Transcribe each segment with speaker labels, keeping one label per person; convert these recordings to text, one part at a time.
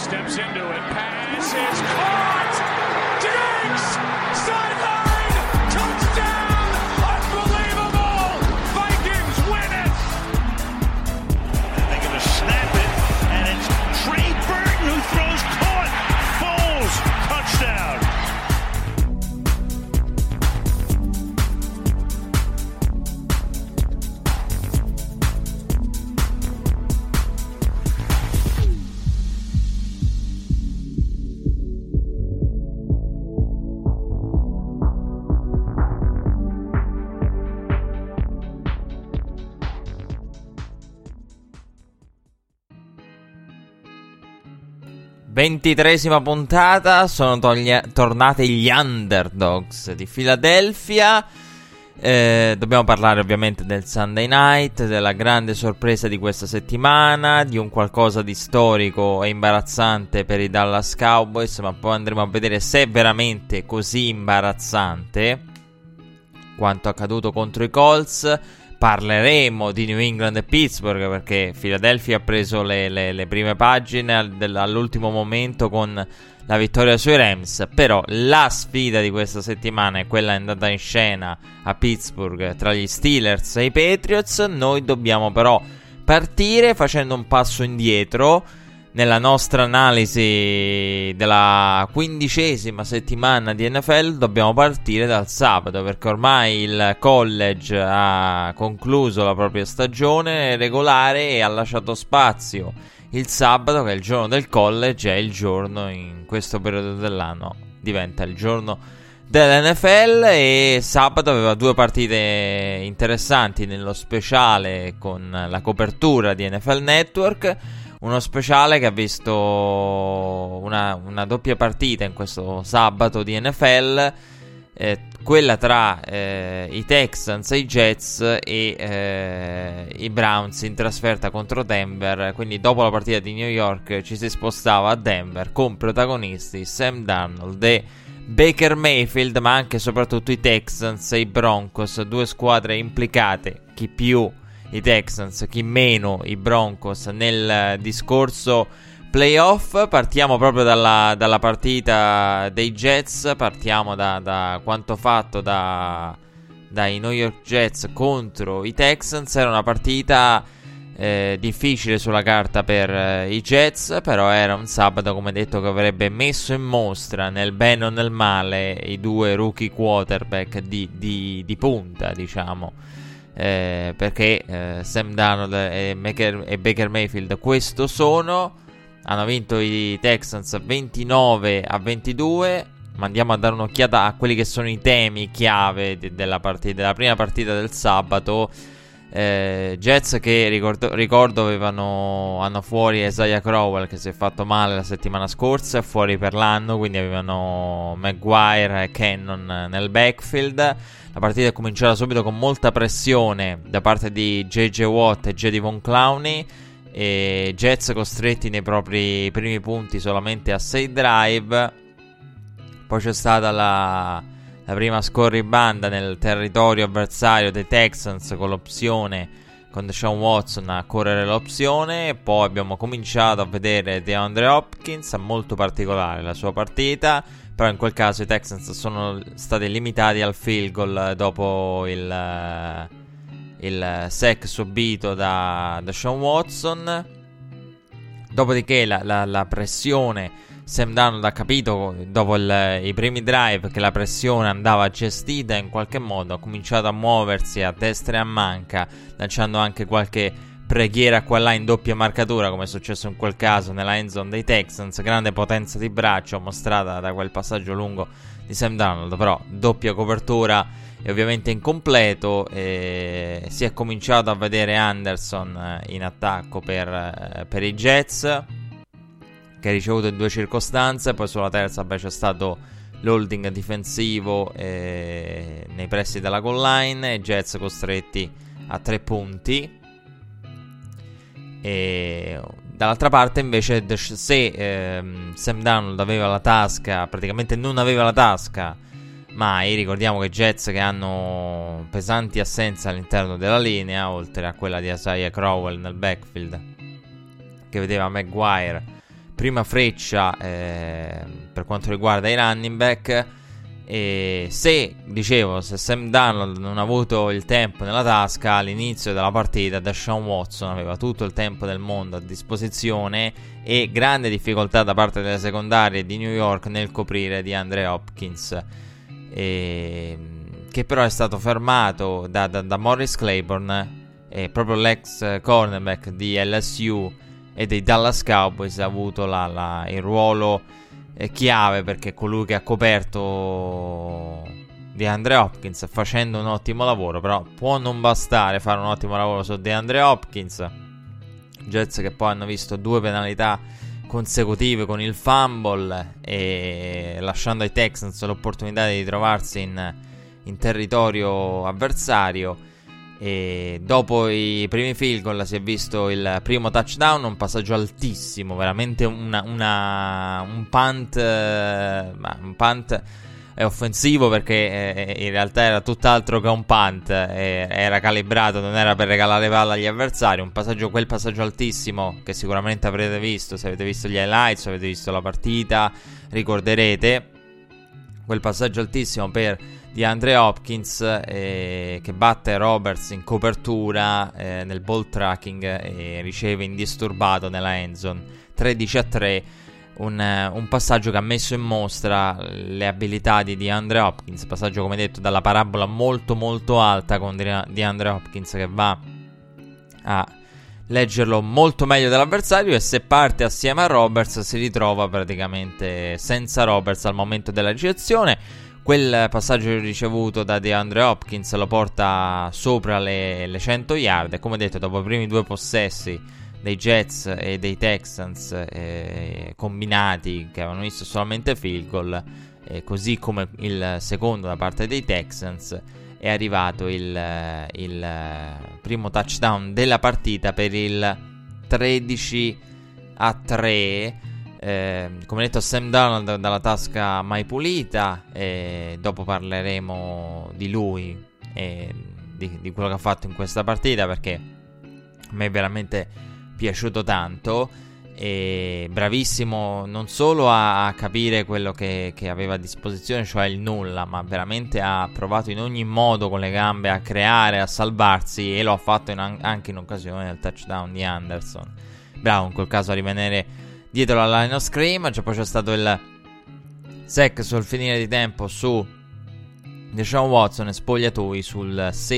Speaker 1: steps into it. Pass is caught. Diggs, sideline, touchdown, unbelievable. Vikings win it.
Speaker 2: And they're going to snap it, and it's Trey Burton who throws caught. Foles, touchdown.
Speaker 3: Ventitresima puntata, sono tornati gli Underdogs di Philadelphia. Dobbiamo parlare ovviamente del Sunday Night, della grande sorpresa di questa settimana, di un qualcosa di storico e imbarazzante per i Dallas Cowboys, ma poi andremo a vedere se è veramente così imbarazzante quanto accaduto contro i Colts. Parleremo di New England e Pittsburgh, perché Philadelphia ha preso le prime pagine all'ultimo momento con la vittoria sui Rams. Però la sfida di questa settimana è quella andata in scena a Pittsburgh tra gli Steelers e i Patriots. Noi dobbiamo però partire facendo un passo indietro nella nostra analisi della 15ª settimana di NFL. Dobbiamo partire dal sabato, perché ormai il college ha concluso la propria stagione regolare e ha lasciato spazio il sabato, che è il giorno del college, è il giorno, in questo periodo dell'anno diventa il giorno dell'NFL. E sabato aveva due partite interessanti nello speciale con la copertura di NFL Network. Uno speciale che ha visto una doppia partita in questo sabato di NFL, quella tra i Texans e i Jets e i Browns in trasferta contro Denver. Quindi dopo la partita di New York ci si spostava a Denver con protagonisti Sam Darnold e Baker Mayfield, ma anche e soprattutto i Texans e i Broncos, due squadre implicate, chi più i Texans, chi meno i Broncos, nel discorso playoff. Partiamo proprio dalla partita dei Jets, partiamo da quanto fatto dai New York Jets contro i Texans. Era una partita difficile sulla carta per i Jets, però era un sabato, come detto, che avrebbe messo in mostra, nel bene o nel male, i due rookie quarterback di punta, diciamo. Perché Sam Darnold e Baker Mayfield questo sono. Hanno vinto i Texans 29-22. Ma andiamo a dare un'occhiata a quelli che sono i temi chiave della prima partita del sabato. Jets che ricordo hanno fuori Isaiah Crowell, che si è fatto male la settimana scorsa, è fuori per l'anno, quindi avevano Maguire e Cannon nel backfield. La partita è cominciata subito con molta pressione da parte di J.J. Watt e Jadeveon Clowney, e Jets costretti nei propri primi punti solamente a 6 drive. Poi c'è stata la prima scorribanda nel territorio avversario dei Texans con l'opzione, con Deshaun Watson a correre l'opzione. Poi abbiamo cominciato a vedere DeAndre Hopkins, molto particolare la sua partita, però in quel caso i Texans sono stati limitati al field goal dopo il sack subito da Deshaun Watson. Dopodiché la pressione, Sam Darnold ha capito dopo i primi drive che la pressione andava gestita in qualche modo, ha cominciato a muoversi a destra e a manca, lanciando anche qualche preghiera qua là in doppia marcatura, come è successo in quel caso nella end zone dei Texans. Grande potenza di braccio mostrata da quel passaggio lungo di Sam Darnold, però doppia copertura e ovviamente incompleto. Si è cominciato a vedere Anderson in attacco per i Jets, che ha ricevuto in 2 circostanze. Poi sulla terza c'è stato l'holding difensivo nei pressi della goal line, e Jets costretti a 3 punti. E dall'altra parte invece, se Sam Darnold aveva la tasca, praticamente non aveva la tasca mai. Ricordiamo che i Jets che hanno pesanti assenze all'interno della linea, oltre a quella di Isaiah Crowell nel backfield, che vedeva Maguire prima freccia per quanto riguarda i running back. E se Sam Darnold non ha avuto il tempo nella tasca all'inizio della partita, Deshaun Watson aveva tutto il tempo del mondo a disposizione, e grande difficoltà da parte delle secondarie di New York nel coprire di DeAndre Hopkins, che però è stato fermato da Morris Claiborne, proprio l'ex cornerback di LSU e dei Dallas Cowboys. Ha avuto il ruolo chiave, perché è colui che ha coperto DeAndre Hopkins facendo un ottimo lavoro. Però può non bastare fare un ottimo lavoro su DeAndre Hopkins. Jets che poi hanno visto 2 penalità consecutive con il fumble, e lasciando ai Texans l'opportunità di trovarsi in territorio avversario. E dopo i primi field goal si è visto il primo touchdown, un passaggio altissimo, veramente un punt è offensivo, perché in realtà era tutt'altro che un punt, era calibrato, non era per regalare palla agli avversari. Quel passaggio altissimo che sicuramente avrete visto, se avete visto gli highlights, se avete visto la partita, ricorderete quel passaggio altissimo per DeAndre Hopkins, che batte Roberts in copertura nel ball tracking e riceve indisturbato nella endzone 13-3. Un passaggio che ha messo in mostra le abilità di DeAndre Hopkins. Passaggio, come detto, dalla parabola molto molto alta, con DeAndre Hopkins che va a leggerlo molto meglio dell'avversario, e se parte assieme a Roberts si ritrova praticamente senza Roberts al momento della ricezione. Quel passaggio ricevuto da DeAndre Hopkins lo porta sopra le 100 yard, e come detto, dopo i primi 2 possessi dei Jets e dei Texans combinati, che avevano visto solamente field goal, così come il secondo da parte dei Texans, è arrivato il primo touchdown della partita per il 13-3. Come detto, Sam Darnold dalla tasca mai pulita, dopo parleremo di lui e di quello che ha fatto in questa partita, perché a me è veramente piaciuto tanto, e bravissimo non solo a capire quello che aveva a disposizione, cioè il nulla, ma veramente ha provato in ogni modo con le gambe a creare, a salvarsi, e lo ha fatto anche in occasione del touchdown di Anderson. Bravo in quel caso a rimanere dietro la line of scrimmage. Poi c'è stato il sack sul finire di tempo su Deshaun Watson e spogliatoi sul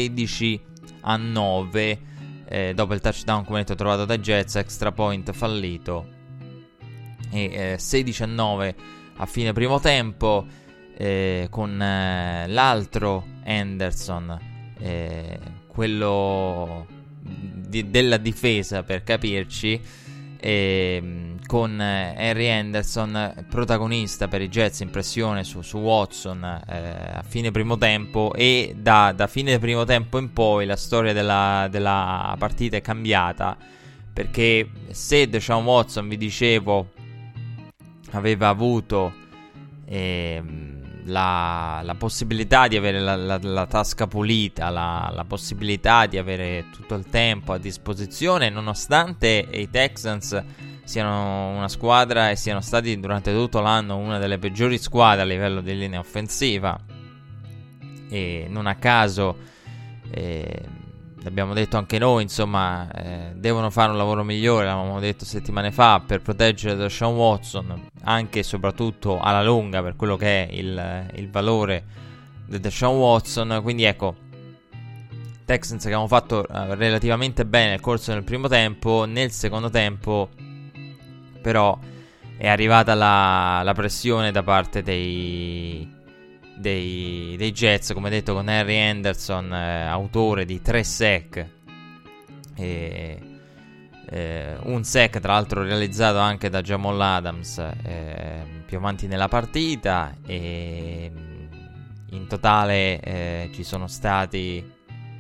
Speaker 3: 16-9, dopo il touchdown, come detto, trovato dai Jets, extra point fallito, e 16-9 a fine primo tempo, con l'altro Henderson, quello della difesa per capirci, con Henry Henderson protagonista per i Jets in pressione su Watson a fine primo tempo, e da fine primo tempo in poi la storia della partita è cambiata, perché se Deshaun Watson, vi dicevo, aveva avuto la possibilità di avere la tasca pulita, la possibilità di avere tutto il tempo a disposizione, nonostante i Texans siano una squadra e siano stati durante tutto l'anno una delle peggiori squadre a livello di linea offensiva, e non a caso l'abbiamo detto anche noi, insomma, devono fare un lavoro migliore, l'avevamo detto settimane fa, per proteggere Deshaun Watson, anche e soprattutto alla lunga, per quello che è il valore di Deshaun Watson. Quindi ecco, Texans che avevano fatto relativamente bene nel corso del primo tempo. Nel secondo tempo però è arrivata la pressione da parte dei Jets, come detto, con Henry Henderson, autore di 3 sack, un sack tra l'altro realizzato anche da Jamal Adams più avanti nella partita, e in totale ci sono stati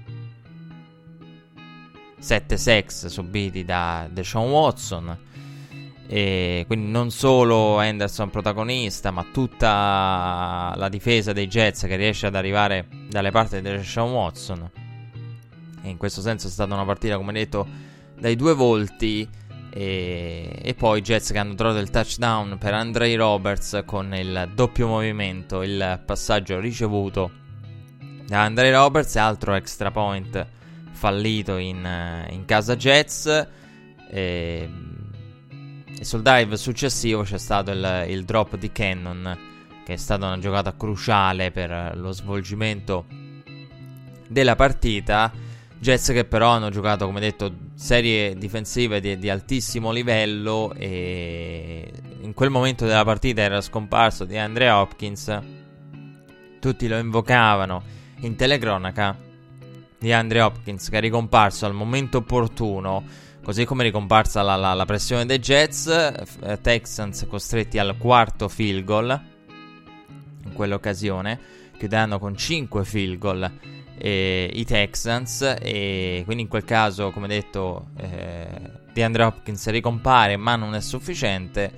Speaker 3: 7 sacks subiti da Deshaun Watson. E quindi non solo Henderson protagonista, ma tutta la difesa dei Jets che riesce ad arrivare dalle parti di Deshaun Watson. E in questo senso è stata una partita, come detto, dai due volti. e poi i Jets che hanno trovato il touchdown per Andre Roberts con il doppio movimento, il passaggio ricevuto da Andre Roberts, altro extra point fallito in casa Jets, e sul drive successivo c'è stato il drop di Cannon, che è stata una giocata cruciale per lo svolgimento della partita. Jets che però hanno giocato, come detto, serie difensive di altissimo livello, e in quel momento della partita era scomparso DeAndre Hopkins. Tutti lo invocavano in telecronaca. DeAndre Hopkins che è ricomparso al momento opportuno, così come è ricomparsa la pressione dei Jets. Texans costretti al quarto field goal in quell'occasione, chiudendo con 5 field goal i Texans, e quindi in quel caso, come detto, DeAndre Hopkins ricompare ma non è sufficiente,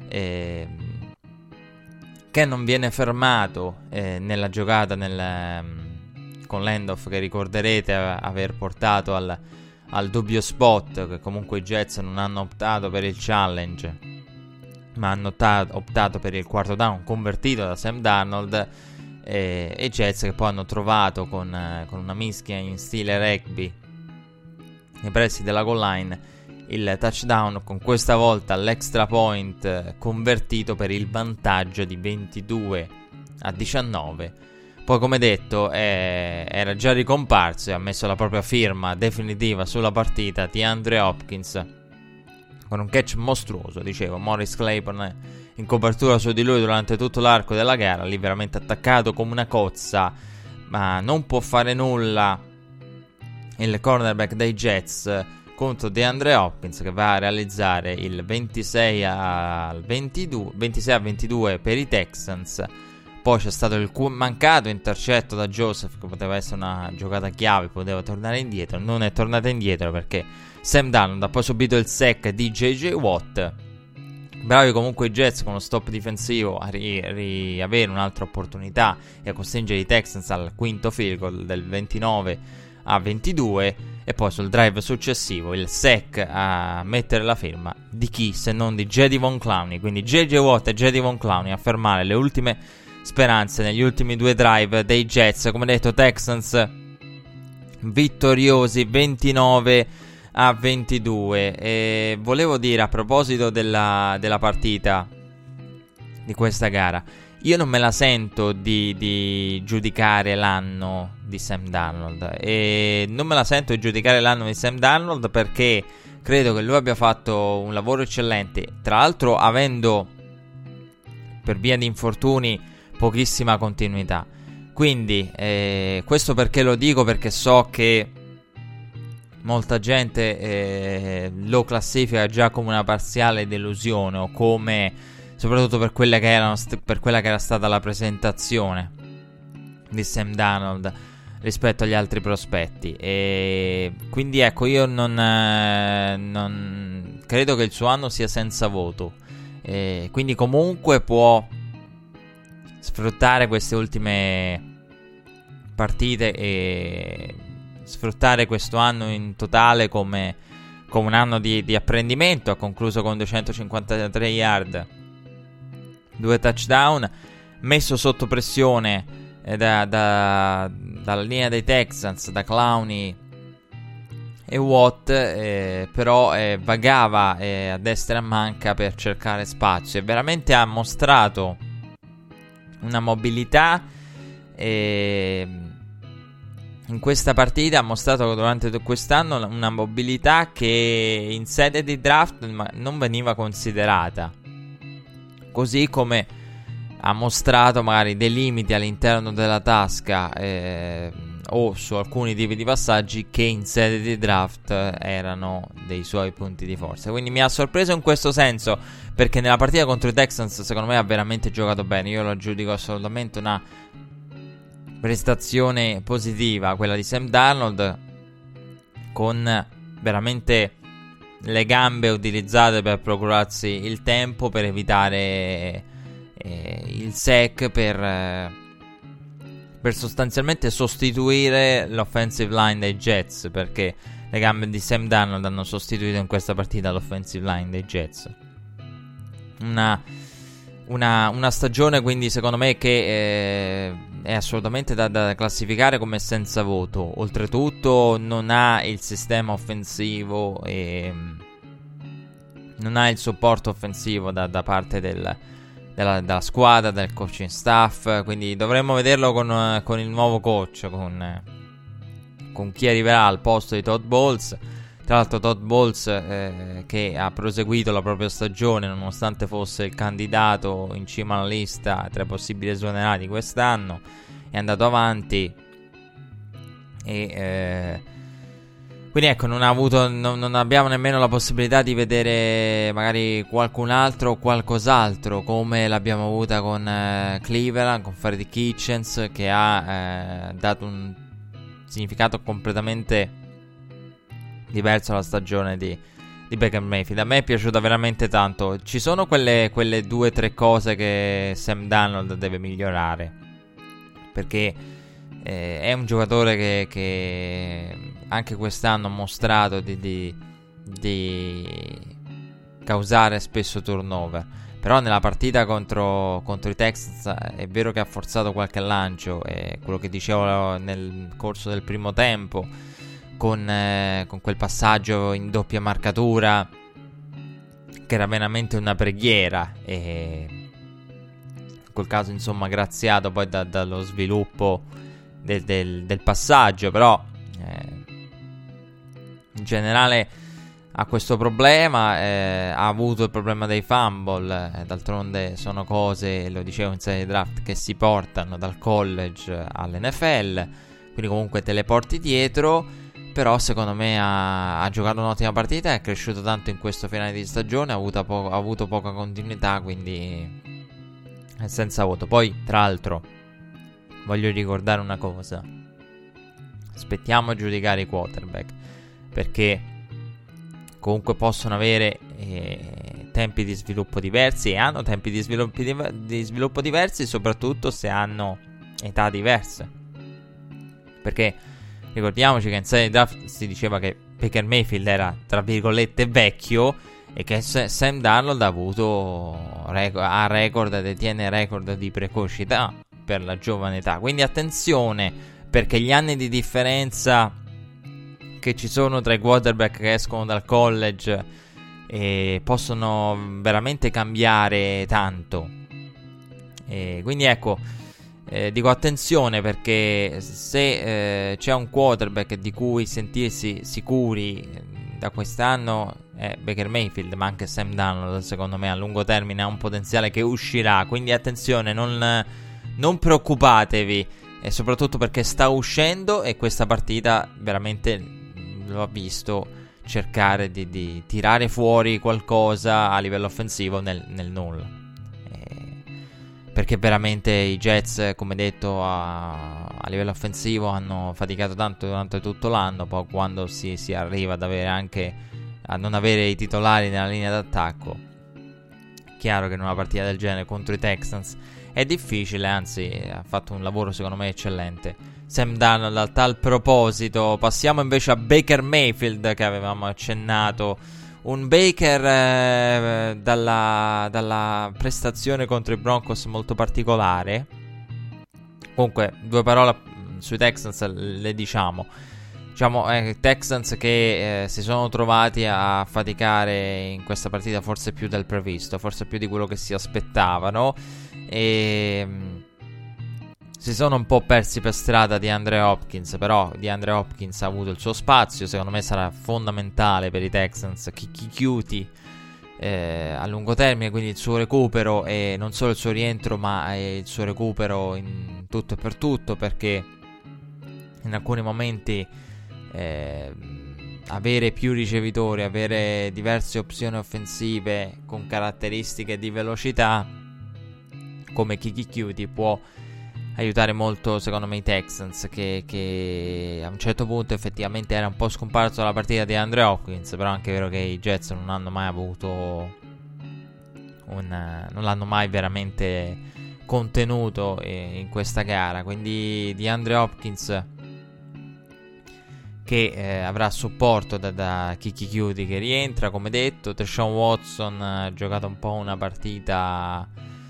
Speaker 3: che non viene fermato nella giocata con l'handoff che ricorderete aver portato al dubbio spot, che comunque i Jets non hanno optato per il challenge ma hanno optato per il quarto down convertito da Sam Darnold, e Jets che poi hanno trovato con una mischia in stile rugby nei pressi della goal line il touchdown, con questa volta l'extra point convertito per il vantaggio di 22-19. Poi, come detto, era già ricomparso e ha messo la propria firma definitiva sulla partita DeAndre Hopkins con un catch mostruoso, dicevo. Morris Claiborne in copertura su di lui durante tutto l'arco della gara, lì veramente attaccato come una cozza, ma non può fare nulla il cornerback dei Jets contro DeAndre Hopkins, che va a realizzare il 26-22 per i Texans. Poi c'è stato il mancato intercetto da Joseph, che poteva essere una giocata chiave, poteva tornare indietro. Non è tornata indietro perché Sam Darnold ha poi subito il sack di J.J. Watt. Bravi comunque i Jets con lo stop difensivo a riavere un'altra opportunità e a costringere i Texans al quinto field goal del 29-22, e poi sul drive successivo il sack a mettere la firma di chi se non di Jadeveon Clowney. Quindi J.J. Watt e Jadeveon Clowney a fermare le ultime speranze negli ultimi due drive dei Jets. Come detto, Texans vittoriosi 29-22. E volevo dire, a proposito della partita, di questa gara, io non me la sento di giudicare l'anno di Sam Darnold, e non me la sento di giudicare l'anno di Sam Darnold perché credo che lui abbia fatto un lavoro eccellente, tra l'altro avendo, per via di infortuni, pochissima continuità. Quindi questo perché lo dico? Perché so che molta gente lo classifica già come una parziale delusione, o come, soprattutto per quella che era stata la presentazione di Sam Darnold rispetto agli altri prospetti. E quindi ecco, io non credo che il suo anno sia senza voto, quindi comunque può sfruttare queste ultime partite e sfruttare questo anno in totale come un anno di apprendimento. Ha concluso con 253 yard, 2 touchdown, messo sotto pressione dalla linea dei Texans, da Clowney e Watt, però vagava a destra e a manca per cercare spazio, e veramente ha mostrato una mobilità in questa partita. Ha mostrato durante quest'anno una mobilità che in sede di draft non veniva considerata, così come ha mostrato magari dei limiti all'interno della tasca o su alcuni tipi di passaggi che in sede di draft erano dei suoi punti di forza. Quindi mi ha sorpreso in questo senso, perché nella partita contro i Texans secondo me ha veramente giocato bene. Io lo giudico assolutamente una prestazione positiva, quella di Sam Darnold, con veramente le gambe utilizzate per procurarsi il tempo, per evitare il sack, per sostanzialmente sostituire l'offensive line dei Jets, perché le gambe di Sam Darnold hanno sostituito in questa partita l'offensive line dei Jets. Una stagione quindi secondo me che è assolutamente da classificare come senza voto. Oltretutto non ha il sistema offensivo e non ha il supporto offensivo da parte della squadra, del coaching staff, quindi dovremmo vederlo con il nuovo coach, con chi arriverà al posto di Todd Bowles. Tra l'altro Todd Bowles che ha proseguito la propria stagione nonostante fosse il candidato in cima alla lista tra i possibili esonerati quest'anno, è andato avanti e quindi ecco, non abbiamo nemmeno la possibilità di vedere magari qualcun altro o qualcos'altro come l'abbiamo avuta con Cleveland, con Freddie Kitchens, che ha dato un significato completamente diverso alla stagione di Baker Mayfield. A me è piaciuta veramente tanto. Ci sono quelle 2 o 3 cose che Sam Darnold deve migliorare, perché è un giocatore che anche quest'anno ha mostrato di causare spesso turnover. Però nella partita contro i Texans è vero che ha forzato qualche lancio, e quello che dicevo nel corso del primo tempo con quel passaggio in doppia marcatura che era veramente una preghiera, e in quel caso insomma graziato poi dallo sviluppo del passaggio. Però in generale ha questo problema, ha avuto il problema dei fumble, d'altronde sono cose, lo dicevo in serie draft, che si portano dal college all'NFL, quindi comunque te le porti dietro. Però secondo me ha giocato un'ottima partita, è cresciuto tanto in questo finale di stagione, ha avuto poca continuità, quindi è senza voto. Poi tra l'altro voglio ricordare una cosa: aspettiamo a giudicare i quarterback, perché comunque possono avere tempi di sviluppo diversi, e hanno tempi di sviluppo diversi, soprattutto se hanno età diverse, perché ricordiamoci che in serie draft si diceva che Baker Mayfield era tra virgolette vecchio, e che Sam Darnold detiene record di precocità per la giovane età. Quindi attenzione, perché gli anni di differenza che ci sono tra i quarterback che escono dal college possono veramente cambiare tanto. Quindi ecco, dico attenzione, perché se c'è un quarterback di cui sentirsi sicuri da quest'anno è Baker Mayfield, ma anche Sam Darnold secondo me a lungo termine ha un potenziale che uscirà. Quindi attenzione, non preoccupatevi, e soprattutto perché sta uscendo, e questa partita veramente lo ha visto cercare di tirare fuori qualcosa a livello offensivo nel nulla. Perché veramente i Jets, come detto, a livello offensivo hanno faticato tanto durante tutto l'anno. Poi quando si arriva ad avere anche a non avere i titolari nella linea d'attacco, chiaro che in una partita del genere contro i Texans è difficile, anzi ha fatto un lavoro secondo me eccellente Sam Darnold. A tal proposito passiamo invece a Baker Mayfield, che avevamo accennato. Un Baker dalla prestazione contro i Broncos molto particolare. Comunque 2 parole sui Texans le diciamo Texans che si sono trovati a faticare in questa partita, forse più del previsto, forse più di quello che si aspettavano, e si sono un po' persi per strada di DeAndre Hopkins. Però DeAndre Hopkins ha avuto il suo spazio, secondo me sarà fondamentale per i Texans chiuti a lungo termine, quindi il suo recupero, e non solo il suo rientro ma il suo recupero in tutto e per tutto, perché in alcuni momenti avere più ricevitori, avere diverse opzioni offensive con caratteristiche di velocità come Kiki Cutie può aiutare molto secondo me i Texans, che a un certo punto effettivamente era un po' scomparso dalla partita di DeAndre Hopkins. Però è anche vero che i Jets non hanno mai avuto non l'hanno mai veramente contenuto in questa gara. Quindi DeAndre Hopkins che avrà supporto da Kiki Cutie che rientra, come detto. Deshaun Watson ha giocato un po' una partita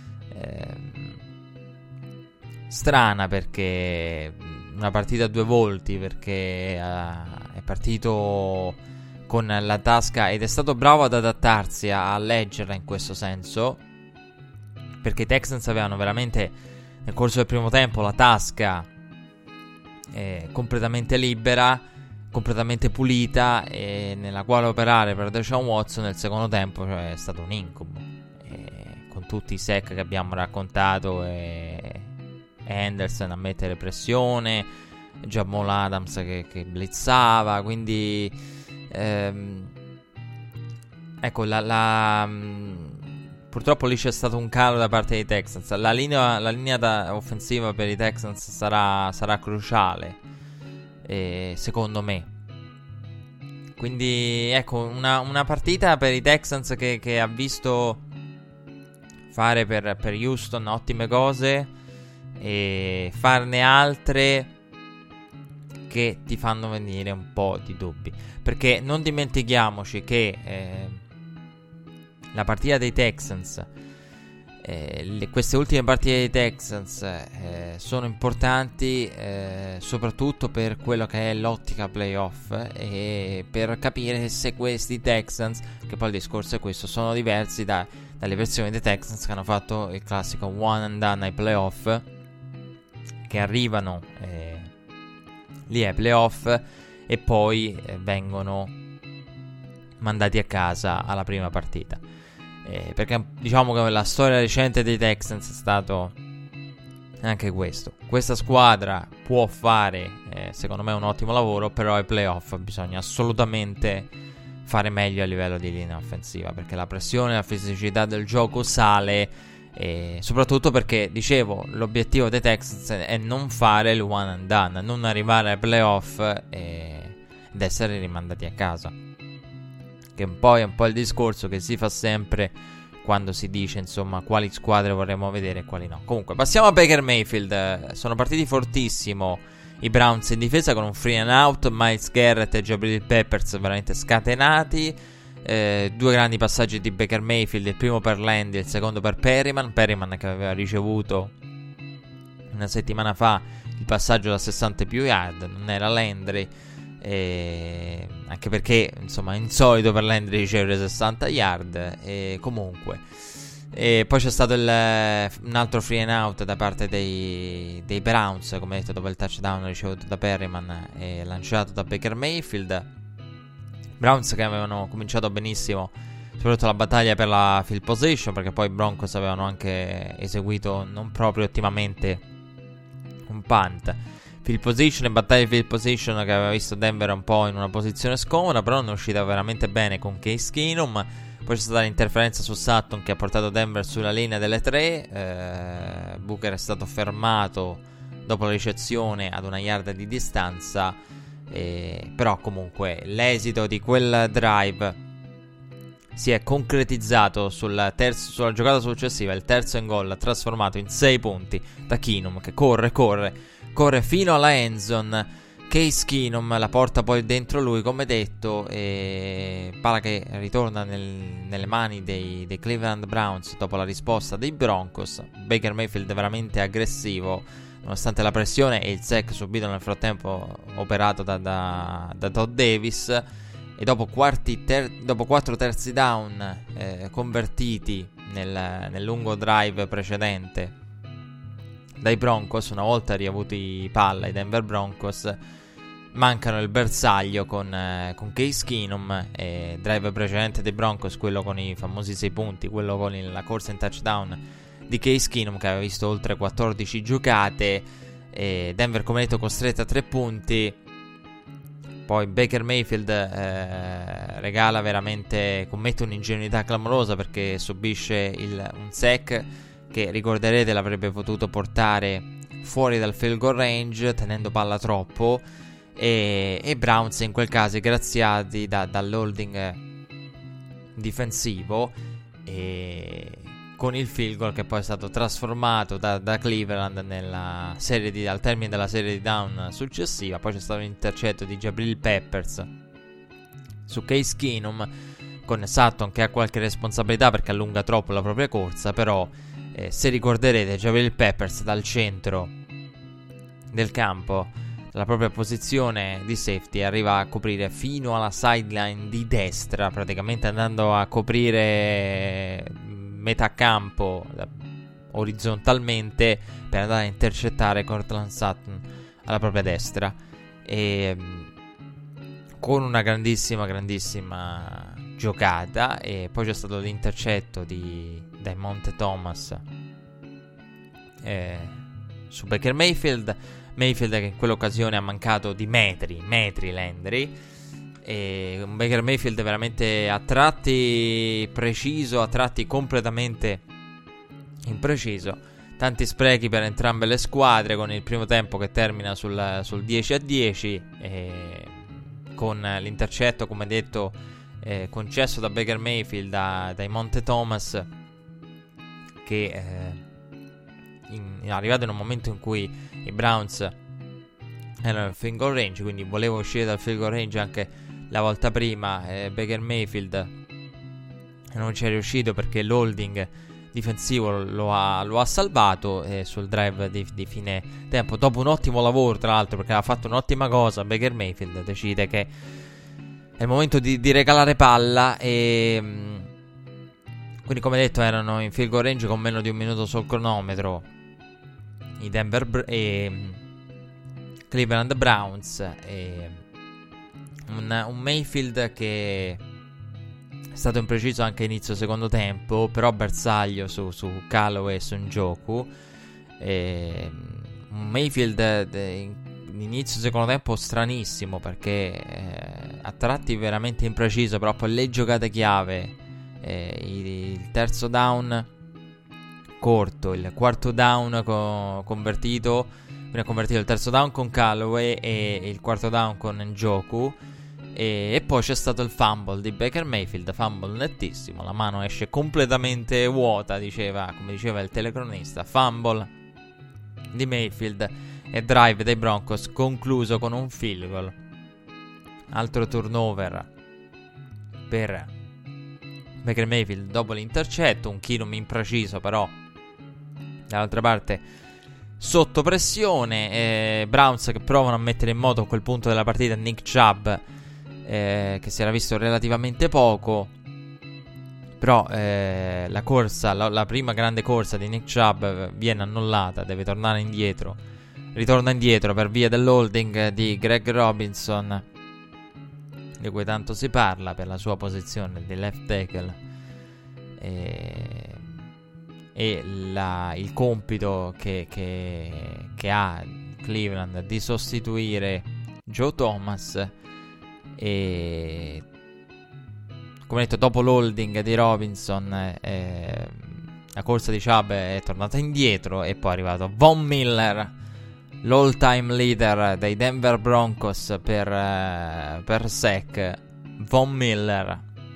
Speaker 3: strana, perché una partita a due volti, perché è partito con la tasca ed è stato bravo ad adattarsi a leggerla in questo senso, perché i Texans avevano veramente nel corso del primo tempo la tasca completamente libera, completamente pulita, e nella quale operare per Deshaun Watson nel secondo tempo, cioè, è stato un incubo, con tutti i sack che abbiamo raccontato, e Henderson a mettere pressione, Jamal Adams che blitzava, quindi ecco, purtroppo lì c'è stato un calo da parte dei Texans. La linea offensiva per i Texans sarà cruciale, secondo me. Quindi ecco, una partita per i Texans che ha visto fare per Houston ottime cose, e farne altre che ti fanno venire un po' di dubbi, perché non dimentichiamoci che la partita dei Texans, queste ultime partite dei Texans sono importanti soprattutto per quello che è l'ottica playoff, e per capire se questi Texans, che poi il discorso è questo, sono diversi dalle versioni dei Texans che hanno fatto il classico one and done ai playoff, che arrivano lì ai playoff e poi vengono mandati a casa alla prima partita, perché diciamo che la storia recente dei Texans è stato anche questo. Questa squadra può fare secondo me un ottimo lavoro, però ai playoff bisogna assolutamente fare meglio a livello di linea offensiva, perché la pressione e la fisicità del gioco sale, soprattutto perché, dicevo, l'obiettivo dei Texans è non fare il one and done, non arrivare ai playoff ed essere rimandati a casa, che poi è un po' il discorso che si fa sempre quando si dice, insomma, quali squadre vorremmo vedere e quali no. Comunque, passiamo a Baker Mayfield. Sono partiti fortissimo i Browns in difesa, con un free and out, Myles Garrett e Jabril Peppers veramente scatenati. Due grandi passaggi di Baker Mayfield, il primo per Landy e il secondo per Perryman che aveva ricevuto una settimana fa il passaggio da 60 più yard, non era Landry, anche perché insomma è insolito per Landry ricevere 60 yard, e comunque poi c'è stato un altro free and out da parte dei Browns, come detto, dopo il touchdown ricevuto da Perryman e lanciato da Baker Mayfield. Browns che avevano cominciato benissimo, soprattutto la battaglia per la field position, perché poi i Broncos avevano anche eseguito non proprio ottimamente un punt. Field position e battaglia di field position che aveva visto Denver un po' in una posizione scomoda, però non è uscita veramente bene con Case Keenum. Poi c'è stata l'interferenza su Sutton che ha portato Denver sulla linea delle 3. Booker è stato fermato dopo la ricezione ad una yard di distanza. Però comunque l'esito di quel drive si è concretizzato sulla giocata successiva. Il terzo and goal trasformato in 6 punti da Keenum, che corre fino alla end zone. Case Keenum la porta poi dentro lui, come detto, e palla che ritorna nelle mani dei Cleveland Browns dopo la risposta dei Broncos. Baker Mayfield veramente aggressivo nonostante la pressione e il sack subito nel frattempo operato da Todd Davis. E dopo 4 terzi down convertiti nel lungo drive precedente dai Broncos, una volta riavuti palla i Denver Broncos, mancano il bersaglio con Case Keenum. Drive precedente dei Broncos, quello con i famosi 6 punti, quello con la corsa in touchdown di Case Keenum, che aveva visto oltre 14 giocate. Denver, come detto, costretta a 3 punti. Poi Baker Mayfield regala veramente, commette un'ingenuità clamorosa, perché subisce un sack che, ricorderete, l'avrebbe potuto portare fuori dal field goal range tenendo palla troppo, e Browns in quel caso graziati dall'holding difensivo, e con il field goal che poi è stato trasformato da Cleveland al termine della serie di down successiva. Poi c'è stato l'intercetto di Jabril Peppers su Case Keenum, con Sutton che ha qualche responsabilità perché allunga troppo la propria corsa, però se ricorderete, Jabril Peppers dal centro del campo, la propria posizione di safety, arriva a coprire fino alla sideline di destra, praticamente andando a coprire metà campo orizzontalmente per andare a intercettare Cortland Sutton alla propria destra, e con una grandissima giocata. E poi c'è stato l'intercetto di Monte Thomas su Baker Mayfield che in quell'occasione ha mancato di metri Landry, e un Baker Mayfield veramente a tratti preciso, a tratti completamente impreciso, tanti sprechi per entrambe le squadre, con il primo tempo che termina sul 10-10, con l'intercetto, come detto, concesso da Baker Mayfield dai Monte Thomas, che è arrivato in un momento in cui i Browns erano in field goal range, quindi volevo uscire dal field goal range anche la volta prima. Baker Mayfield non ci è riuscito perché l'holding difensivo lo ha salvato sul drive di fine tempo. Dopo un ottimo lavoro, tra l'altro, perché aveva fatto un'ottima cosa, Baker Mayfield decide che è il momento di regalare palla, e quindi, come detto, erano in field goal range con meno di un minuto sul cronometro i Cleveland Browns, e un Mayfield che è stato impreciso anche inizio secondo tempo, però bersaglio su Callaway e su Njoku. Un Mayfield in inizio secondo tempo stranissimo, perché a tratti veramente impreciso, però poi le giocate chiave, il terzo down corto, il quarto down convertito, quindi ha convertito il terzo down con Callaway e il quarto down con Njoku, e poi c'è stato il fumble di Baker Mayfield, fumble nettissimo, la mano esce completamente vuota, come diceva il telecronista, fumble di Mayfield, e drive dei Broncos concluso con un field goal. Altro turnover per Baker Mayfield dopo l'intercetto, un Keenum impreciso, però dall'altra parte sotto pressione. Browns che provano a mettere in moto a quel punto della partita Nick Chubb, che si era visto relativamente poco, però la corsa, la prima grande corsa di Nick Chubb viene annullata, deve tornare indietro, ritorna indietro per via dell'holding di Greg Robinson, di cui tanto si parla per la sua posizione di left tackle, e il compito che ha Cleveland di sostituire Joe Thomas. E come detto, dopo l'holding di Robinson, la corsa di Chubb è tornata indietro, e poi è arrivato Von Miller, l'all time leader dei Denver Broncos per sack. Von Miller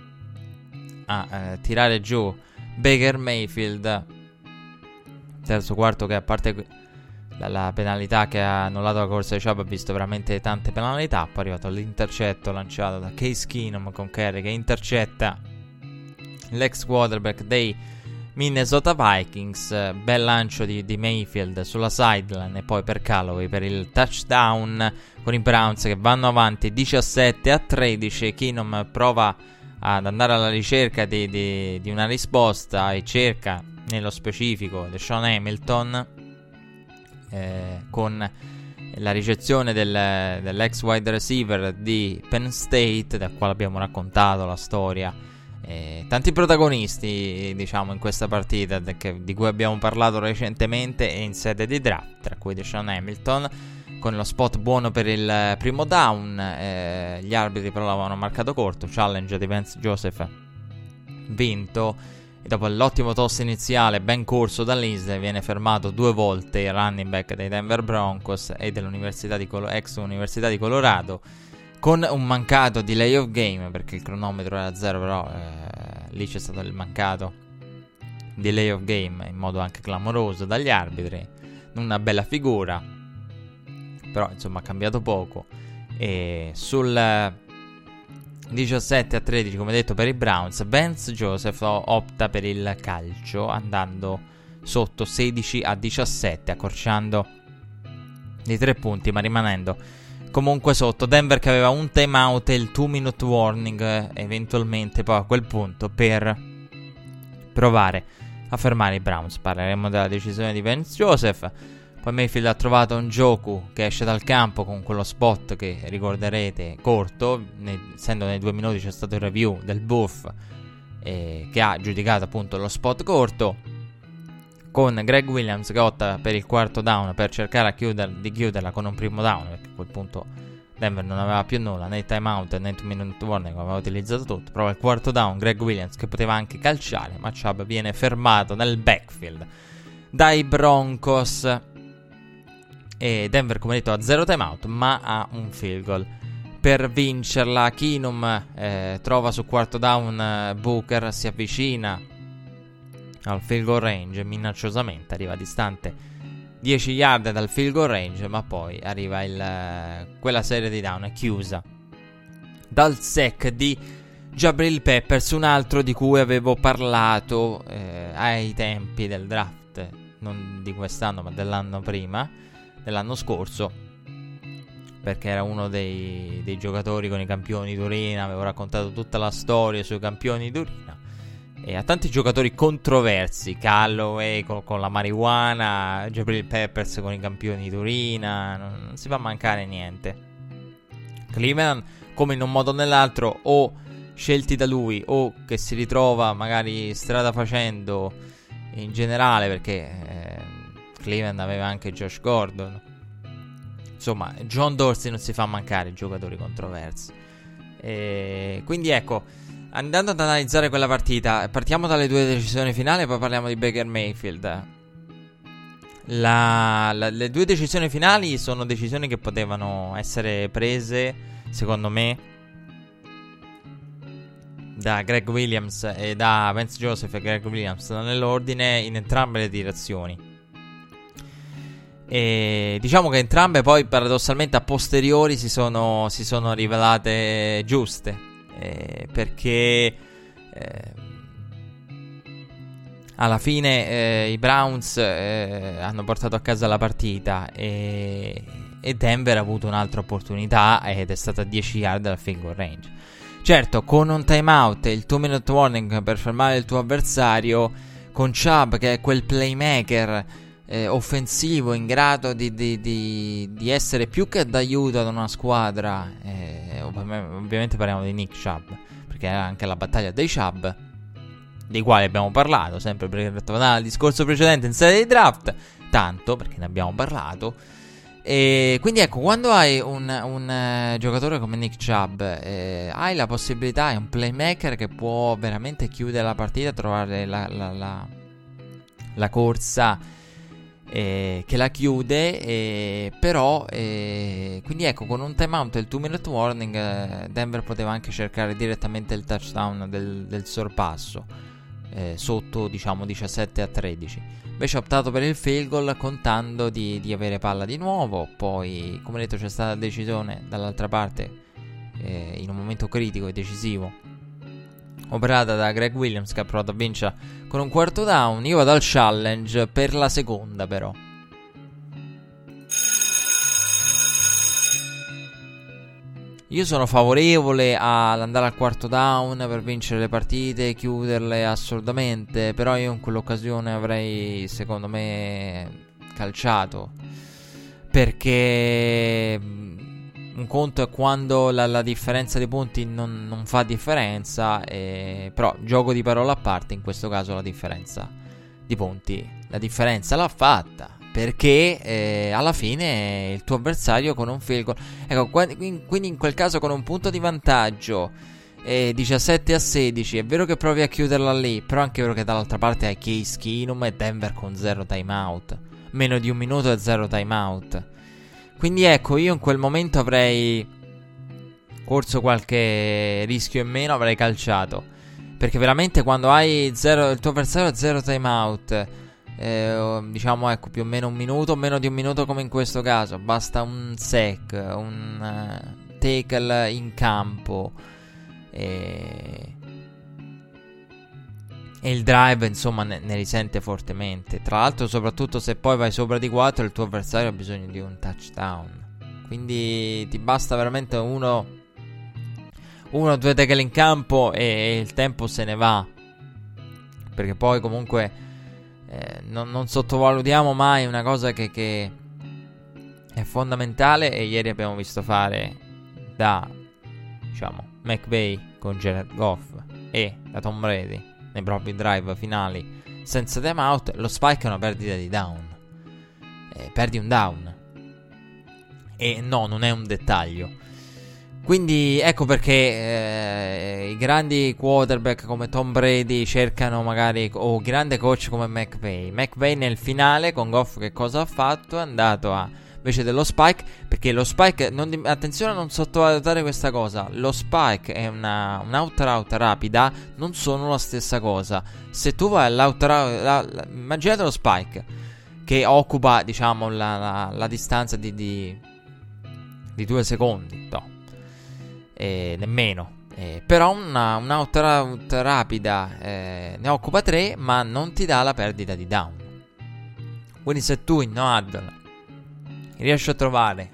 Speaker 3: a tirare giù Baker Mayfield. Terzo quarto che, a parte la penalità che ha annullato la corsa di Chubb, ha visto veramente tante penalità. Poi è arrivato l'intercetto lanciato da Case Keenum con Carey, che intercetta l'ex quarterback dei Minnesota Vikings. Bel lancio di Mayfield sulla sideline, e poi per Callaway per il touchdown, con i Browns che vanno avanti 17-13. Keenum prova ad andare alla ricerca di una risposta, e cerca nello specifico Sean Hamilton, con la ricezione dell'ex wide receiver di Penn State, del quale abbiamo raccontato la storia. Tanti protagonisti, diciamo, in questa partita di cui abbiamo parlato recentemente e in sede di draft, tra cui Sean Hamilton con lo spot buono per il primo down. Gli arbitri però l'avevano marcato corto, challenge di Vance Joseph vinto, e dopo l'ottimo toss iniziale ben corso da Lindsay viene fermato 2 volte il running back dei Denver Broncos e dell'università ex Università di Colorado, con un mancato delay of game, perché il cronometro era 0, però lì c'è stato il mancato delay of game in modo anche clamoroso dagli arbitri, una bella figura, però insomma ha cambiato poco. E sul 17-13, come detto, per i Browns, Vance Joseph opta per il calcio andando sotto 16-17, accorciando di 3 punti ma rimanendo comunque sotto. Denver che aveva un timeout e il 2-minute warning eventualmente poi a quel punto per provare a fermare i Browns. Parleremo della decisione di Vance Joseph. Poi Mayfield ha trovato un Njoku che esce dal campo con quello spot che ricorderete corto, essendo nei 2 minuti c'è stato il review del booth che ha giudicato appunto lo spot corto, con Greg Williams che opta per il quarto down per cercare di chiuderla con un primo down, perché a quel punto Denver non aveva più nulla, né timeout né 2 minute warning, aveva utilizzato tutto. Prova il quarto down, Greg Williams che poteva anche calciare, ma Chubb viene fermato nel backfield dai Broncos. E Denver, come detto, ha 0 timeout ma ha un field goal per vincerla. Keenum trova su quarto down Booker, si avvicina al field goal range minacciosamente, arriva distante 10 yard dal field goal range, ma poi arriva quella serie di down è chiusa dal sack di Jabril Peppers, un altro di cui avevo parlato ai tempi del draft, non di quest'anno ma dell'anno scorso, perché era uno dei giocatori con i campioni d'urina. Avevo raccontato tutta la storia sui campioni d'urina e a tanti giocatori controversi, Callaway con la marijuana, Jabril Peppers con i campioni d'urina, non si fa mancare niente. Cleveland, come in un modo o nell'altro, o scelti da lui o che si ritrova magari strada facendo in generale, perché Cleveland aveva anche Josh Gordon. Insomma, John Dorsey non si fa mancare giocatori controversi. Quindi ecco, andando ad analizzare quella partita, partiamo dalle 2 decisioni finali e poi parliamo di Baker Mayfield. Le 2 decisioni finali sono decisioni che potevano essere prese, secondo me, da Greg Williams e da Vance Joseph e Greg Williams nell'ordine, in entrambe le direzioni. E diciamo che entrambe poi paradossalmente a posteriori si sono rivelate giuste, perché alla fine i Browns hanno portato a casa la partita e Denver ha avuto un'altra opportunità ed è stata a 10 yard dal field goal range. Certo, con un timeout e il 2 minute warning per fermare il tuo avversario, con Chubb che è quel playmaker offensivo in grado di essere più che d'aiuto ad una squadra, ovviamente parliamo di Nick Chubb, perché era anche la battaglia dei Chubb, dei quali abbiamo parlato sempre per tornare al discorso precedente in serie di draft, tanto perché ne abbiamo parlato. E quindi ecco, quando hai un giocatore come Nick Chubb, hai la possibilità, è un playmaker che può veramente chiudere la partita, trovare la corsa che la chiude, però quindi ecco, con un timeout e il 2 minute warning Denver poteva anche cercare direttamente il touchdown del sorpasso, sotto diciamo 17-13. Invece ha optato per il field goal contando di avere palla di nuovo. Poi, come detto, c'è stata decisione dall'altra parte in un momento critico e decisivo operata da Greg Williams, che ha provato a vincere con un quarto down. Io vado al challenge per la seconda, però. Io sono favorevole ad andare al quarto down per vincere le partite, chiuderle assolutamente, però io in quell'occasione avrei, secondo me, calciato, perché un conto è quando la differenza di punti non fa differenza, però gioco di parole a parte, in questo caso la differenza di punti, la differenza l'ha fatta, perché alla fine il tuo avversario con un field goal, ecco, quindi in quel caso con un punto di vantaggio, 17-16, è vero che provi a chiuderla lì, però anche vero che dall'altra parte hai Case Keenum e Denver con 0 timeout, meno di un minuto e 0 timeout. Quindi ecco, io in quel momento avrei corso qualche rischio in meno, avrei calciato. perché veramente quando hai il tuo avversario ha 0 timeout, diciamo ecco più o meno un minuto, meno di un minuto come in questo caso, basta un sack, un tackle in campo e il drive insomma ne risente fortemente. Tra l'altro soprattutto se poi vai sopra di 4 il tuo avversario ha bisogno di un touchdown, quindi ti basta veramente uno o due tackle in campo e il tempo se ne va, perché poi comunque non sottovalutiamo mai una cosa che è fondamentale, e ieri abbiamo visto fare da, diciamo, McVay con Jared Goff e da Tom Brady nei propri drive finali senza timeout. Lo spike è una perdita di down, perdi un down, e no, non è un dettaglio. Quindi ecco perché i grandi quarterback come Tom Brady cercano magari, o grande coach come McVay nel finale con Goff che cosa ha fatto? È andato invece dello spike, perché lo spike, attenzione a non sottovalutare questa cosa, lo spike e un out route rapida non sono la stessa cosa. Se tu vai all'out route, immaginate lo spike che occupa, diciamo, la distanza di 2 secondi, no, nemmeno, però una out route rapida ne occupa 3, ma non ti dà la perdita di down. Quindi se tu in no huddle riesci a trovare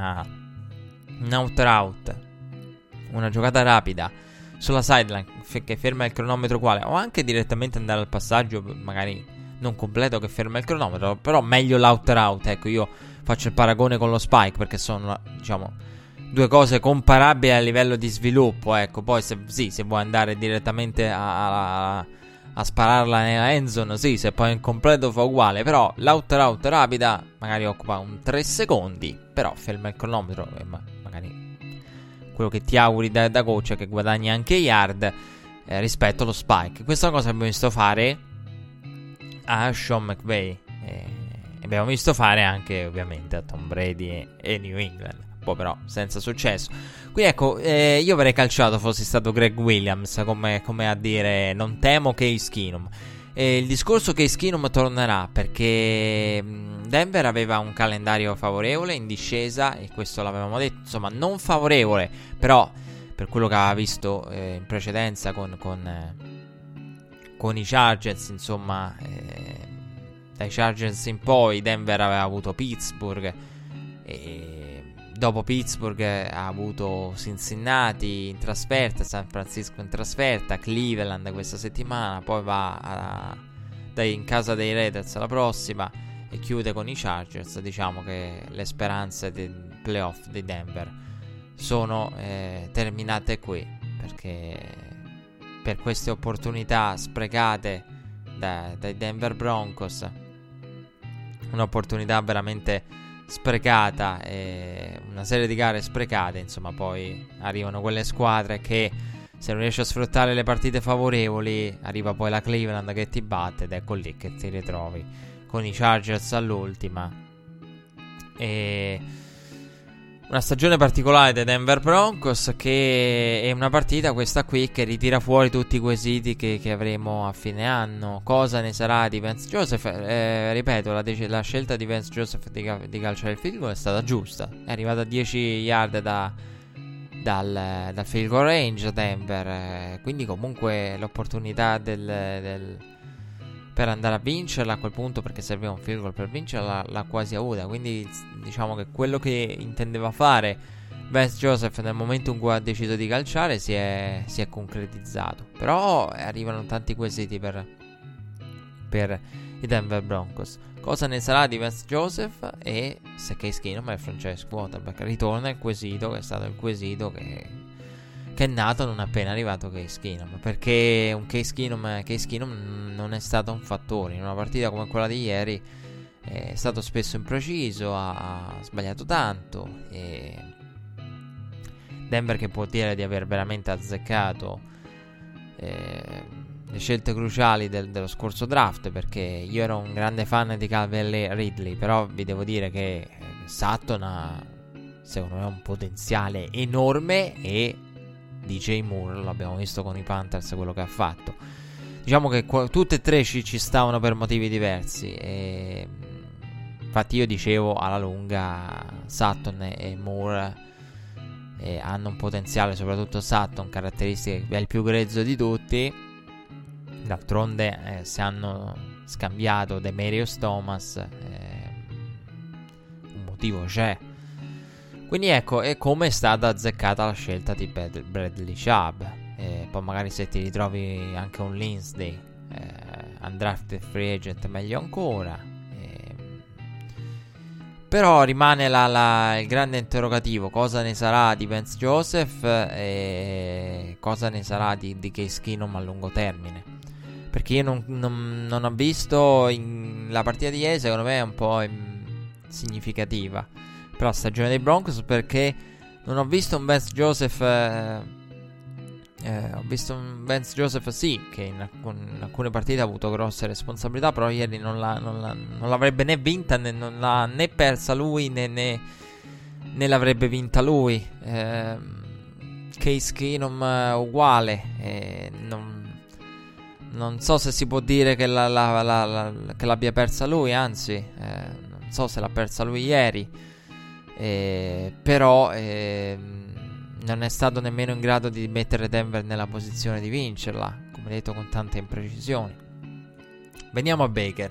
Speaker 3: un out route, una giocata rapida sulla sideline che ferma il cronometro uguale, o anche direttamente andare al passaggio magari non completo che ferma il cronometro, però meglio l'out route. Ecco, io faccio il paragone con lo spike perché sono, diciamo, due cose comparabili a livello di sviluppo. Ecco, poi se vuoi andare direttamente a spararla nella endzone, sì, se poi in completo fa uguale, però l'out route rapida magari occupa un 3 secondi, però ferma il cronometro e magari quello che ti auguri da coach è che guadagni anche yard rispetto allo spike. Questa cosa abbiamo visto fare a Sean McVay e abbiamo visto fare anche ovviamente a Tom Brady e New England, poi però senza successo. Quindi ecco, io avrei calciato fossi stato Greg Williams, come a dire non temo Case Keenum. Il discorso Case Keenum tornerà perché Denver aveva un calendario favorevole in discesa, e questo l'avevamo detto, insomma non favorevole, però per quello che aveva visto in precedenza con i Chargers, insomma dai Chargers in poi Denver aveva avuto Pittsburgh, e dopo Pittsburgh ha avuto Cincinnati in trasferta, San Francisco in trasferta, Cleveland questa settimana, poi va in casa dei Raiders la prossima e chiude con i Chargers. Diciamo che le speranze del playoff di Denver sono terminate qui, perché per queste opportunità sprecate dai Denver Broncos, un'opportunità veramente sprecata e una serie di gare sprecate, insomma poi arrivano quelle squadre che se non riesci a sfruttare le partite favorevoli arriva poi la Cleveland che ti batte, ed ecco lì che ti ritrovi con i Chargers all'ultima. E una stagione particolare dei Denver Broncos, che è una partita questa qui che ritira fuori tutti i quesiti che avremo a fine anno. Cosa ne sarà di Vance Joseph? Ripeto, la scelta di Vance Joseph di calciare il field goal è stata giusta, è arrivata a 10 yard dal field goal range a Denver, quindi comunque l'opportunità per andare a vincerla a quel punto, perché serviva un field goal per vincerla, l'ha quasi avuta. Quindi diciamo che quello che intendeva fare Vance Joseph nel momento in cui ha deciso di calciare si è concretizzato. Però arrivano tanti quesiti per i Denver Broncos. Cosa ne sarà di Vance Joseph e se Case Keenum è il franchise quarterback? Ritorna il quesito che è stato il quesito che è nato non appena arrivato Case Keenum, perché un Case Keenum non è stato un fattore in una partita come quella di ieri. È stato spesso impreciso, ha sbagliato tanto, e Denver che può dire di aver veramente azzeccato le scelte cruciali dello scorso draft, perché io ero un grande fan di Calvin Ridley, però vi devo dire che Sutton ha secondo me un potenziale enorme, e DJ Moore, l'abbiamo visto con i Panthers quello che ha fatto. Diciamo che tutte e tre ci stavano per motivi diversi, e infatti io dicevo alla lunga Sutton e Moore hanno un potenziale, soprattutto Sutton, caratteristiche, è il più grezzo di tutti. D'altronde se hanno scambiato Demaryius Thomas, un motivo c'è. Quindi ecco, è come è stata azzeccata la scelta di Bradley Chubb. Poi magari se ti ritrovi anche un Lindsay, undrafted free agent, meglio ancora. Però rimane il grande interrogativo: cosa ne sarà di Vance Joseph e cosa ne sarà di Case Keenum a lungo termine. Perché io non ho visto la partita di ieri, secondo me è un po' significativa per la stagione dei Broncos, perché non ho visto un Vance Joseph. Ho visto un Vance Joseph sì, che in alcune partite ha avuto grosse responsabilità, però ieri non l'avrebbe né vinta non l'ha né persa lui né l'avrebbe vinta lui. Case Keenum uguale. Non so se si può dire che l'abbia persa lui, anzi non so se l'ha persa lui ieri, però non è stato nemmeno in grado di mettere Denver nella posizione di vincerla, come detto, con tante imprecisioni. Veniamo a Baker.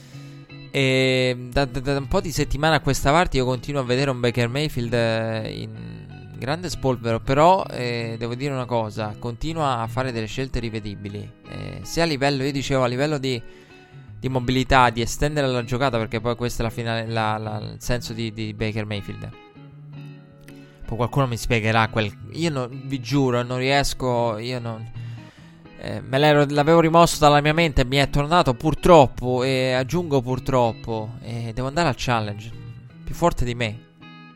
Speaker 3: Da un po' di settimane a questa parte io continuo a vedere un Baker Mayfield in grande spolvero, però devo dire una cosa: continua a fare delle scelte rivedibili, sia a livello, io dicevo, a livello di mobilità, di estendere la giocata, perché poi questo è il senso di Baker Mayfield. Poi qualcuno mi spiegherà io vi giuro, non riesco. Io non. L'avevo rimosso dalla mia mente e mi è tornato purtroppo. E aggiungo purtroppo. E devo andare al challenge. Più forte di me.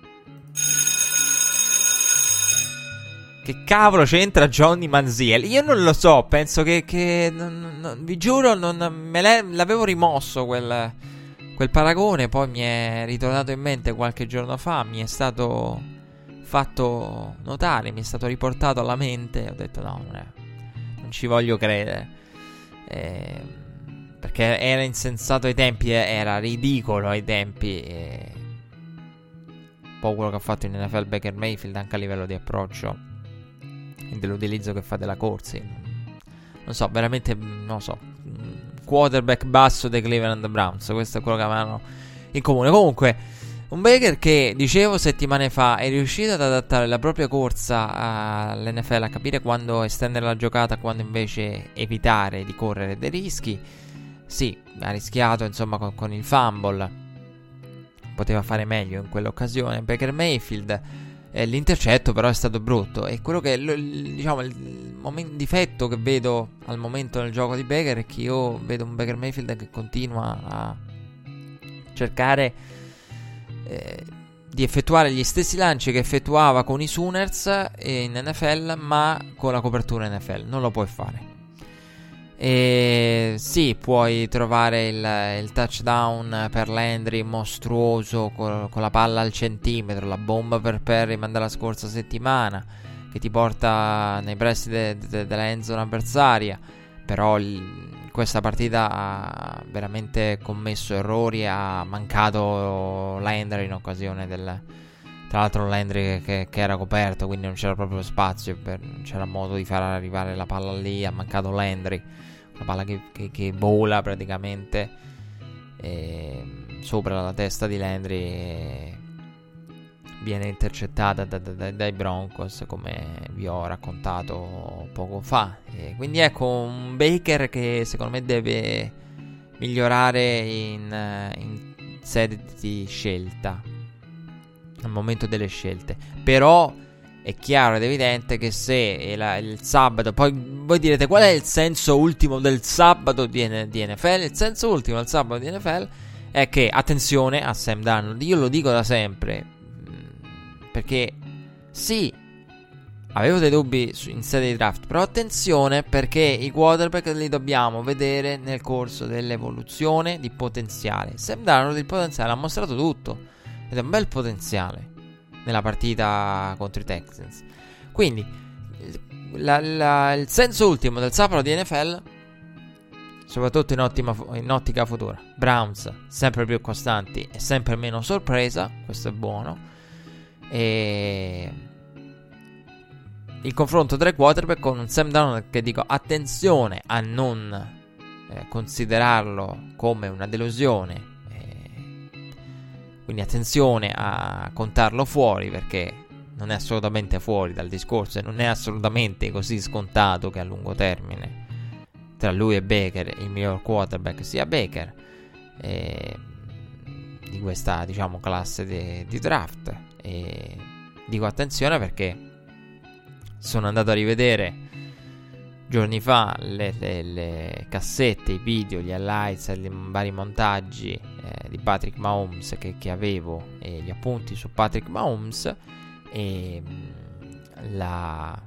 Speaker 3: Che cavolo c'entra Johnny Manziel? Io non lo so. Penso che vi giuro, l'avevo rimosso quel paragone. Poi mi è ritornato in mente qualche giorno fa. Mi è stato fatto notare, mi è stato riportato alla mente. Ho detto no, non ci voglio credere, perché era insensato ai tempi, era ridicolo ai tempi, un po' quello che ha fatto in NFL Baker Mayfield, anche a livello di approccio e dell'utilizzo che fa della corsa. Non so, veramente non so, quarterback basso dei Cleveland Browns, questo è quello che avevano in comune. Comunque un Baker che, dicevo settimane fa, è riuscito ad adattare la propria corsa all'NFL, a capire quando estendere la giocata, quando invece evitare di correre dei rischi. Sì, ha rischiato insomma con il fumble, poteva fare meglio in quell'occasione Baker Mayfield, l'intercetto però è stato brutto. E quello che diciamo il difetto che vedo al momento nel gioco di Baker è che io vedo un Baker Mayfield che continua a cercare di effettuare gli stessi lanci che effettuava con i Sooners in NFL, ma con la copertura NFL non lo puoi fare. Sì, puoi trovare il touchdown per Landry mostruoso con la palla al centimetro, la bomba per Perryman della scorsa settimana che ti porta nei pressi della end zone avversaria, però questa partita ha veramente commesso errori, ha mancato Landry in occasione tra l'altro Landry che era coperto, quindi non c'era proprio spazio, non c'era modo di far arrivare la palla lì, ha mancato Landry, una palla che vola praticamente sopra la testa di Landry, viene intercettata dai Broncos, come vi ho raccontato poco fa. Quindi ecco un Baker che secondo me deve migliorare in sede di scelta, al momento delle scelte. Però è chiaro ed evidente che se il sabato, poi voi direte qual è il senso ultimo del sabato di NFL? Il senso ultimo del sabato di NFL è che, attenzione a Sam Darnold, io lo dico da sempre, perché sì, avevo dei dubbi in sede di draft, però attenzione, perché i quarterback li dobbiamo vedere nel corso dell'evoluzione di potenziale. Sam Darnold il potenziale ha mostrato tutto, ed è un bel potenziale nella partita contro i Texans. Quindi il senso ultimo del sabato di NFL, soprattutto in ottica futura: Browns sempre più costanti e sempre meno sorpresa, questo è buono, e il confronto tra i quarterback con un Sam Darnold che dico attenzione a non considerarlo come una delusione, quindi attenzione a contarlo fuori, perché non è assolutamente fuori dal discorso e non è assolutamente così scontato che a lungo termine tra lui e Baker il miglior quarterback sia Baker di questa, diciamo, classe di draft. E dico attenzione perché sono andato a rivedere giorni fa le cassette, i video, gli highlights, i vari montaggi di Patrick Mahomes che avevo, e gli appunti su Patrick Mahomes, e la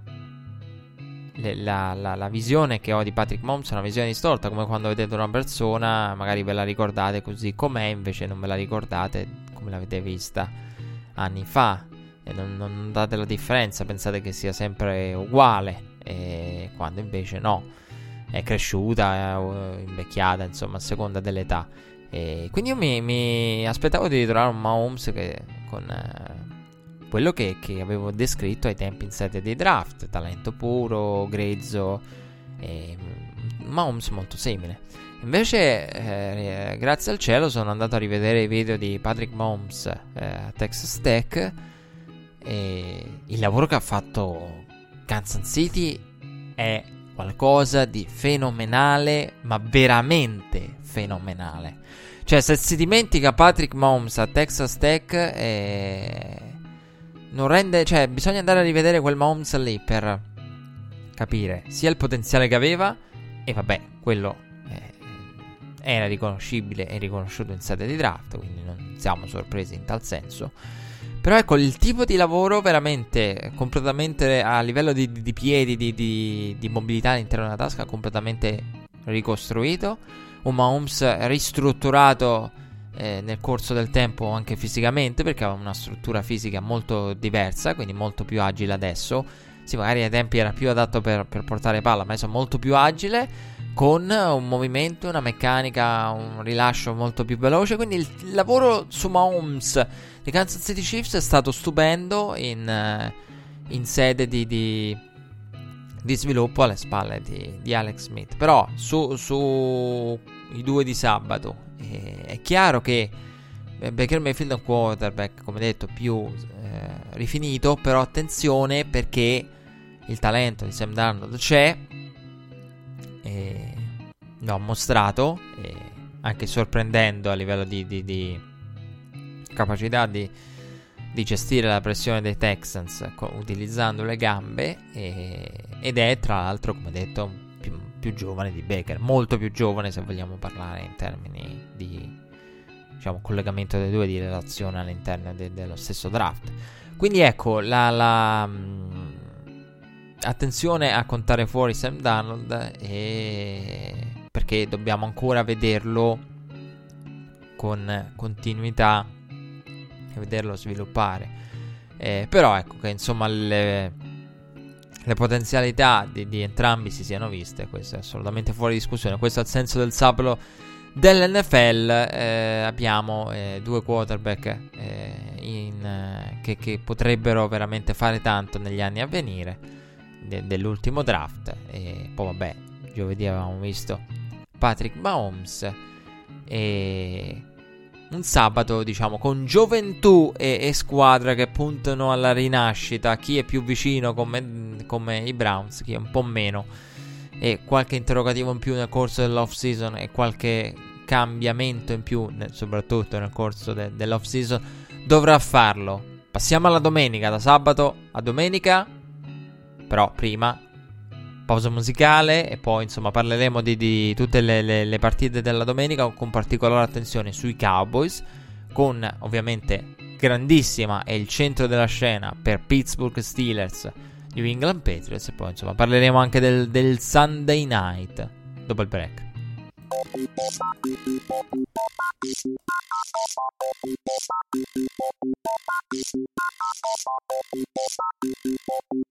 Speaker 3: visione che ho di Patrick Mahomes è una visione distorta, come quando vedete una persona, magari ve la ricordate così com'è, invece non ve la ricordate come l'avete vista anni fa, e non date la differenza, pensate che sia sempre uguale, quando invece no, è cresciuta, è invecchiata, insomma, a seconda dell'età. E quindi io mi aspettavo di ritrovare un Mahomes che con quello che avevo descritto ai tempi in sede di draft: talento puro, grezzo, Mahomes molto simile. Invece grazie al cielo sono andato a rivedere i video di Patrick Mahomes a Texas Tech, e il lavoro che ha fatto Kansas City è qualcosa di fenomenale, ma veramente fenomenale. Cioè, se si dimentica Patrick Mahomes a Texas Tech, non rende, cioè bisogna andare a rivedere quel Mahomes lì per capire sia il potenziale che aveva, e vabbè, quello era riconoscibile e riconosciuto in sede di draft, quindi non siamo sorpresi in tal senso. Però ecco, il tipo di lavoro veramente completamente a livello di piedi, di mobilità all'interno della tasca, completamente ricostruito. Un Mahomes ristrutturato nel corso del tempo anche fisicamente, perché aveva una struttura fisica molto diversa, quindi molto più agile adesso. Sì, magari ai tempi era più adatto per portare palla, ma adesso è molto più agile, con un movimento, una meccanica, un rilascio molto più veloce. Quindi il lavoro su Mahomes di Kansas City Chiefs è stato stupendo in sede di sviluppo alle spalle di Alex Smith. Però su i due di sabato è chiaro che Baker Mayfield è un quarterback, come detto, più rifinito. Però attenzione, perché il talento di Sam Darnold c'è, lo ha mostrato, anche sorprendendo a livello di capacità di gestire la pressione dei Texans utilizzando le gambe, ed è tra l'altro, come detto, più giovane di Baker, molto più giovane se vogliamo parlare in termini di, diciamo, collegamento dei due, di relazione all'interno dello stesso draft. Quindi ecco, attenzione a contare fuori Sam Darnold, perché dobbiamo ancora vederlo con continuità e vederlo sviluppare. Però ecco che insomma le potenzialità di entrambi si siano viste, questo è assolutamente fuori discussione. Questo è il senso del sabato dell'NFL. Abbiamo due quarterback che potrebbero veramente fare tanto negli anni a venire dell'ultimo draft. E poi vabbè, giovedì avevamo visto Patrick Mahomes, e un sabato, diciamo, con gioventù e squadra che puntano alla rinascita. Chi è più vicino come i Browns, chi è un po' meno, e qualche interrogativo in più nel corso dell'off season e qualche cambiamento in più soprattutto nel corso dell'off season dovrà farlo. Passiamo alla domenica, da sabato a domenica. Però prima pausa musicale, e poi insomma parleremo di tutte le partite della domenica, con particolare attenzione sui Cowboys, con ovviamente grandissima e il centro della scena per Pittsburgh Steelers, New England Patriots. E poi insomma parleremo anche del Sunday Night dopo il break.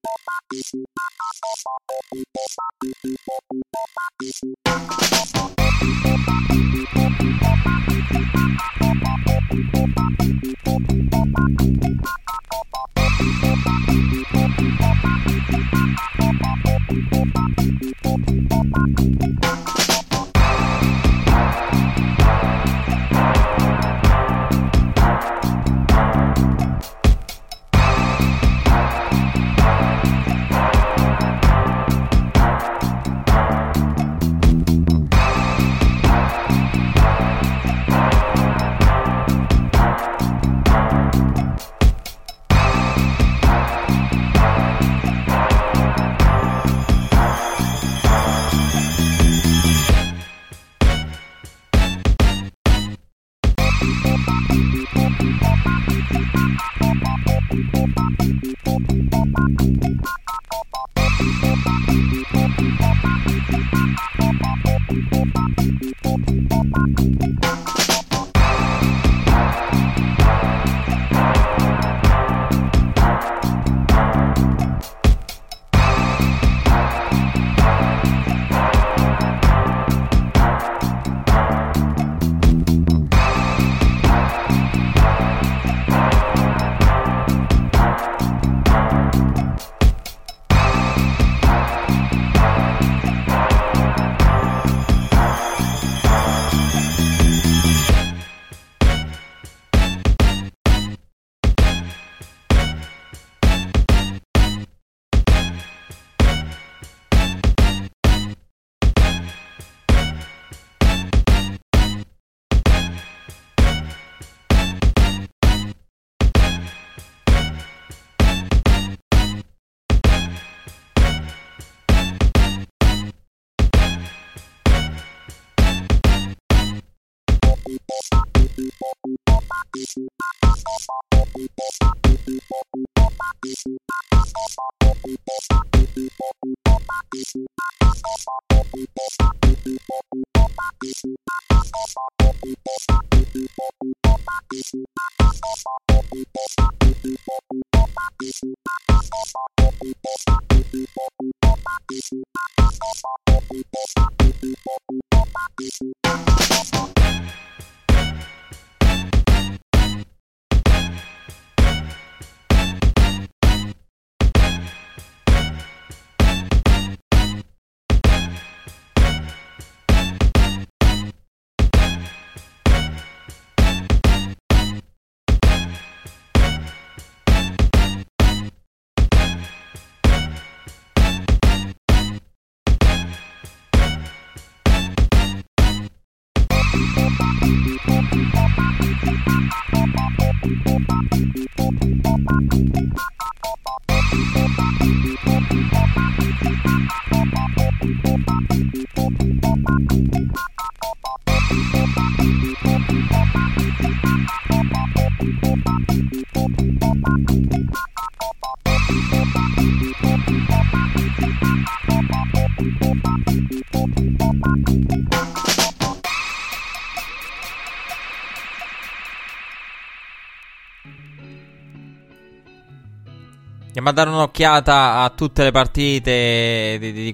Speaker 3: Andiamo a dare un'occhiata a tutte le partite di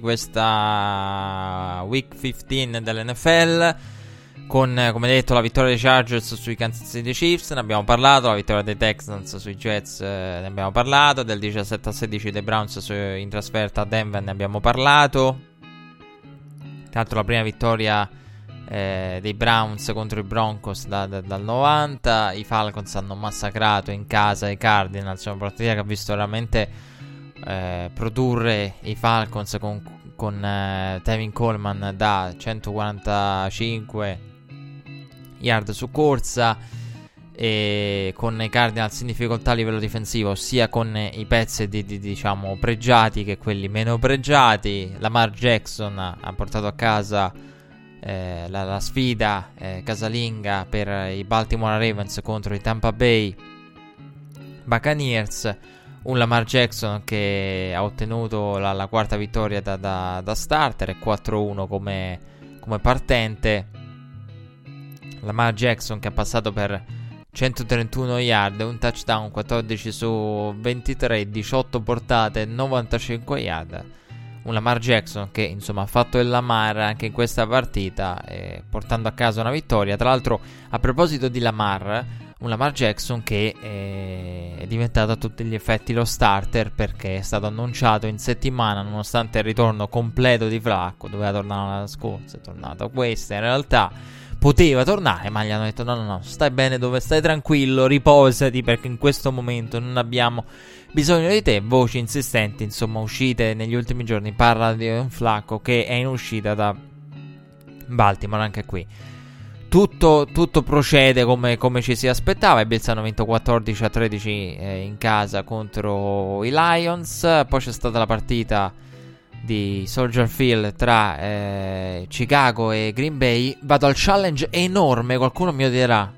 Speaker 3: questa Week 15 dell'NFL, con, come detto, la vittoria dei Chargers sui Kansas City Chiefs, ne abbiamo parlato, la vittoria dei Texans sui Jets, ne abbiamo parlato, del 17-16 dei Browns in trasferta a Denver, ne abbiamo parlato. Tra l'altro la prima vittoria dei Browns contro i Broncos dal 90. I Falcons hanno massacrato in casa i Cardinals, una partita che ha visto veramente produrre i Falcons con Tevin Coleman da 145 yard su corsa, e con i Cardinals in difficoltà a livello difensivo, sia con i pezzi diciamo pregiati che quelli meno pregiati. Lamar Jackson ha portato a casa la sfida casalinga per i Baltimore Ravens contro i Tampa Bay Buccaneers. Un Lamar Jackson che ha ottenuto la quarta vittoria da starter e 4-1 come partente. Lamar Jackson che ha passato per 131 yard, un touchdown, 14 su 23, 18 portate, 95 yard. Un Lamar Jackson che insomma ha fatto il Lamar anche in questa partita, portando a casa una vittoria. Tra l'altro, a proposito di Lamar, un Lamar Jackson che è diventato a tutti gli effetti lo starter, perché è stato annunciato in settimana, nonostante il ritorno completo di Flacco. Doveva tornare la scorsa, è tornato questa, in realtà poteva tornare, ma gli hanno detto no, stai bene dove stai, tranquillo, riposati, perché in questo momento non abbiamo bisogno di te. Voci insistenti, insomma, uscite negli ultimi giorni, parla di un Flacco che è in uscita da Baltimore. Anche qui tutto procede come ci si aspettava. I Bills hanno vinto 14-13 in casa contro i Lions. Poi c'è stata la partita di Soldier Field tra Chicago e Green Bay. Vado al challenge enorme, qualcuno mi odierà.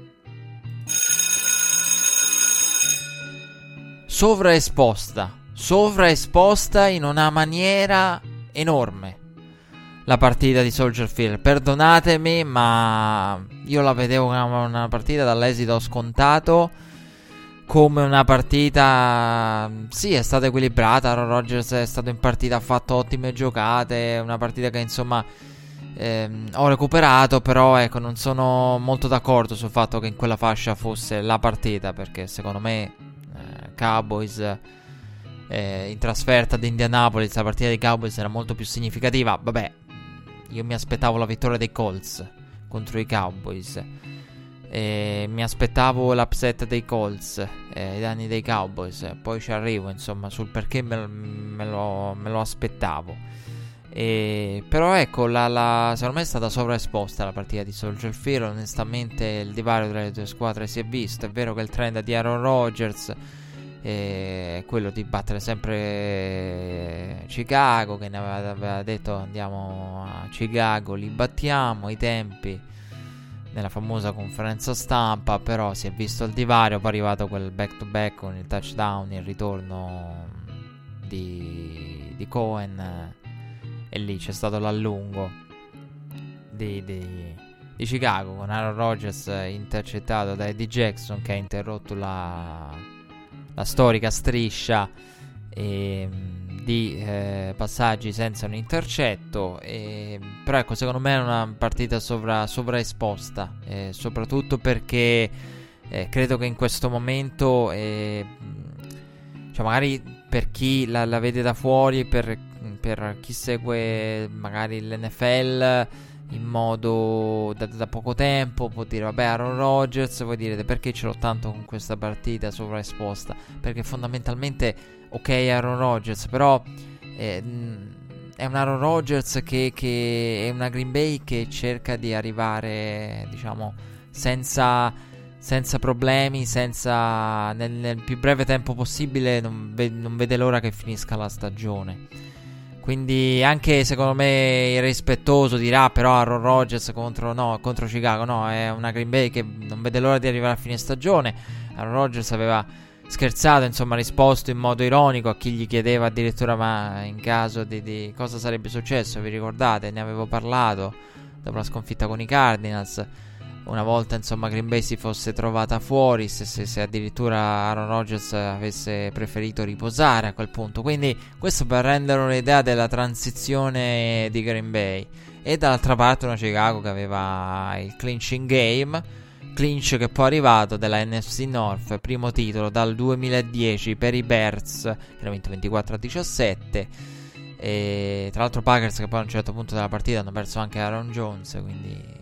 Speaker 3: Sovraesposta in una maniera enorme la partita di Soldier Field. Perdonatemi, ma io la vedevo come una partita dall'esito scontato, come una partita, sì, è stata equilibrata. Aaron Rodgers è stato in partita, ha fatto ottime giocate, una partita che insomma ho recuperato, però ecco, non sono molto d'accordo sul fatto che in quella fascia fosse la partita, perché secondo me Cowboys in trasferta ad Indianapolis, la partita dei Cowboys era molto più significativa. Vabbè, io mi aspettavo la vittoria dei Colts contro i Cowboys, mi aspettavo l'upset dei Colts ai danni dei Cowboys. Poi ci arrivo insomma sul perché me lo aspettavo. Però ecco, secondo me è stata sovraesposta la partita di Soldier Field. Onestamente il divario tra le due squadre si è visto. È vero che il trend di Aaron Rodgers è quello di battere sempre Chicago, che ne aveva detto andiamo a Chicago, li battiamo, ai tempi nella famosa conferenza stampa. Però si è visto il divario, poi è arrivato quel back to back con il touchdown, il ritorno di Cohen, e lì c'è stato l'allungo di Chicago, con Aaron Rodgers intercettato da Eddie Jackson, che ha interrotto la storica striscia di passaggi senza un intercetto. Però ecco, secondo me è una partita sovraesposta, soprattutto perché credo che in questo momento cioè magari per chi la vede da fuori, per chi segue magari l'NFL in modo da poco tempo, può dire vabbè, Aaron Rodgers, voi direte perché ce l'ho tanto con questa partita sovraesposta, perché fondamentalmente ok Aaron Rodgers, però è un Aaron Rodgers che è una Green Bay che cerca di arrivare, diciamo, senza problemi, nel più breve tempo possibile. Non vede l'ora che finisca la stagione. Quindi anche secondo me irrispettoso dirà però Aaron Rodgers contro Chicago. No, è una Green Bay che non vede l'ora di arrivare a fine stagione. Aaron Rodgers aveva scherzato, insomma, risposto in modo ironico a chi gli chiedeva addirittura ma in caso di cosa sarebbe successo. Vi ricordate? Ne avevo parlato dopo la sconfitta con i Cardinals. Una volta insomma Green Bay si fosse trovata fuori, se addirittura Aaron Rodgers avesse preferito riposare a quel punto. Quindi questo per rendere un'idea della transizione di Green Bay. E dall'altra parte una Chicago che aveva il clinching game, clinch che poi è arrivato della NFC North, primo titolo dal 2010 per i Bears, che hanno vinto 24-17. E tra l'altro Packers che poi a un certo punto della partita hanno perso anche Aaron Jones, quindi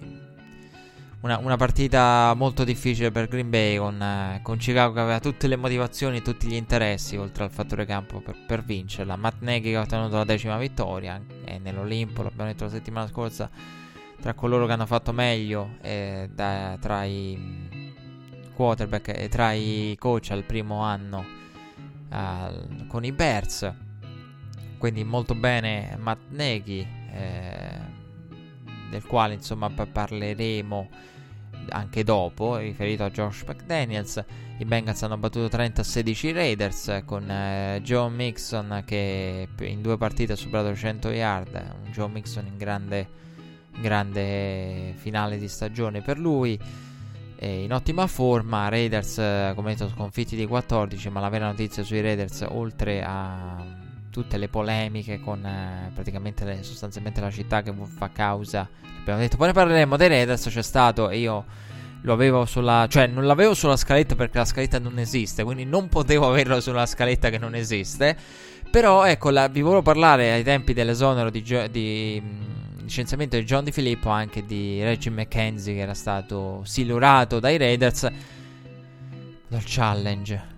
Speaker 3: una partita molto difficile per Green Bay, con Chicago che aveva tutte le motivazioni, tutti gli interessi, oltre al fattore campo, per vincerla. Matt Nagy che ha ottenuto la 10ª vittoria, e nell'Olimpo, l'abbiamo detto la settimana scorsa, tra coloro che hanno fatto meglio tra i quarterback e tra i coach al primo anno con i Bears. Quindi molto bene Matt Nagy, del quale insomma parleremo anche dopo, riferito a Josh McDaniels. I Bengals hanno battuto 30-16 i Raiders, con Joe Mixon che in 2 partite ha superato 100 yard. Un Joe Mixon in grande finale di stagione per lui. in ottima forma. Raiders, come detto, sconfitti di 14, ma la vera notizia sui Raiders, oltre a tutte le polemiche con praticamente sostanzialmente la città che fa causa, abbiamo detto poi ne parleremo dei Raiders, c'è stato, e io lo avevo non l'avevo sulla scaletta perché la scaletta non esiste, quindi non potevo averlo sulla scaletta che non esiste. Però ecco, vi volevo parlare ai tempi dell'esonero di licenziamento di John Di Filippo, anche di Reggie McKenzie, che era stato silurato dai Raiders dal challenge.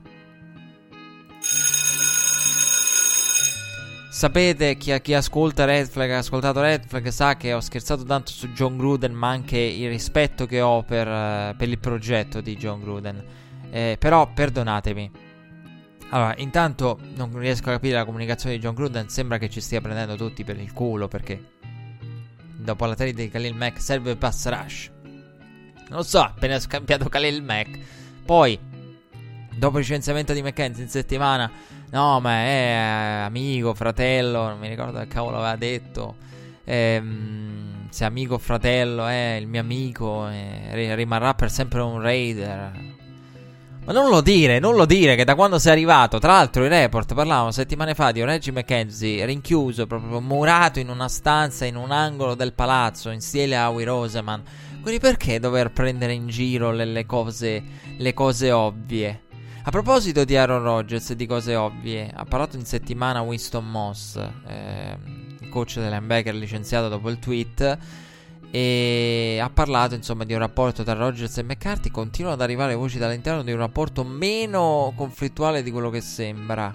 Speaker 3: Sapete, chi ascolta Red Flag, ha ascoltato Red Flag, sa che ho scherzato tanto su John Gruden, ma anche il rispetto che ho per il progetto di John Gruden. Però perdonatemi. Allora, intanto non riesco a capire la comunicazione di John Gruden. Sembra che ci stia prendendo tutti per il culo, perché dopo la trade di Khalil Mack serve pass rush. Non lo so, appena scambiato Khalil Mack. Poi, dopo il licenziamento di McKenzie in settimana, no, ma è amico, fratello, non mi ricordo che cavolo aveva detto. Se amico o fratello è il mio amico, rimarrà per sempre un Raider. Ma non lo dire che da quando sei arrivato, tra l'altro i report parlavano settimane fa di Reggie McKenzie rinchiuso, proprio murato in una stanza in un angolo del palazzo in stile Howie Roseman. Quindi perché dover prendere in giro le cose ovvie? A proposito di Aaron Rodgers e di cose ovvie, ha parlato in settimana Winston Moss, il coach dei linebacker licenziato dopo il tweet, e ha parlato insomma di un rapporto tra Rodgers e McCarthy. Continuano ad arrivare voci dall'interno di un rapporto meno conflittuale di quello che sembra.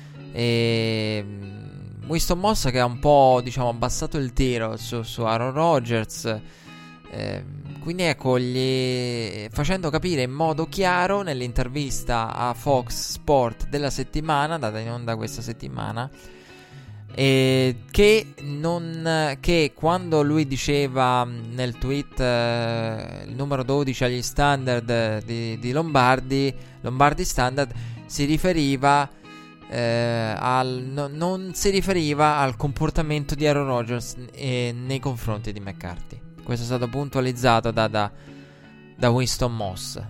Speaker 3: Winston Moss che ha un po', diciamo, abbassato il tiro su Aaron Rodgers, quindi ecco, facendo capire in modo chiaro nell'intervista a Fox Sport della settimana, data in onda questa settimana, che quando lui diceva nel tweet il numero 12 agli standard di Lombardi standard, si riferiva non si riferiva al comportamento di Aaron Rodgers nei confronti di McCarthy. Questo è stato puntualizzato da Winston Moss.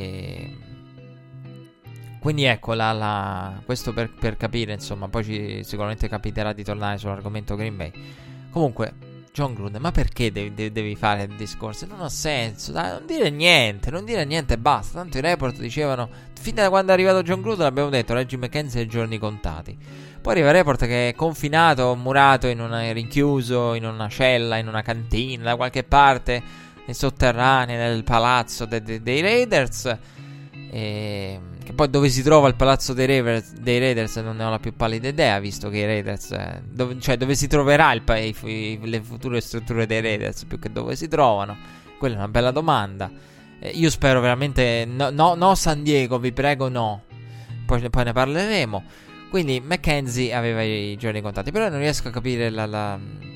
Speaker 3: Quindi ecco, questo per capire, insomma. Poi sicuramente capiterà di tornare sull'argomento Green Bay. Comunque, John Gruden, ma perché devi fare il discorso? Non ha senso, dai, non dire niente e basta. Tanto i report dicevano, fin da quando è arrivato John Gruden abbiamo detto Reggie McKenzie ha i giorni contati. Poi arriva il report che è confinato, murato, rinchiuso in una cella, in una cantina, da qualche parte, nei sotterranei del palazzo dei Raiders. Che poi dove si trova il palazzo dei Raiders non ne ho la più pallida idea, visto che i Raiders, dove si troverà le future strutture dei Raiders, più che dove si trovano. Quella è una bella domanda. Io spero veramente no San Diego, vi prego, no. Poi ne parleremo. Quindi McKenzie aveva i giorni contati. Però non riesco a capire la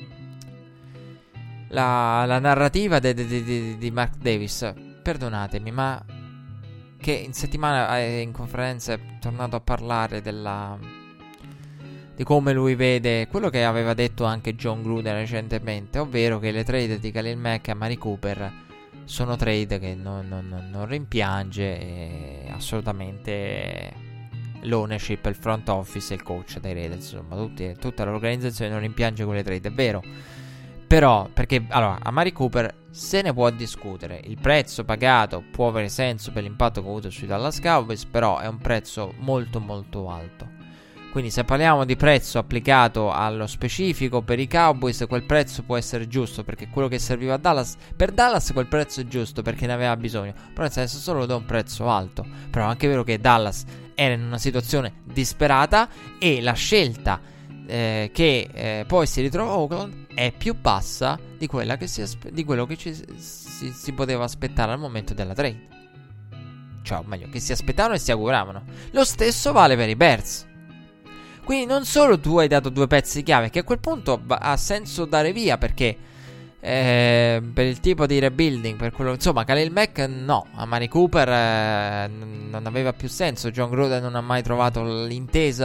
Speaker 3: narrativa di Mark Davis. Perdonatemi, ma che in settimana in conferenza è tornato a parlare di come lui vede quello che aveva detto anche John Gruden recentemente, ovvero che le trade di Khalil Mack e Amari Cooper sono trade che non rimpiange, e assolutamente l'ownership, il front office e il coach dei Raiders, insomma tutta l'organizzazione non rimpiange quelle trade, è vero. Però, perché, allora, Amari Cooper se ne può discutere, il prezzo pagato può avere senso per l'impatto che ha avuto sui Dallas Cowboys, però è un prezzo molto molto alto. Quindi se parliamo di prezzo applicato allo specifico per i Cowboys, quel prezzo può essere giusto, perché quello che serviva a Dallas, per Dallas quel prezzo è giusto perché ne aveva bisogno, però nel senso solo da un prezzo alto. Però è anche vero che Dallas era in una situazione disperata e la scelta che poi si ritrova Oakland è più bassa di quello che si poteva aspettare al momento della trade. Cioè, o meglio, che si aspettavano e si auguravano. Lo stesso vale per i Bears. Quindi non solo tu hai dato due pezzi chiave, che a quel punto ha senso dare via, perché per il tipo di rebuilding, per quello, insomma, Khalil Mack no, Amari Cooper non aveva più senso. John Gruden non ha mai trovato l'intesa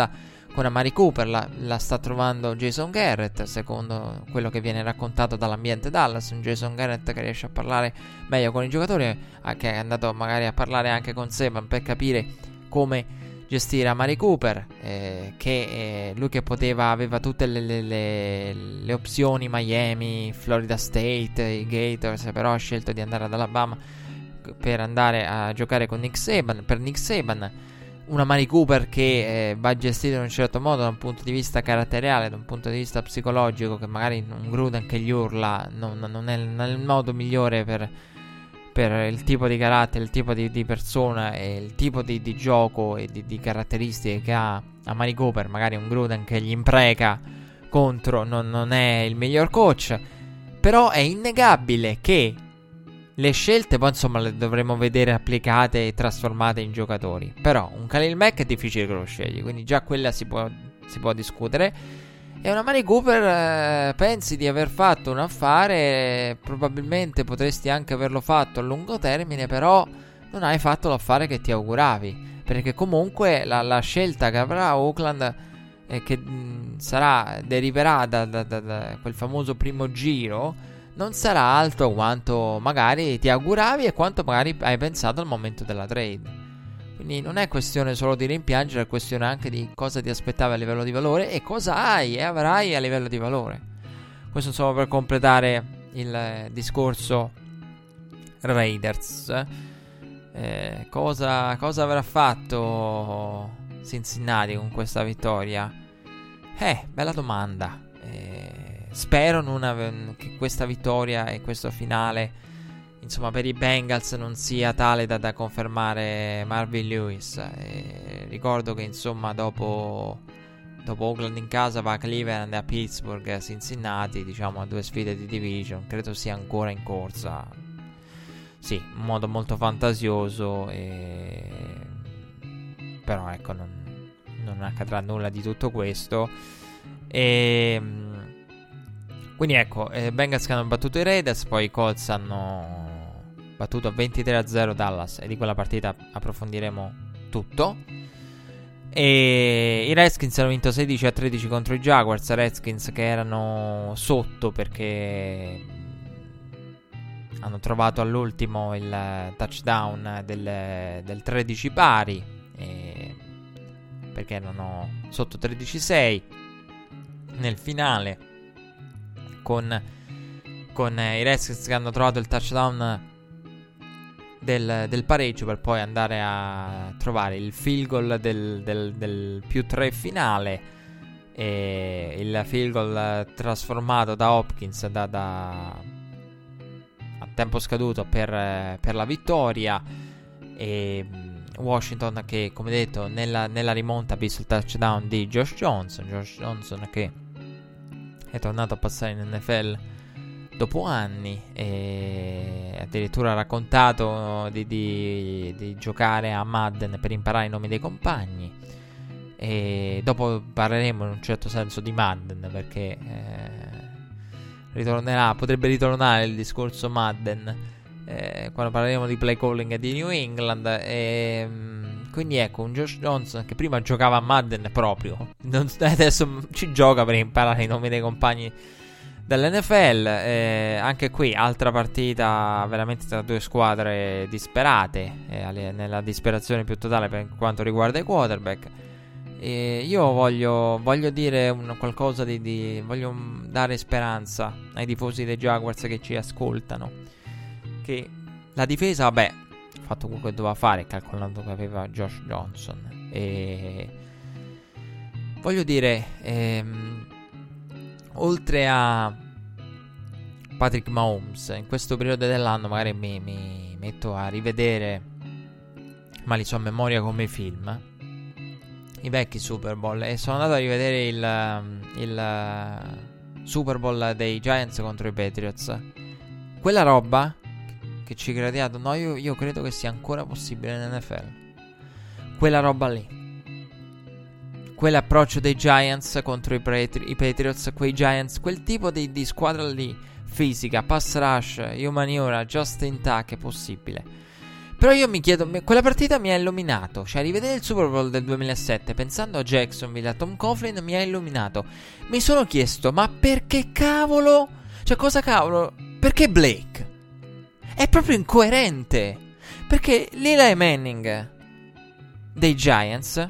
Speaker 3: Amari Cooper, la sta trovando Jason Garrett, secondo quello che viene raccontato dall'ambiente Dallas. Un Jason Garrett che riesce a parlare meglio con i giocatori, che è andato magari a parlare anche con Saban per capire come gestire Amari Cooper, lui che aveva tutte le opzioni, Miami, Florida State, i Gators, però ha scelto di andare ad Alabama per andare a giocare con Nick Saban. Una Amari Cooper che va gestito in un certo modo da un punto di vista caratteriale, da un punto di vista psicologico, che magari un Gruden che gli urla non è il modo migliore per il tipo di carattere, il tipo di persona e il tipo di gioco e di caratteristiche che ha Amari Cooper. Magari un Gruden che gli impreca contro non è il miglior coach, però è innegabile che le scelte poi insomma le dovremo vedere applicate e trasformate in giocatori. Però un Khalil Mack è difficile che lo scegli, quindi già quella si può discutere. E una Amari Cooper, pensi di aver fatto un affare, probabilmente potresti anche averlo fatto a lungo termine, però non hai fatto l'affare che ti auguravi, perché comunque la scelta che avrà Oakland che deriverà da quel famoso primo giro non sarà altro quanto magari ti auguravi e quanto magari hai pensato al momento della trade. Quindi non è questione solo di rimpiangere, è questione anche di cosa ti aspettavi a livello di valore e cosa hai e avrai a livello di valore. Questo insomma per completare il discorso Raiders. Cosa avrà fatto Cincinnati con questa vittoria? Bella domanda. Spero che questa vittoria e questo finale, insomma, per i Bengals non sia tale da confermare Marvin Lewis. Ricordo che insomma dopo Oakland in casa va a Cleveland e a Pittsburgh, Cincinnati, diciamo a 2 sfide di division. Credo sia ancora in corsa, sì, in modo molto fantasioso, però ecco non accadrà nulla di tutto questo. Quindi ecco, Bengals che hanno battuto i Raiders, poi i Colts hanno battuto 23-0 Dallas, e di quella partita approfondiremo tutto. E i Redskins hanno vinto 16-13 contro i Jaguars. Redskins che erano sotto perché hanno trovato all'ultimo il touchdown del 13 pari, perché erano sotto 13-6 nel finale, con i Redskins che hanno trovato il touchdown del pareggio per poi andare a trovare il field goal del +3 finale, e il field goal trasformato da Hopkins a tempo scaduto per la vittoria. E Washington che, come detto, nella rimonta ha visto il touchdown di Josh Johnson che è tornato a passare in NFL dopo anni, e addirittura ha raccontato di giocare a Madden per imparare i nomi dei compagni. E dopo parleremo in un certo senso di Madden, perché potrebbe ritornare il discorso Madden quando parleremo di play calling di New England. Quindi ecco, un Josh Johnson che prima giocava a Madden proprio, adesso ci gioca per imparare i nomi dei compagni dell'NFL. Anche qui altra partita veramente tra due squadre disperate, nella disperazione più totale per quanto riguarda i quarterback. Io voglio dire qualcosa voglio dare speranza ai tifosi dei Jaguars che ci ascoltano, che la difesa, vabbè, ha fatto quello che doveva fare calcolando che aveva Josh Johnson. E voglio dire, oltre a Patrick Mahomes, in questo periodo dell'anno magari mi metto a rivedere, ma li so a memoria come film, i vecchi Super Bowl, e sono andato a rivedere il Super Bowl dei Giants contro i Patriots. Quella roba che ci crediate, no, io credo che sia ancora possibile nell'NFL. Quella roba lì, quell'approccio dei Giants contro i Patriots, quei Giants, quel tipo di squadra lì, fisica, pass rush, human ora, just in tack, è possibile. Però io mi chiedo, quella partita mi ha illuminato. Cioè, rivedere il Super Bowl del 2007 pensando a Jacksonville, a Tom Coughlin, mi ha illuminato. Mi sono chiesto, ma perché cavolo? Cioè, cosa cavolo? Perché Blake? È proprio incoerente. Perché l'Eli Manning dei Giants,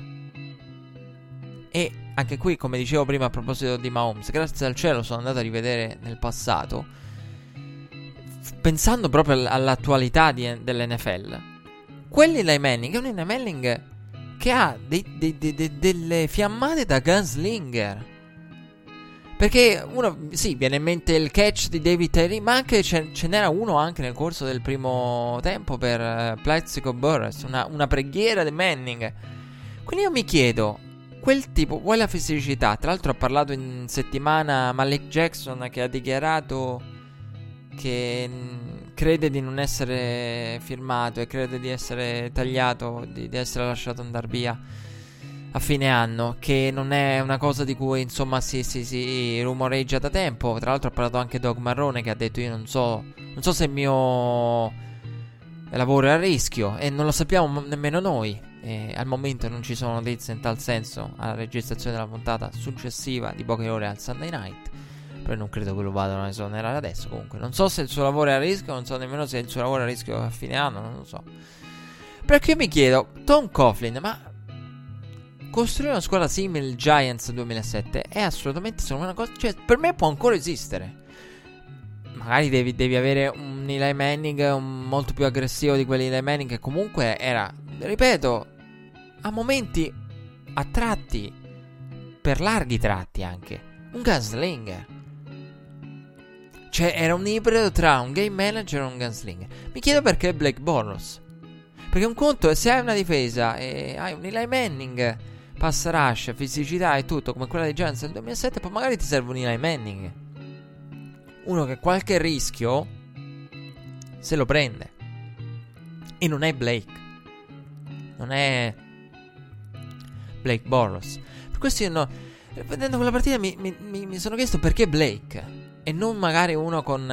Speaker 3: e anche qui, come dicevo prima a proposito di Mahomes, grazie al cielo sono andato a rivedere nel passato, pensando proprio all'attualità dell'NFL. Quell'Eli Manning è un Eli Manning che ha delle fiammate da gunslinger. Perché uno, sì, viene in mente il catch di David Tyree, ma anche ce n'era uno anche nel corso del primo tempo per Plaxico Burress, una preghiera di Manning. Quindi io mi chiedo, quel tipo, vuoi la fisicità? Tra l'altro ha parlato in settimana Malik Jackson, che ha dichiarato che crede di non essere firmato e crede di essere tagliato, di essere lasciato andare via a fine anno, che non è una cosa di cui insomma si rumoreggia da tempo. Tra l'altro ha parlato anche Doug Marrone, che ha detto: io non so se il mio lavoro è a rischio, e non lo sappiamo nemmeno noi, e al momento non ci sono notizie in tal senso alla registrazione della puntata successiva di poche ore al Sunday Night. Però non credo che lo vadano a esonerare adesso. Comunque non so se il suo lavoro è a rischio, non so nemmeno se il suo lavoro è a rischio a fine anno, non lo so. Perché io mi chiedo, Tom Coughlin, ma costruire una squadra simile al Giants 2007 è assolutamente solo una cosa, cioè per me può ancora esistere. Magari devi avere un Eli Manning molto più aggressivo di quelli Eli Manning, che comunque era, ripeto, a momenti, a tratti, per larghi tratti anche, un gunslinger. Cioè era un ibrido tra un game manager e un gunslinger. Mi chiedo perché Blake Bortles. Perché un conto è se hai una difesa e hai un Eli Manning, pass rush, fisicità e tutto come quella dei Giants del 2007, poi magari ti serve un Eli Manning, uno che qualche rischio se lo prende. E non è Blake, non è Blake Bortles. Per questo io vedendo quella partita mi sono chiesto perché Blake e non magari uno con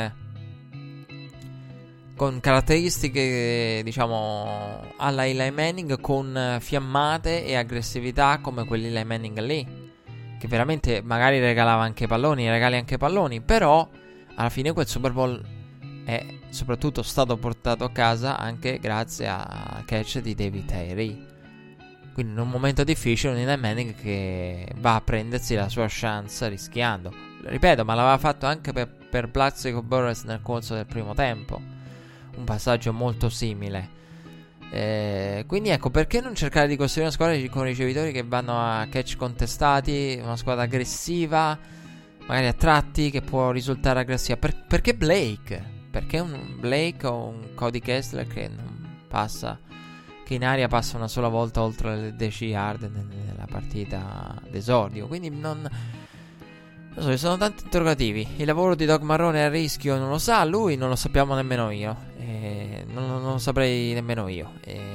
Speaker 3: caratteristiche, diciamo, alla Eli Manning, con fiammate e aggressività come quelli Eli Manning lì, che veramente magari regali anche palloni, però alla fine quel Super Bowl è soprattutto stato portato a casa anche grazie al catch di David Tyree. Quindi in un momento difficile un Eli Manning che va a prendersi la sua chance rischiando. Ripeto, ma l'aveva fatto anche per Plaxico Burress nel corso del primo tempo, un passaggio molto simile. Quindi ecco, perché non cercare di costruire una squadra con ricevitori che vanno a catch contestati, una squadra aggressiva, magari a tratti che può risultare aggressiva. Perché Blake? Perché un Blake o un Cody Kessler che non passa, che in aria passa una sola volta oltre le 10 yard nella partita d'esordio? Quindi non so, ci sono tanti interrogativi. Il lavoro di Doug Marrone è a rischio, non lo sa lui, non lo sappiamo nemmeno io, non lo saprei nemmeno io,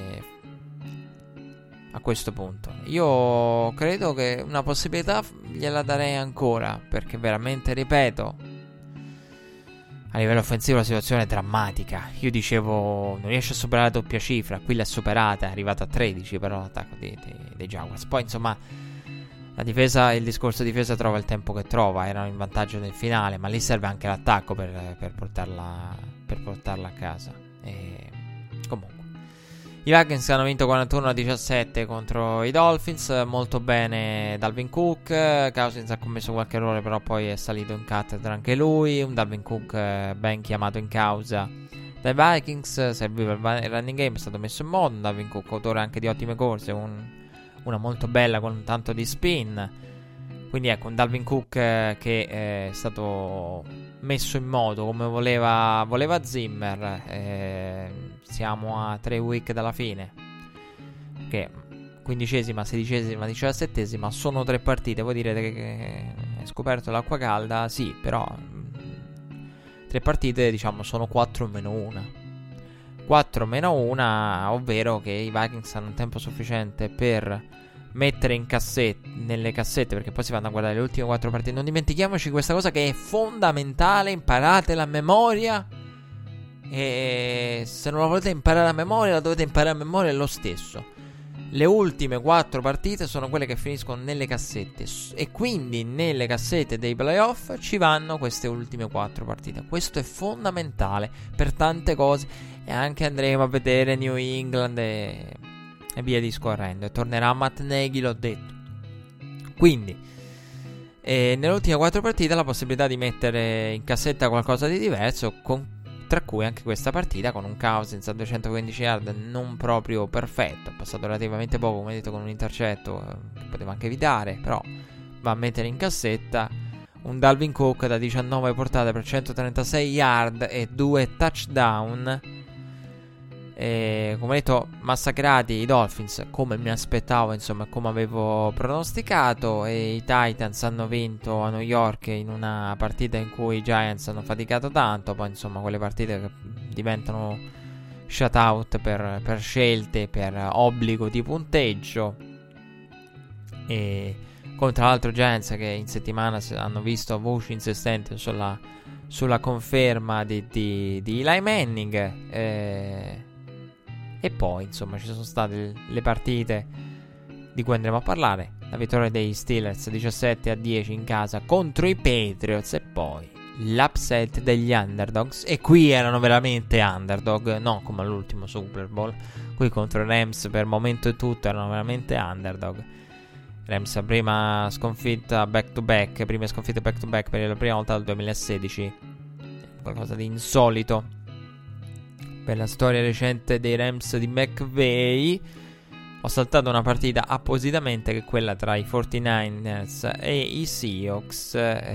Speaker 3: a questo punto. Io credo che una possibilità gliela darei ancora, perché veramente, ripeto, a livello offensivo la situazione è drammatica. Io dicevo non riesce a superare la doppia cifra, qui l'ha superata, è arrivato a 13 però l'attacco dei Jaguars. Poi insomma la difesa, il discorso difesa trova il tempo che trova, erano in vantaggio nel finale, ma lì serve anche l'attacco per portarla a casa. E comunque i Vikings hanno vinto 41-17 contro i Dolphins, molto bene Dalvin Cook. Cousins ha commesso qualche errore, però poi è salito in cattedra anche lui. Un Dalvin Cook ben chiamato in causa dai Vikings, serviva il running game, è stato messo in modo. Un Dalvin Cook autore anche di ottime corse, una molto bella con tanto di spin. Quindi ecco, un Dalvin Cook che è stato messo in modo come voleva Zimmer. Siamo a 3 week dalla fine, che 15esima, 16esima, 17esima sono 3 partite. Voi direte che hai scoperto l'acqua calda? Sì, però 3 partite, diciamo, sono 4 meno 1. 4 meno 1, ovvero che i Vikings hanno un tempo sufficiente per mettere nelle cassette, perché poi si vanno a guardare le ultime 4 partite. Non dimentichiamoci questa cosa che è fondamentale, imparatela a memoria: e se non la volete imparare a memoria, la dovete imparare a memoria lo stesso. Le ultime 4 partite sono quelle che finiscono nelle cassette, e quindi nelle cassette dei playoff ci vanno queste ultime 4 partite. Questo è fondamentale per tante cose, e anche andremo a vedere New England e via discorrendo, e tornerà Matt Nagy, l'ho detto. Quindi nelle ultime 4 partite la possibilità di mettere in cassetta qualcosa di diverso, tra cui anche questa partita con un Cousins a 215 yard non proprio perfetto, ha passato relativamente poco, come detto, con un intercetto che poteva anche evitare, però va a mettere in cassetta un Dalvin Cook da 19 portate per 136 yard e 2 touchdown. E, come detto, massacrati i Dolphins come mi aspettavo, insomma, come avevo pronosticato, e i Titans hanno vinto a New York in una partita in cui i Giants hanno faticato tanto. Poi insomma quelle partite che diventano shutout per scelte, per obbligo di punteggio, e come tra l'altro Giants che in settimana hanno visto voci insistenti sulla conferma di Eli Manning, e poi insomma ci sono state le partite di cui andremo a parlare. La vittoria dei Steelers 17-10 in casa contro i Patriots, e poi l'upset degli underdogs, e qui erano veramente underdog, non come all'ultimo Super Bowl. Qui contro i Rams per momento e tutto erano veramente underdog. Rams prima sconfitta back to back per la prima volta dal 2016, qualcosa di insolito per la storia recente dei Rams di McVay. Ho saltato una partita appositamente, che è quella tra i 49ers e i Seahawks.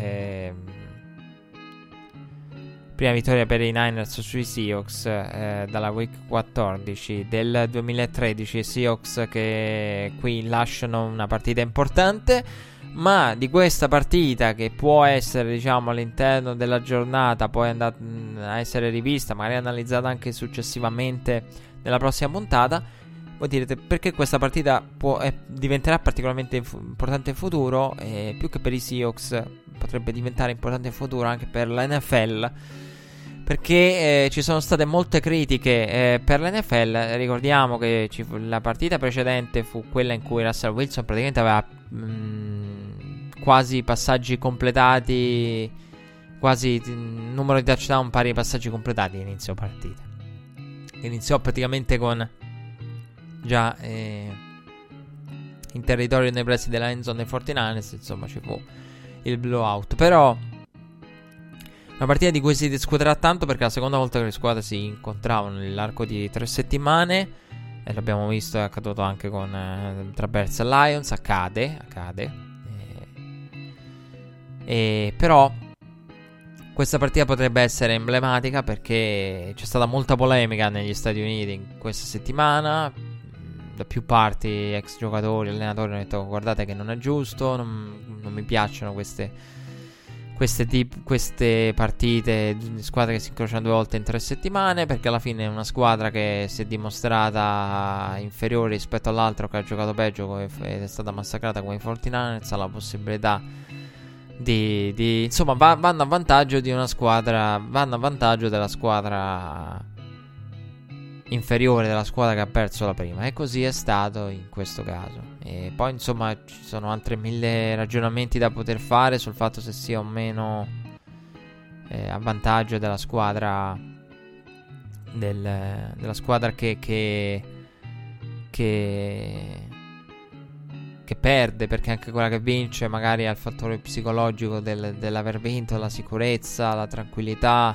Speaker 3: Prima vittoria per i Niners sui Seahawks dalla Week 14 del 2013. I Seahawks che qui lasciano una partita importante. Ma di questa partita, che può essere, diciamo, all'interno della giornata, poi andare a essere rivista, magari analizzata anche successivamente nella prossima puntata, voi direte perché questa partita diventerà particolarmente importante in futuro, e più che per i Seahawks potrebbe diventare importante in futuro anche per la NFL, perché ci sono state molte critiche per la NFL. Ricordiamo che la partita precedente fu quella in cui Russell Wilson praticamente aveva quasi passaggi completati, quasi numero di touchdown pari ai passaggi completati inizio partita. Iniziò praticamente con già in territorio nei pressi della end zone dei 49ers, insomma ci fu il blowout. Però una partita di cui si discuterà tanto, perché è la seconda volta che le squadre si incontravano nell'arco di 3 settimane, e l'abbiamo visto, è accaduto anche con tra Bears e Lions, accade. Però questa partita potrebbe essere emblematica, perché c'è stata molta polemica negli Stati Uniti in questa settimana. Da più parti ex giocatori, allenatori hanno detto: guardate che non è giusto, non mi piacciono queste partite di squadre che si incrociano 2 volte in 3 settimane, perché alla fine è una squadra che si è dimostrata inferiore rispetto all'altro, che ha giocato peggio ed è stata massacrata come i 49ers, ha la possibilità di insomma vanno a vantaggio di una squadra, vanno a vantaggio della squadra inferiore, della squadra che ha perso la prima, e così è stato in questo caso. E poi insomma ci sono altri 1000 ragionamenti da poter fare sul fatto se sia o meno a vantaggio della squadra della squadra che perde, perché anche quella che vince magari ha il fattore psicologico dell'aver vinto, la sicurezza, la tranquillità.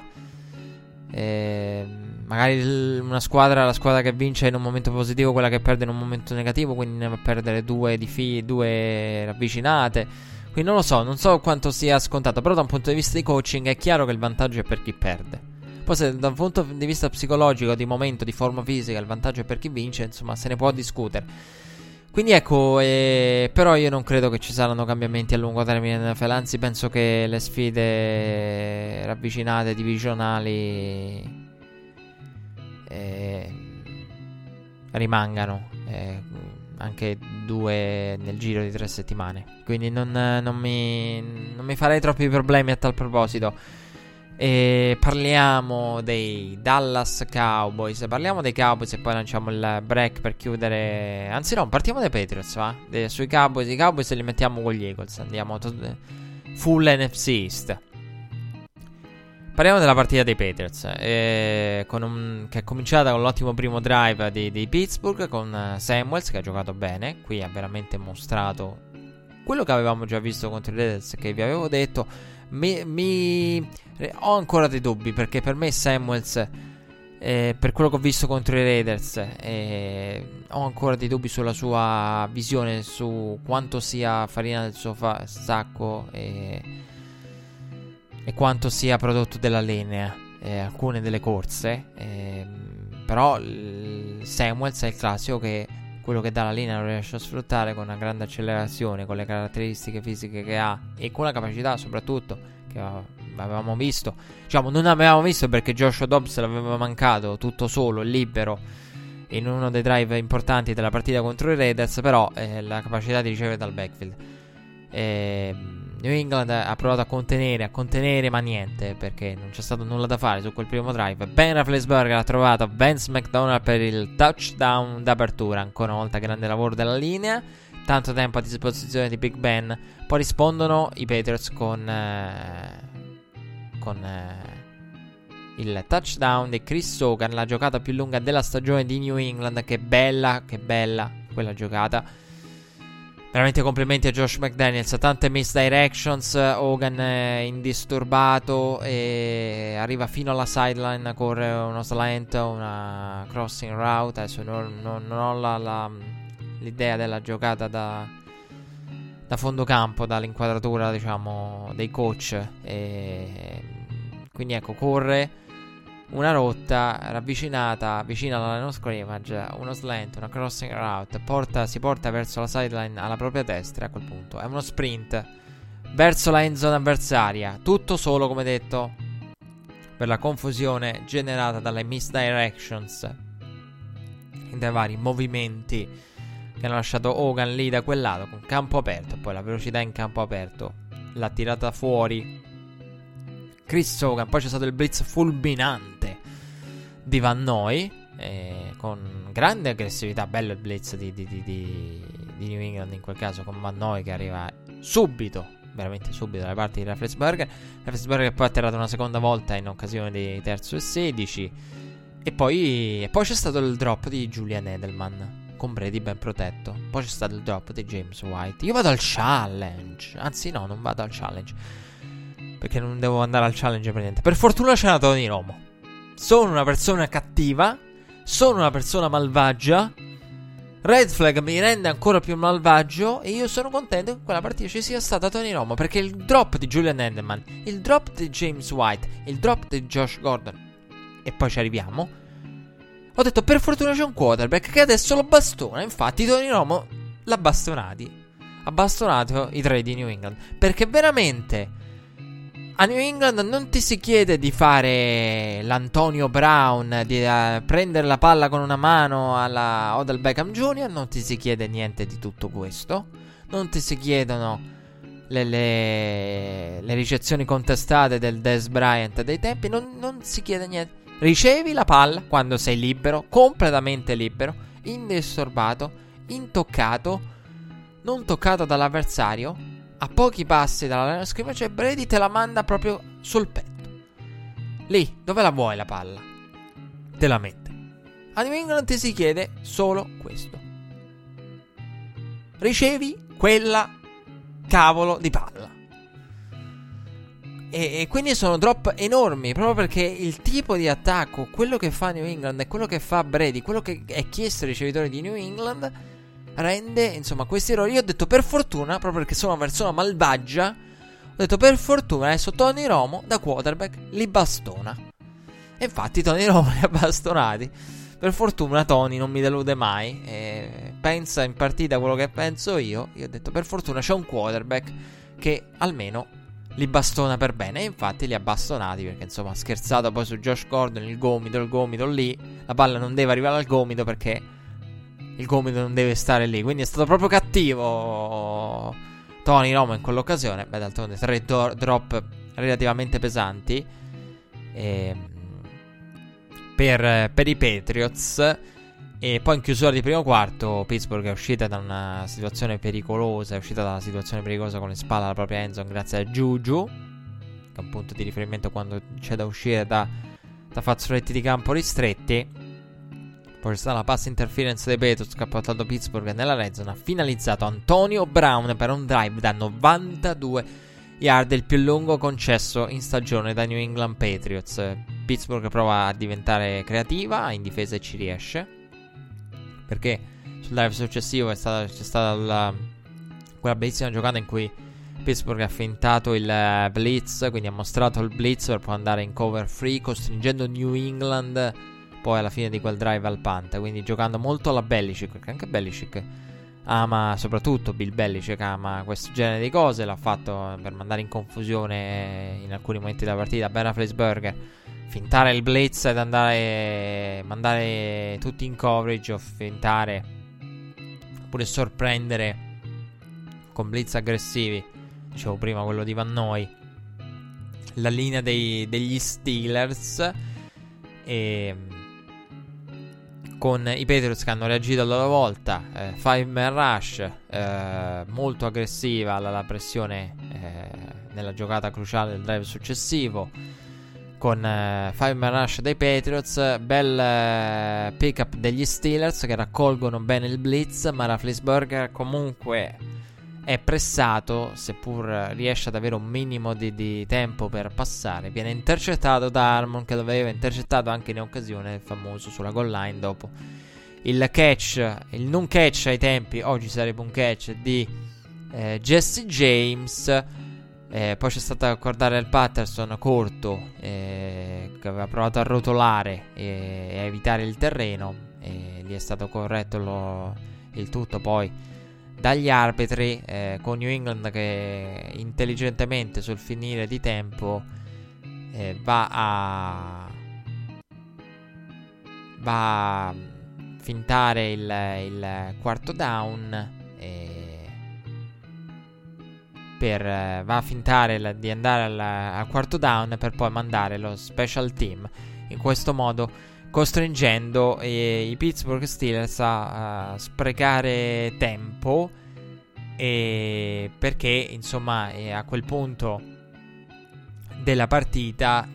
Speaker 3: Magari la squadra che vince in un momento positivo, quella che perde in un momento negativo, quindi ne va a perdere due ravvicinate. Quindi non lo so, non so quanto sia scontato, però da un punto di vista di coaching è chiaro che il vantaggio è per chi perde. Poi se da un punto di vista psicologico, di momento, di forma fisica, il vantaggio è per chi vince, insomma se ne può discutere. Quindi ecco, però io non credo che ci saranno cambiamenti a lungo termine nella NFL, anzi penso che le sfide ravvicinate divisionali rimangano anche 2 nel giro di 3 settimane. Quindi non mi farei troppi problemi a tal proposito. E parliamo dei Dallas Cowboys. Parliamo dei Cowboys e poi lanciamo il break per chiudere. Anzi no, partiamo dai Patriots, va? Sui Cowboys. I Cowboys li mettiamo con gli Eagles. Andiamo full NFC East. Parliamo della partita dei Patriots, che è cominciata con l'ottimo primo drive di Pittsburgh, con Samuels che ha giocato bene. Qui ha veramente mostrato quello che avevamo già visto contro i Raiders, che vi avevo detto. Ho ancora dei dubbi, perché per me Samuels, per quello che ho visto contro i Raiders, ho ancora dei dubbi sulla sua visione, su quanto sia farina del suo sacco e quanto sia prodotto della linea, alcune delle corse, però Samuels è il classico che quello che dà la linea lo riesce a sfruttare con una grande accelerazione, con le caratteristiche fisiche che ha e con la capacità soprattutto che avevamo visto. Diciamo, non avevamo visto perché Joshua Dobbs l'aveva mancato tutto solo, libero, in uno dei drive importanti della partita contro i Raiders, però la capacità di ricevere dal backfield. New England ha provato a contenere, ma niente, perché non c'è stato nulla da fare su quel primo drive. Ben Roethlisberger ha trovato Vance McDonald per il touchdown d'apertura. Ancora una volta grande lavoro della linea, tanto tempo a disposizione di Big Ben. Poi rispondono i Patriots con il touchdown di Chris Hogan, la giocata più lunga della stagione di New England. Che bella quella giocata. Veramente complimenti a Josh McDaniels. Tante misdirections. Hogan indisturbato e arriva fino alla sideline, corre uno slant, una crossing route. Adesso non ho l'idea della giocata da fondo campo, dall'inquadratura, diciamo, dei coach. Quindi ecco, corre una rotta ravvicinata, vicina alla line of scrimmage, uno slant, una crossing route, si porta verso la sideline alla propria destra. A quel punto è uno sprint verso la end zone avversaria, tutto solo, come detto, per la confusione generata dalle misdirections e dai vari movimenti che hanno lasciato Hogan lì da quel lato, con campo aperto. Poi la velocità in campo aperto l'ha tirata fuori Chris Hogan. Poi c'è stato il blitz fulminante di Van Noy, con grande aggressività. Bello il blitz di New England in quel caso, con Van Noy che arriva subito, veramente subito, dalle parti di Roethlisberger che poi ha atterrato una seconda volta in occasione di terzo e 16. E poi c'è stato il drop di Julian Edelman con Brady ben protetto. Poi c'è stato il drop di James White. Io vado al challenge, anzi no, non vado al challenge, perché non devo andare al challenge per niente. Per fortuna c'è una Tony Romo. Sono una persona cattiva, sono una persona malvagia. Red flag mi rende ancora più malvagio, e io sono contento che in quella partita ci sia stata Tony Romo, perché il drop di Julian Edelman, il drop di James White, il drop di Josh Gordon, e poi ci arriviamo, ho detto per fortuna c'è un quarterback che adesso lo bastona. Infatti Tony Romo l'ha ha bastonato i tre di New England, perché veramente a New England non ti si chiede di fare l'Antonio Brown, di prendere la palla con una mano alla Odell Beckham Jr., non ti si chiede niente di tutto questo. Non ti si chiedono le ricezioni contestate del Dez Bryant dei tempi, non si chiede niente. Ricevi la palla quando sei libero, completamente libero, indisturbato, intoccato, non toccato dall'avversario, a pochi passi dalla line of scrimmage, e Brady te la manda proprio sul petto. Lì, dove la vuoi la palla? Te la mette. A New England ti si chiede solo questo: ricevi quella cavolo di palla. E quindi sono drop enormi, proprio perché il tipo di attacco, quello che fa New England e quello che fa Brady, quello che è chiesto ai ricevitori di New England, rende, insomma, questi errori. Io ho detto per fortuna, proprio perché sono una persona malvagia, ho detto per fortuna adesso Tony Romo da quarterback li bastona. E infatti Tony Romo li ha bastonati. Per fortuna Tony non mi delude mai, pensa in partita quello che penso io. Io ho detto per fortuna c'è un quarterback che almeno li bastona per bene. E infatti li ha bastonati, perché insomma ha scherzato poi su Josh Gordon, il gomito lì. La palla non deve arrivare al gomito, perché il gomito non deve stare lì. Quindi è stato proprio cattivo Tony Romo in quell'occasione. Beh, d'altronde 3 drop relativamente pesanti. per i Patriots. E poi in chiusura di primo quarto Pittsburgh è uscita da una situazione pericolosa, con le spalle alla propria endzone grazie a Juju, che è un punto di riferimento quando c'è da uscire da fazzoletti di campo ristretti. Poi c'è stata la pass interference dei Patriots che ha portato Pittsburgh nella red zone. Ha finalizzato Antonio Brown per un drive da 92 yard, il più lungo concesso in stagione dai New England Patriots. Pittsburgh prova a diventare creativa in difesa e ci riesce, perché sul drive successivo c'è stata quella bellissima giocata in cui Pittsburgh ha fintato il blitz, quindi ha mostrato il blitz per poi andare in cover free, costringendo New England poi alla fine di quel drive al punt, quindi giocando molto alla Belichick, perché anche Belichick ama, soprattutto Bill Belichick ama questo genere di cose. L'ha fatto per mandare in confusione in alcuni momenti della partita Ben Roethlisberger, fintare il blitz ed mandare tutti in coverage, o fintare oppure sorprendere con blitz aggressivi. Dicevo prima quello di Vannoi, la linea degli Steelers, e con i Patriots che hanno reagito a loro volta, 5-man rush molto aggressiva alla pressione nella giocata cruciale del drive successivo, con 5-man rush dei Patriots, bel pick-up degli Steelers che raccolgono bene il blitz, ma Roethlisberger comunque è pressato, seppur riesce ad avere un minimo di tempo per passare. Viene intercettato da Harmon, che l'aveva intercettato anche in occasione famoso sulla goal line dopo il catch, il non catch ai tempi, oggi sarebbe un catch di Jesse James. Poi c'è stato accordare al Patterson corto, che aveva provato a rotolare e a evitare il terreno, e gli è stato corretto il tutto poi dagli arbitri, con New England che intelligentemente sul finire di tempo va a fintare il quarto down, va a fintare di andare al quarto down per poi mandare lo special team, in questo modo costringendo i Pittsburgh Steelers a sprecare tempo, perché insomma a quel punto della partita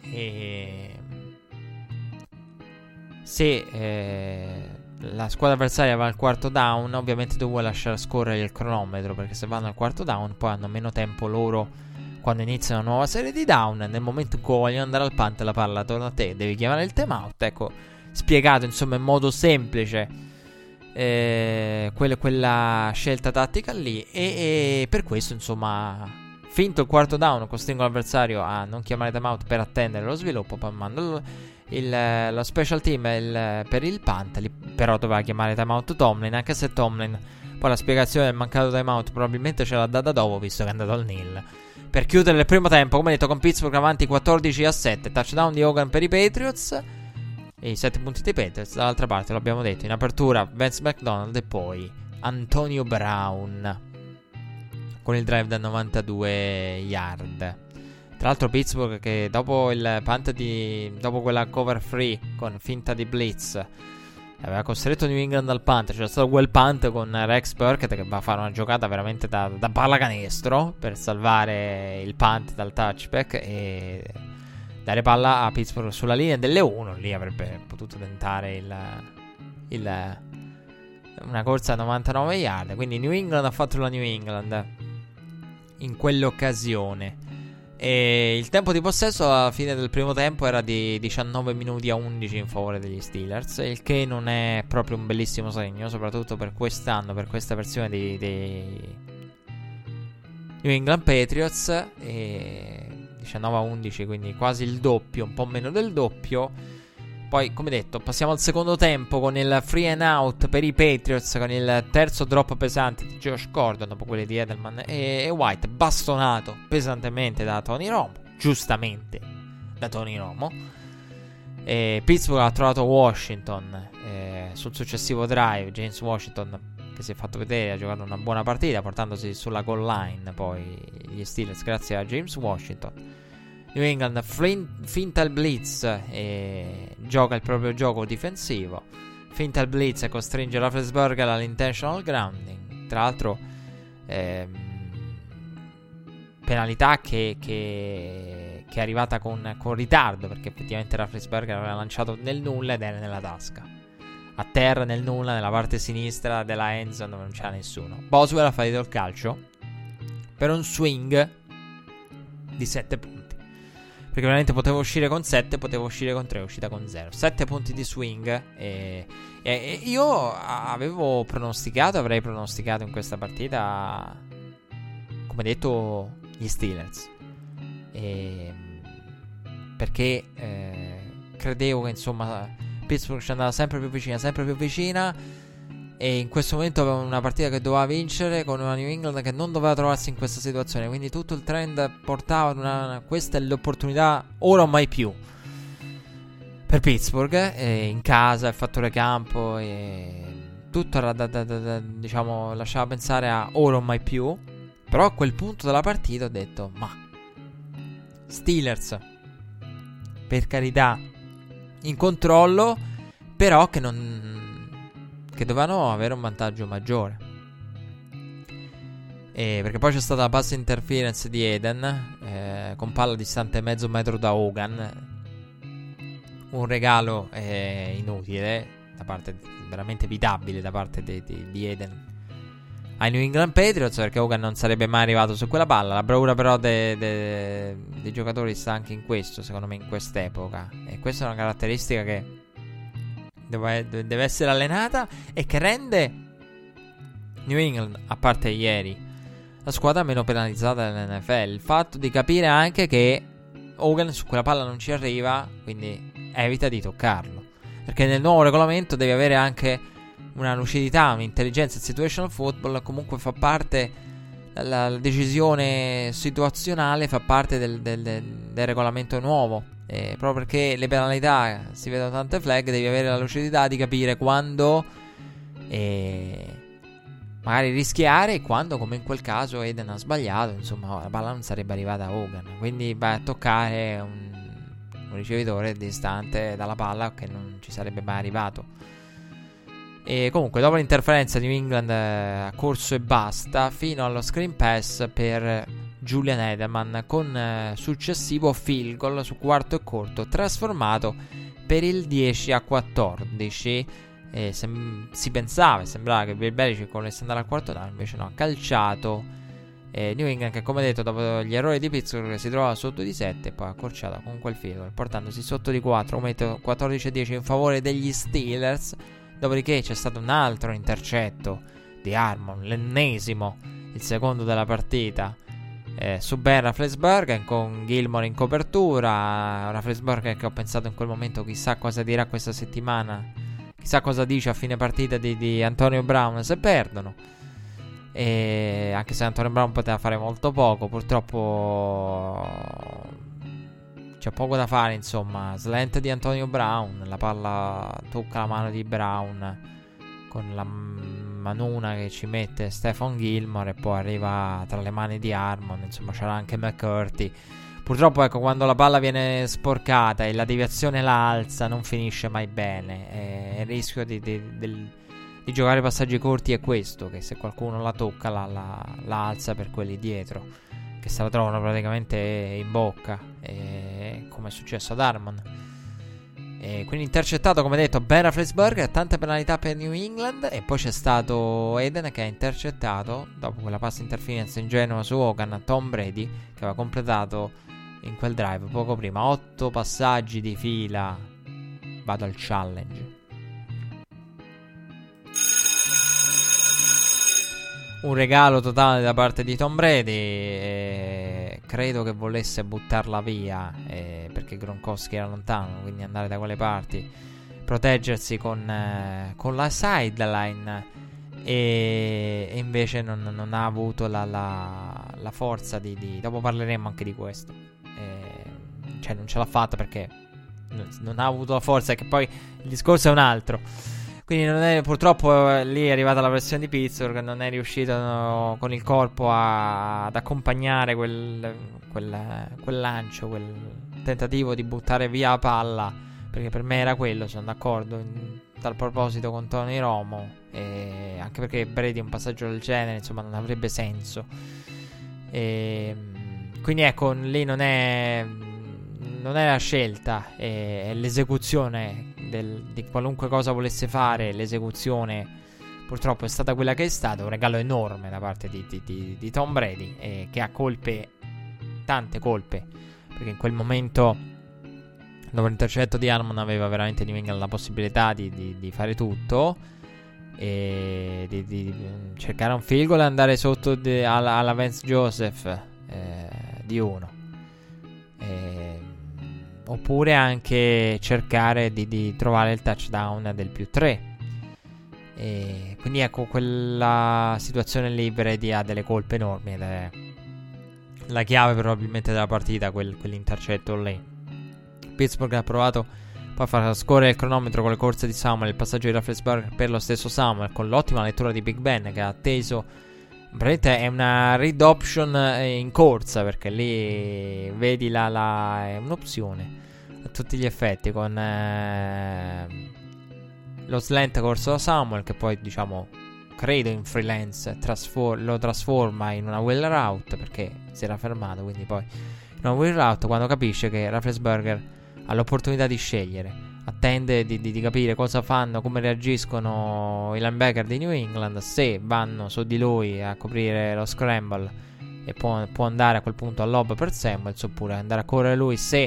Speaker 3: se la squadra avversaria va al quarto down, ovviamente tu vuoi lasciare scorrere il cronometro, perché se vanno al quarto down poi hanno meno tempo loro quando inizia una nuova serie di down. Nel momento in cui vogliono andare al punt la palla torna a te, devi chiamare il timeout. Ecco, spiegato insomma in modo semplice quella scelta tattica lì, e per questo insomma, finto il quarto down, costringo l'avversario a non chiamare timeout per attendere lo sviluppo, poi mando lo special team per il punt. Però doveva chiamare timeout Tomlin, anche se Tomlin poi la spiegazione del mancato timeout probabilmente ce l'ha data dopo, visto che è andato al nil per chiudere il primo tempo, come detto, con Pittsburgh avanti 14-7. Touchdown di Hogan per i Patriots e i 7 punti dei Patriots. Dall'altra parte, l'abbiamo detto in apertura, Vance McDonald e poi Antonio Brown con il drive da 92 yard. Tra l'altro Pittsburgh che dopo il punt dopo quella cover free con finta di blitz aveva costretto New England al punt. C'era stato quel punt con Rex Burkhead che va a fare una giocata veramente da pallacanestro per salvare il punt dal touchback e dare palla a Pittsburgh sulla linea delle 1. Lì avrebbe potuto tentare una corsa a 99 yard. Quindi New England ha fatto la New England in quell'occasione. E il tempo di possesso alla fine del primo tempo era di 19 minuti a 11 in favore degli Steelers, il che non è proprio un bellissimo segno, soprattutto per quest'anno, per questa versione dei New England Patriots. E 19 a 11, quindi quasi il doppio, un po' meno del doppio. Poi, come detto, passiamo al secondo tempo con il free and out per i Patriots, con il terzo drop pesante di Josh Gordon dopo quelli di Edelman e White, bastonato pesantemente da Tony Romo, giustamente da Tony Romo. Pittsburgh ha trovato Washington sul successivo drive. James Washington, che si è fatto vedere, ha giocato una buona partita portandosi sulla goal line poi gli Steelers grazie a James Washington. New England finta il blitz e gioca il proprio gioco difensivo, finta il blitz e costringe Roethlisberger all'intentional grounding. Tra l'altro penalità che è arrivata con ritardo, perché effettivamente Roethlisberger aveva lanciato nel nulla ed era nella tasca, a terra nel nulla, nella parte sinistra della end zone dove non c'era nessuno. Boswell ha fallito il calcio per un swing di 7 punti, perché veramente poteva uscire con 7, poteva uscire con 3, è uscita con 0. 7 punti di swing e io avrei pronosticato in questa partita, come detto, gli Steelers, perché credevo che insomma Pittsburgh ci andava sempre più vicina, e in questo momento aveva una partita che doveva vincere con una New England che non doveva trovarsi in questa situazione, quindi tutto il trend portava ad questa è l'opportunità ora o mai più per Pittsburgh, in casa, il fattore campo e tutto era diciamo lasciava pensare a ora o mai più. Però a quel punto della partita ho detto, ma Steelers, per carità, in controllo, però che dovevano avere un vantaggio maggiore, perché poi c'è stata la pass interference di Eden, con palla distante mezzo metro da Hogan, un regalo inutile da parte, veramente evitabile da parte di Eden ai New England Patriots, perché Hogan non sarebbe mai arrivato su quella palla. La bravura però dei giocatori sta anche in questo, secondo me, in quest'epoca, e questa è una caratteristica che deve essere allenata e che rende New England, a parte ieri, la squadra meno penalizzata dell'NFL. Il fatto di capire anche che Hogan su quella palla non ci arriva, quindi evita di toccarlo, perché nel nuovo regolamento devi avere anche una lucidità, un'intelligenza. Il situational football comunque fa parte, la decisione situazionale fa parte del regolamento nuovo, proprio perché le penalità, si vedono tante flag, devi avere la lucidità di capire quando magari rischiare e quando, come in quel caso Eden ha sbagliato, insomma la palla non sarebbe arrivata a Hogan, quindi vai a toccare un ricevitore distante dalla palla che non ci sarebbe mai arrivato. E comunque dopo l'interferenza New England ha corso e basta fino allo screen pass per Julian Edelman, con successivo field goal su quarto e corto trasformato per il 10-14. Sembrava che Bill Belichick volesse andare al quarto down, invece no, ha calciato New England, che come detto dopo gli errori di Pittsburgh si trovava sotto di 7 e poi ha accorciato con quel field goal, portandosi sotto di 4, aumento 14-10 in favore degli Steelers. Dopodiché c'è stato un altro intercetto di Harmon, l'ennesimo, il secondo della partita, su Ben Roethlisberger, con Gilmore in copertura. Roethlisberger, che ho pensato in quel momento chissà cosa dirà questa settimana, chissà cosa dice a fine partita di Antonio Brown se perdono, anche se Antonio Brown poteva fare molto poco, purtroppo c'è poco da fare, insomma. Slant di Antonio Brown, la palla tocca la mano di Brown con la manuna che ci mette Stephon Gilmore e poi arriva tra le mani di Harmon, insomma c'era anche McCurdy. Purtroppo, ecco, quando la palla viene sporcata e la deviazione la alza, non finisce mai bene, il rischio di giocare passaggi corti è questo, che se qualcuno la tocca la alza per quelli dietro, che se la trovano praticamente in bocca, come è successo ad Harmon. Quindi intercettato, come detto, Ben Roethlisberger, tante penalità per New England, e poi c'è stato Eden che ha intercettato, dopo quella pass interference ingenua su Hogan, Tom Brady, che aveva completato in quel drive poco prima 8 passaggi di fila. Vado al challenge. Un regalo totale da parte di Tom Brady, credo che volesse buttarla via, perché Gronkowski era lontano, quindi andare da quelle parti, proteggersi con la sideline, e invece non ha avuto la forza di dopo parleremo anche di questo, cioè non ce l'ha fatta perché non ha avuto la forza, che poi il discorso è un altro. Quindi purtroppo lì è arrivata la pressione di Pittsburgh, non è riuscito con il corpo ad accompagnare quel lancio, quel tentativo di buttare via la palla, perché per me era quello, sono d'accordo tal proposito con Tony Romo, e anche perché Brady un passaggio del genere insomma non avrebbe senso, quindi ecco, lì non è la scelta, è l'esecuzione di qualunque cosa volesse fare. L'esecuzione purtroppo è stata quella che è stata, un regalo enorme da parte di Tom Brady, che ha tante colpe, perché in quel momento, dopo l'intercetto di Harmon, aveva veramente New England la possibilità di fare tutto, e di cercare un field goal e andare sotto alla Vance Joseph di 1, oppure anche cercare di trovare il touchdown del +3. E quindi ecco, quella situazione lì Brady ha delle colpe enormi ed è la chiave probabilmente della partita, quell'intercetto lì. Pittsburgh ha provato poi a far scorrere il cronometro con le corse di Samuel, il passaggio di Roethlisberger per lo stesso Samuel, con l'ottima lettura di Big Ben, che ha atteso. Praticamente è una read option in corsa, perché lì vedi è un'opzione a tutti gli effetti, con lo slant corso da Samuel, che poi diciamo credo in freelance lo trasforma in una wheel route, perché si era fermato, quindi poi in una wheel route, quando capisce che Roethlisberger ha l'opportunità di scegliere, attende di capire cosa fanno, come reagiscono i linebacker di New England, se vanno su di lui a coprire lo scramble e può andare a quel punto al lob per Samuels, oppure andare a correre lui. Se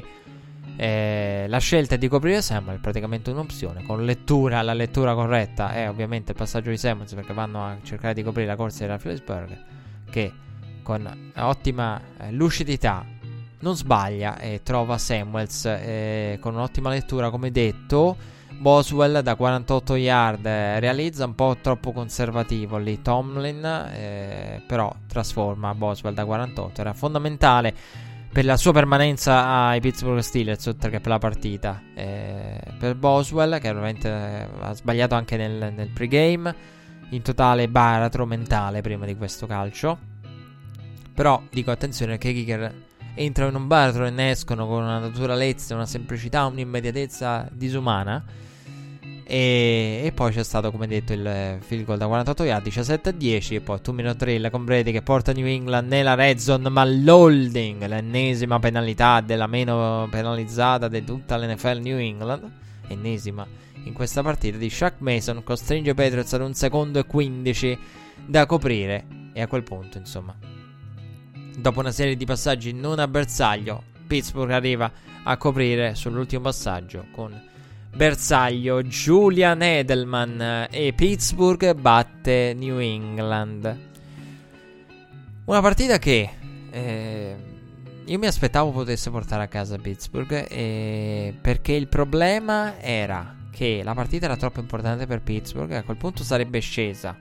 Speaker 3: la scelta è di coprire Samuel, praticamente un'opzione con la lettura corretta è ovviamente il passaggio di Samuels, perché vanno a cercare di coprire la corsa di Roethlisberger, che con ottima lucidità non sbaglia e trova Samuels con un'ottima lettura, come detto. Boswell da 48 yard realizza, un po' troppo conservativo lì Tomlin, però trasforma Boswell da 48. Era fondamentale per la sua permanenza ai Pittsburgh Steelers, oltre che per la partita, per Boswell, che veramente ha sbagliato anche nel pregame, in totale baratro mentale prima di questo calcio. Però dico attenzione che i kicker entrano in un baratro e ne escono con una naturalezza, una semplicità, un'immediatezza disumana. E poi c'è stato, come detto, il field goal da 48 yard, 17-10, e poi 2-minute drill con Brady che porta New England nella red zone, ma l'holding, l'ennesima penalità della meno penalizzata di tutta l'NFL New England, ennesima in questa partita, di Shaq Mason, costringe Patriots ad 1 secondo e 15 da coprire, e a quel punto, insomma, dopo una serie di passaggi non a bersaglio, Pittsburgh arriva a coprire sull'ultimo passaggio con bersaglio Julian Edelman, e Pittsburgh batte New England. Una partita che io mi aspettavo potesse portare a casa Pittsburgh, perché il problema era che la partita era troppo importante per Pittsburgh, e a quel punto sarebbe scesa,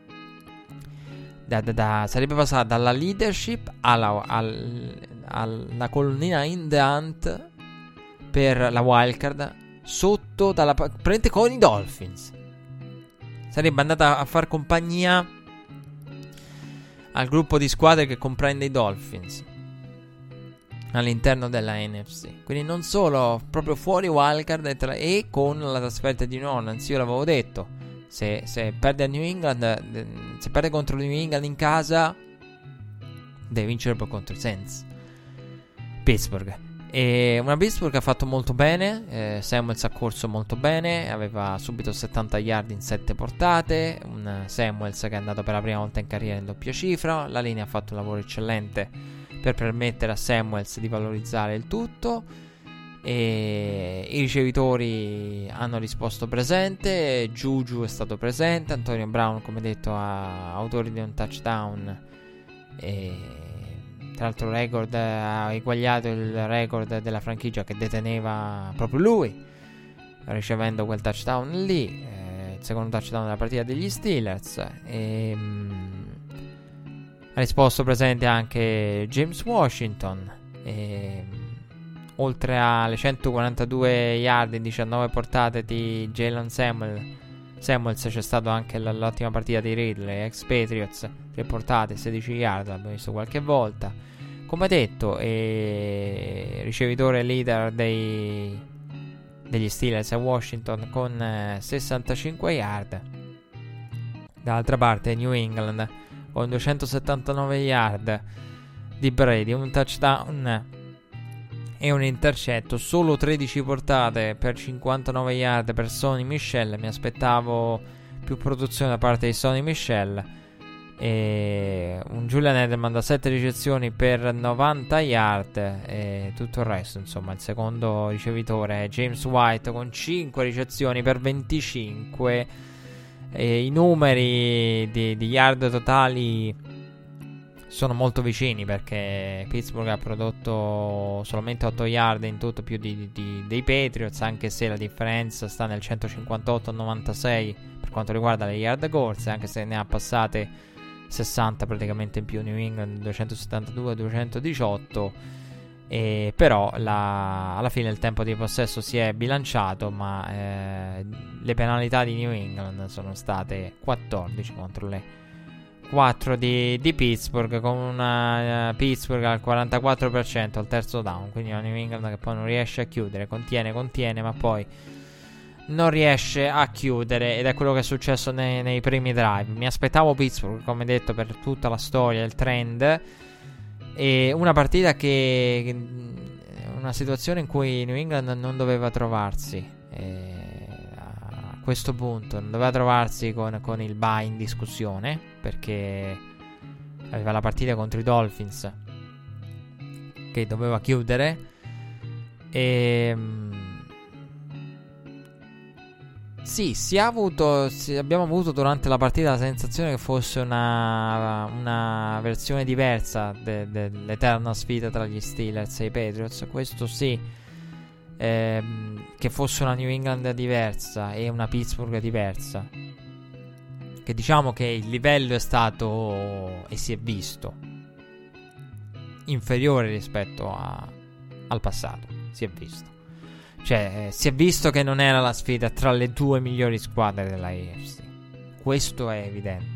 Speaker 3: sarebbe passata dalla leadership alla colonnina in the hunt per la wildcard, sotto praticamente con i Dolphins. Sarebbe andata a far compagnia al gruppo di squadre che comprende i Dolphins all'interno della NFC. Quindi non solo proprio fuori wildcard e con la trasferta di New Orleans. Io l'avevo detto, se perde a New England, se perde contro New England in casa, deve vincere poi contro i Saints. Pittsburgh. E una Pittsburgh che ha fatto molto bene. Samuels ha corso molto bene, aveva subito 70 yard in 7 portate. Un Samuels che è andato per la prima volta in carriera in doppia cifra. La linea ha fatto un lavoro eccellente per permettere a Samuels di valorizzare il tutto, e i ricevitori hanno risposto presente. Juju è stato presente, Antonio Brown, come detto, autore di un touchdown, e tra l'altro record, ha eguagliato il record della franchigia che deteneva proprio lui, ricevendo quel touchdown lì, il secondo touchdown della partita degli Steelers. Ha risposto presente anche James Washington, oltre alle 142 yard in 19 portate di Jalen
Speaker 4: Samuels c'è stato anche l'ottima partita di Ridley, ex Patriots, 3 portate, 16 yard, l'abbiamo visto qualche volta. Come detto, ricevitore leader degli Steelers a Washington con 65 yard. Dall'altra parte New England con 279 yard di Brady, un touchdown e un intercetto, solo 13 portate per 59 yard per Sonny Michel. Mi aspettavo più produzione da parte di Sonny Michel. E un Julian Edelman da 7 ricezioni per 90 yard e tutto il resto, insomma. Il secondo ricevitore è James White con 5 ricezioni per 25. E i numeri di yard totali sono molto vicini, perché Pittsburgh ha prodotto solamente 8 yard in tutto più dei Patriots, anche se la differenza sta nel 158-96 per quanto riguarda le yard corse, anche se ne ha passate 60 praticamente in più New England, 272-218. Però alla fine il tempo di possesso si è bilanciato, ma le penalità di New England sono state 14 contro le 4 di Pittsburgh, con una Pittsburgh al 44% al terzo down, quindi una New England che poi non riesce a chiudere, contiene ma poi non riesce a chiudere, ed è quello che è successo nei primi drive. Mi aspettavo Pittsburgh, come detto, per tutta la storia, il trend, e una partita una situazione in cui New England non doveva trovarsi a questo punto, non doveva trovarsi con il bye in discussione, perché aveva la partita contro i Dolphins che doveva chiudere, e sì, abbiamo avuto durante la partita la sensazione che fosse una versione diversa dell'eterna sfida tra gli Steelers e i Patriots. Questo sì, che fosse una New England diversa e una Pittsburgh diversa, che diciamo che il livello è stato, e si è visto, inferiore rispetto al passato. Si è visto. Cioè, si è visto che non era la sfida tra le due migliori squadre della AFC. Questo è evidente.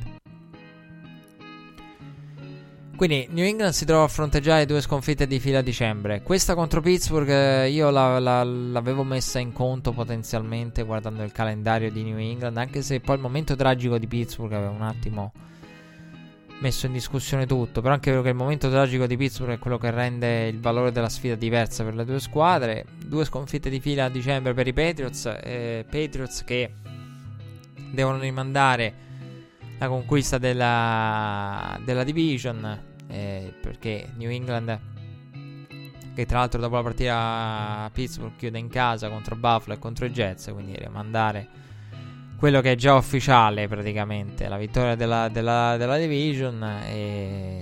Speaker 4: Quindi New England si trova a fronteggiare 2 sconfitte di fila a dicembre. Questa contro Pittsburgh io l'avevo messa in conto potenzialmente guardando il calendario di New England, anche se poi il momento tragico di Pittsburgh aveva un attimo messo in discussione tutto. Però anche che il momento tragico di Pittsburgh è quello che rende il valore della sfida diversa per le due squadre. 2 sconfitte di fila a dicembre per i Patriots, Patriots che devono rimandare la conquista della division, perché New England, che tra l'altro dopo la partita Pittsburgh chiude in casa contro Buffalo e contro i Jets, quindi rimandare quello che è già ufficiale praticamente, la vittoria della division. E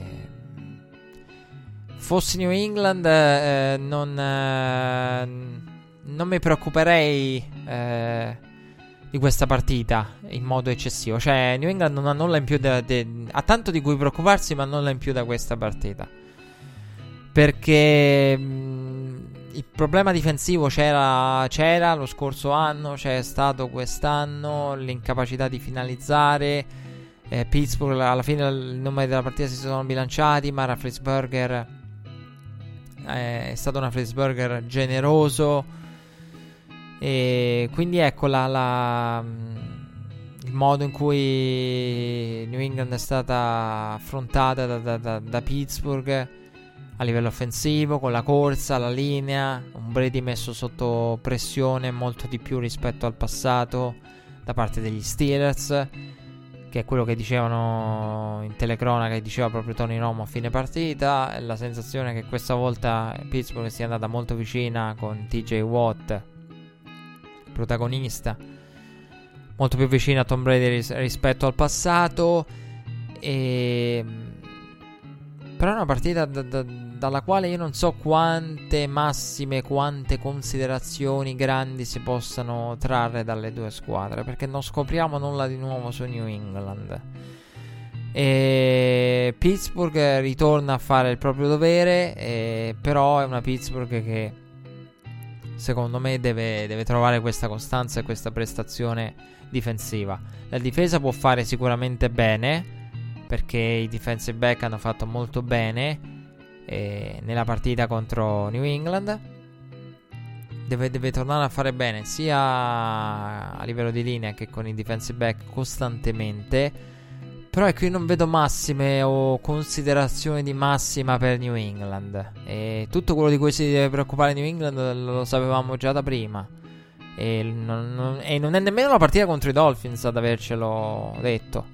Speaker 4: fossi New England non mi preoccuperei di questa partita in modo eccessivo. Cioè New England non ha nulla in più ha tanto di cui preoccuparsi, ma nulla in più da questa partita, perché il problema difensivo c'era lo scorso anno, c'è stato quest'anno, l'incapacità di finalizzare. Pittsburgh alla fine i numeri della partita si sono bilanciati, ma Roethlisberger è stato un Roethlisberger generoso, e quindi ecco il modo in cui New England è stata affrontata da Pittsburgh a livello offensivo, con la corsa, la linea, un Brady messo sotto pressione molto di più rispetto al passato da parte degli Steelers, che è quello che dicevano in telecronaca, che diceva proprio Tony Romo a fine partita. La sensazione è che questa volta Pittsburgh sia andata molto vicina, con TJ Watt protagonista, molto più vicina a Tom Brady rispetto al passato. Però è una partita dalla quale io non so quante considerazioni grandi si possano trarre dalle due squadre, perché non scopriamo nulla di nuovo su New England. E Pittsburgh ritorna a fare il proprio dovere, però è una Pittsburgh che secondo me deve trovare questa costanza e questa prestazione difensiva. La difesa può fare sicuramente bene, perché i defensive back hanno fatto molto bene nella partita contro New England. Deve tornare a fare bene sia a livello di linea che con i defensive back costantemente. Però ecco, io non vedo massime o considerazioni di massima per New England. E tutto quello di cui si deve preoccupare New England lo sapevamo già da prima. E non è nemmeno la partita contro i Dolphins ad avercelo detto.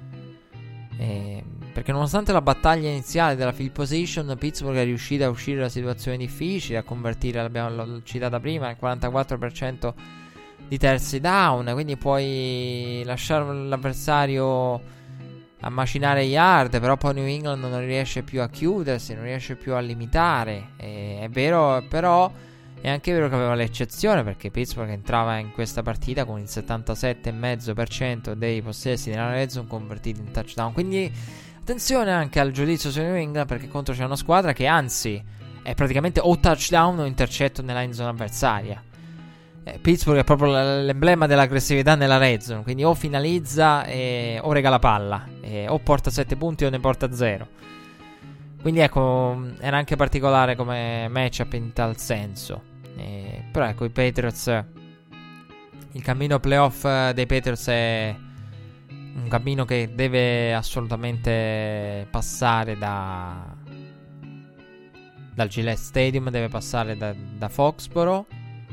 Speaker 4: Perché nonostante la battaglia iniziale della field position, Pittsburgh è riuscita a uscire da situazioni difficili, a convertire, l'abbiamo citata prima, il 44% di terzi down. Quindi puoi lasciare l'avversario a macinare yard, però poi New England non riesce più a chiudersi, non riesce più a limitare. È vero, però è anche vero che aveva l'eccezione, perché Pittsburgh entrava in questa partita con il 77,5% dei possessi nella red zone convertiti in touchdown. Quindi attenzione anche al giudizio su New England, perché contro c'è una squadra che anzi è praticamente o touchdown o intercetto nella end zone avversaria. Pittsburgh è proprio l'emblema dell'aggressività nella red zone, quindi o finalizza o regala palla, o porta 7 punti o ne porta 0. Quindi ecco, era anche particolare come matchup in tal senso. Però ecco, i Patriots, il cammino playoff dei Patriots è un cammino che deve assolutamente passare dal Gillette Stadium, deve passare da Foxborough.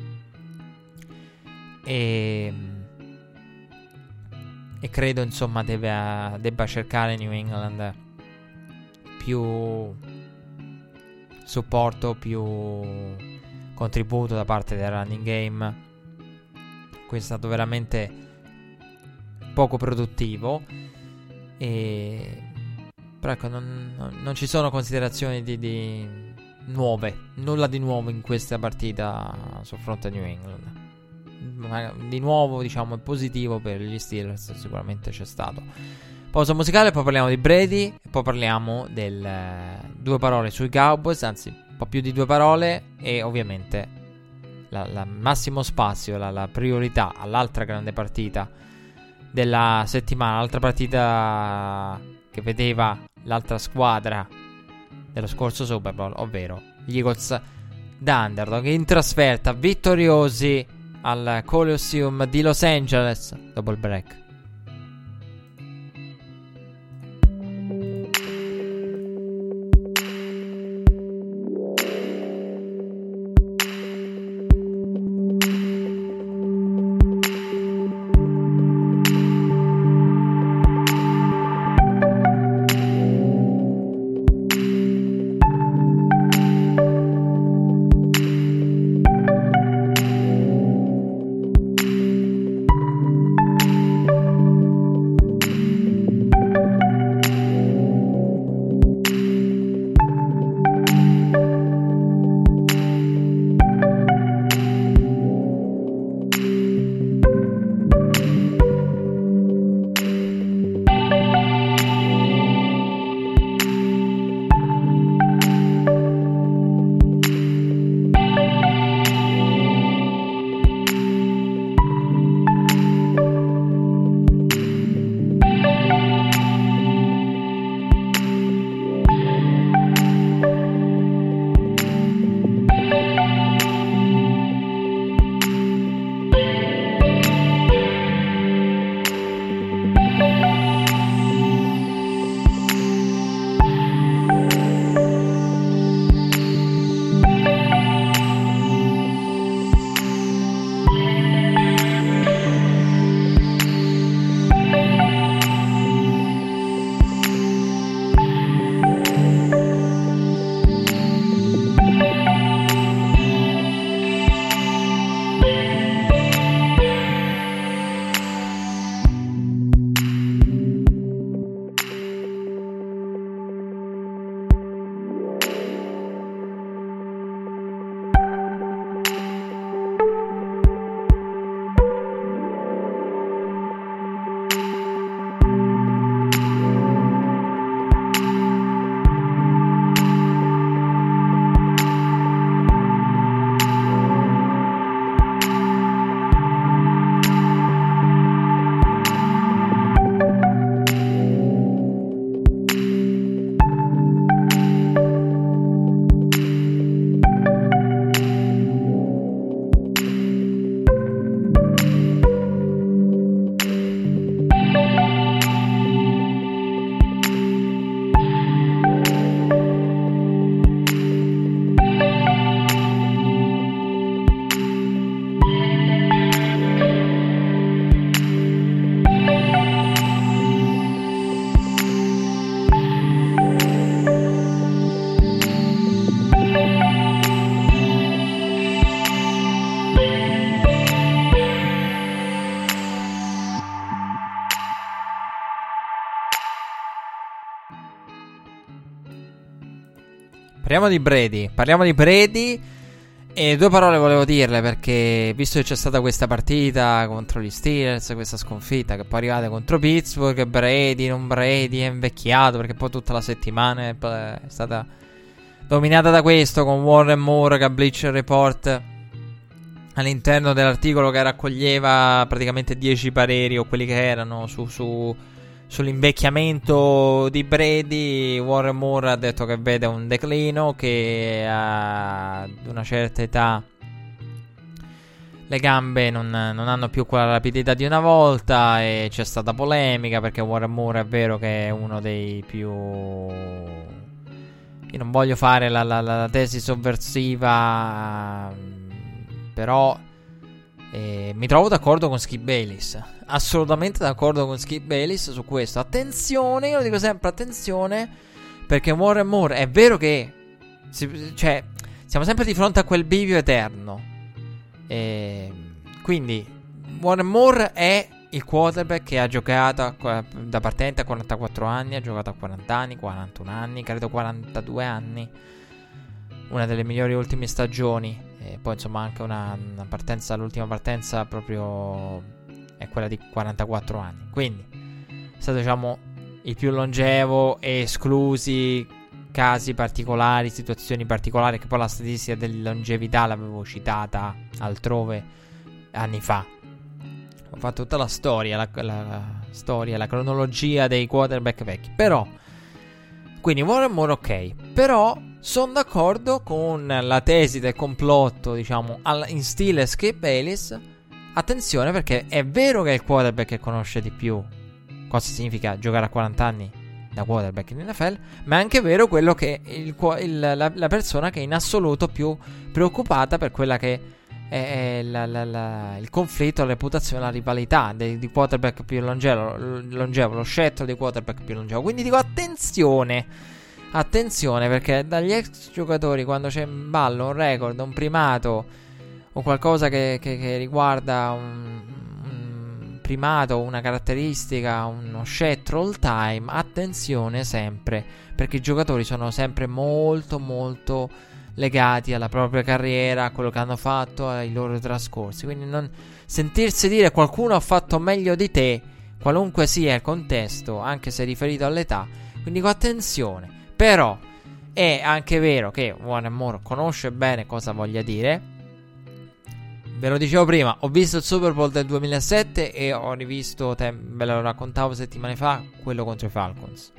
Speaker 4: E credo insomma debba cercare New England più supporto, più contributo da parte del running game. Qui è stato veramente poco produttivo, però ecco, non ci sono considerazioni di nuove, nulla di nuovo in questa partita sul fronte a New England. Di nuovo, diciamo, è positivo per gli Steelers, sicuramente c'è stato. Pausa musicale, poi parliamo di Brady e poi parliamo due parole sui Cowboys, anzi un po' più di 2 parole, e ovviamente la massimo spazio, la priorità all'altra grande partita della settimana, l'altra partita che vedeva l'altra squadra dello scorso Super Bowl, ovvero gli Eagles da underdog in trasferta, vittoriosi al Coliseum di Los Angeles dopo il break. parliamo di Brady. E due parole volevo dirle, perché visto che c'è stata questa partita contro gli Steelers, questa sconfitta che poi arrivate contro Pittsburgh, Brady, non Brady, è invecchiato, perché poi tutta la settimana è stata dominata da questo, con Warren Moore che a Bleacher Report all'interno dell'articolo che raccoglieva praticamente 10 pareri o quelli che erano sull'invecchiamento di Brady. Warren Moore ha detto che vede un declino, che ad una certa età le gambe non hanno più quella rapidità di una volta, e c'è stata polemica perché Warren Moore è vero che è uno dei più... Io non voglio fare la tesi sovversiva, però mi trovo d'accordo con Skip Bayless, assolutamente d'accordo con Skip Bayless su questo. Attenzione, io lo dico sempre, attenzione, perché Warren Moore è vero che cioè siamo sempre di fronte a quel bivio eterno, quindi Warren Moore è il quarterback che ha giocato da partente a 44 anni, ha giocato a 40 anni, 41 anni, credo 42 anni, una delle migliori ultime stagioni. E poi insomma anche una partenza, l'ultima partenza proprio è quella di 44 anni. Quindi è stato, diciamo, il più longevo, esclusi casi particolari, situazioni particolari, che poi la statistica della longevità l'avevo citata altrove anni fa. Ho fatto tutta la storia, la cronologia dei quarterback vecchi. Però, quindi Warren Moore ok, però sono d'accordo con la tesi del complotto, diciamo, in stile Skip Bayless. Attenzione, perché è vero che è il quarterback che conosce di più cosa significa giocare a 40 anni da quarterback in NFL, ma è anche vero quello che la persona che è in assoluto più preoccupata per quella che è il conflitto, la reputazione, la rivalità di quarterback più longevo, lo scettro di quarterback più longevo. Quindi dico attenzione, perché dagli ex giocatori, quando c'è in ballo un record, un primato o qualcosa che riguarda un primato, una caratteristica, uno scettro all time, attenzione sempre, perché i giocatori sono sempre molto molto legati alla propria carriera, a quello che hanno fatto, ai loro trascorsi. Quindi non sentirsi dire qualcuno ha fatto meglio di te, qualunque sia il contesto, anche se riferito all'età. Quindi dico attenzione. Però è anche vero che Warren Moore conosce bene cosa voglia dire. Ve lo dicevo prima, ho visto il Super Bowl del 2007 e ho rivisto, ve lo raccontavo settimane fa, quello contro i Falcons.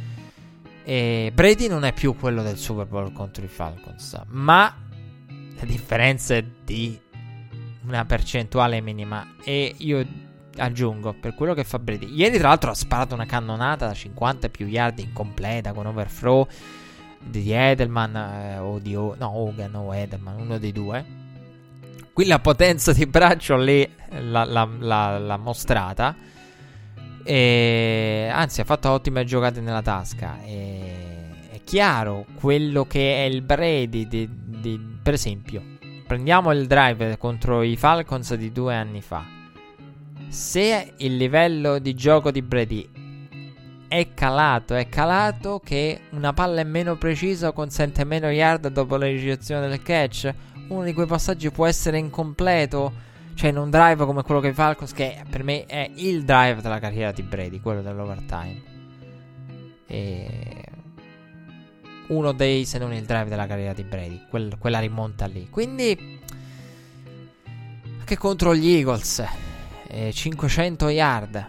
Speaker 4: E Brady non è più quello del Super Bowl contro i Falcons, ma la differenza è di una percentuale minima. E io aggiungo, per quello che fa Brady, ieri tra l'altro ha sparato una cannonata da 50 più yard incompleta con overthrow di Edelman Hogan o Edelman, uno dei due. Qui la potenza di braccio lì l'ha mostrata, e anzi ha fatto ottime giocate nella tasca. È chiaro quello che è il Brady per esempio, prendiamo il drive contro i Falcons di 2 anni fa. Se il livello di gioco di Brady è calato che una palla è meno precisa, consente meno yard dopo la ricezione del catch, uno di quei passaggi può essere incompleto, cioè in un drive come quello che i Falcons, che per me è il drive della carriera di Brady, quello dell'overtime, e uno dei, se non il drive della carriera di Brady, quella rimonta lì. Quindi anche contro gli Eagles 500 yard,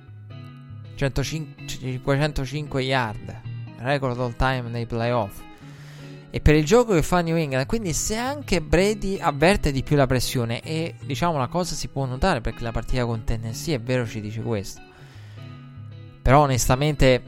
Speaker 4: 505 yard, record all time nei playoff, e per il gioco che fa New England. Quindi se anche Brady avverte di più la pressione, e diciamo una cosa si può notare, perché la partita con Tennessee è vero ci dice questo, però onestamente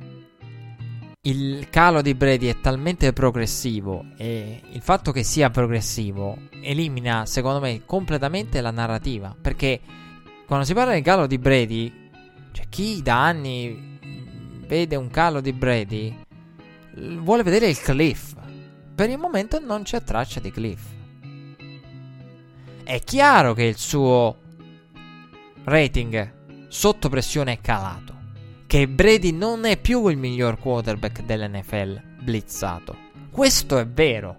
Speaker 4: il calo di Brady è talmente progressivo, e il fatto che sia progressivo elimina secondo me completamente la narrativa, perché quando si parla del calo di Brady, cioè chi da anni vede un calo di Brady vuole vedere il cliff. Per il momento non c'è traccia di cliff. È chiaro che il suo rating sotto pressione è calato, che Brady non è più il miglior quarterback dell'NFL blitzato, Questo è vero.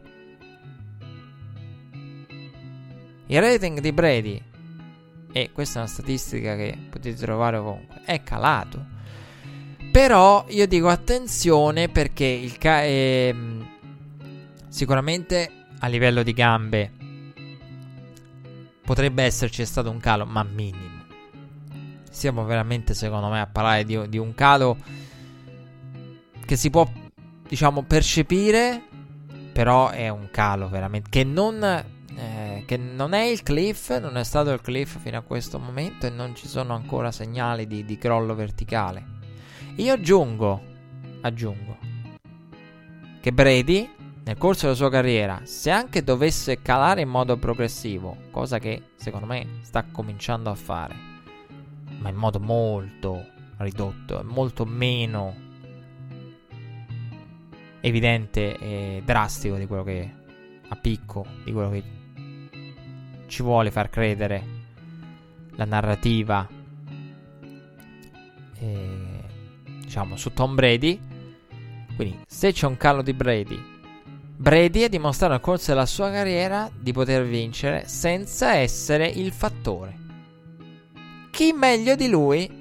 Speaker 4: Il rating di Brady, e questa è una statistica che potete trovare ovunque, è calato. Però io dico attenzione, perché sicuramente a livello di gambe potrebbe esserci stato un calo, ma minimo. Siamo veramente, secondo me, a parlare di un calo che si può, diciamo, percepire, però è un calo veramente che non è il cliff, non è stato il cliff fino a questo momento, e non ci sono ancora segnali di crollo verticale. Io aggiungo che Brady nel corso della sua carriera, se anche dovesse calare in modo progressivo, cosa che secondo me sta cominciando a fare, ma in modo molto ridotto, molto meno evidente e drastico di quello che, a picco, di quello che ci vuole far credere la narrativa, diciamo, su Tom Brady. Quindi se c'è un calo di Brady ha dimostrato nel corso della sua carriera di poter vincere senza essere il fattore. Chi meglio di lui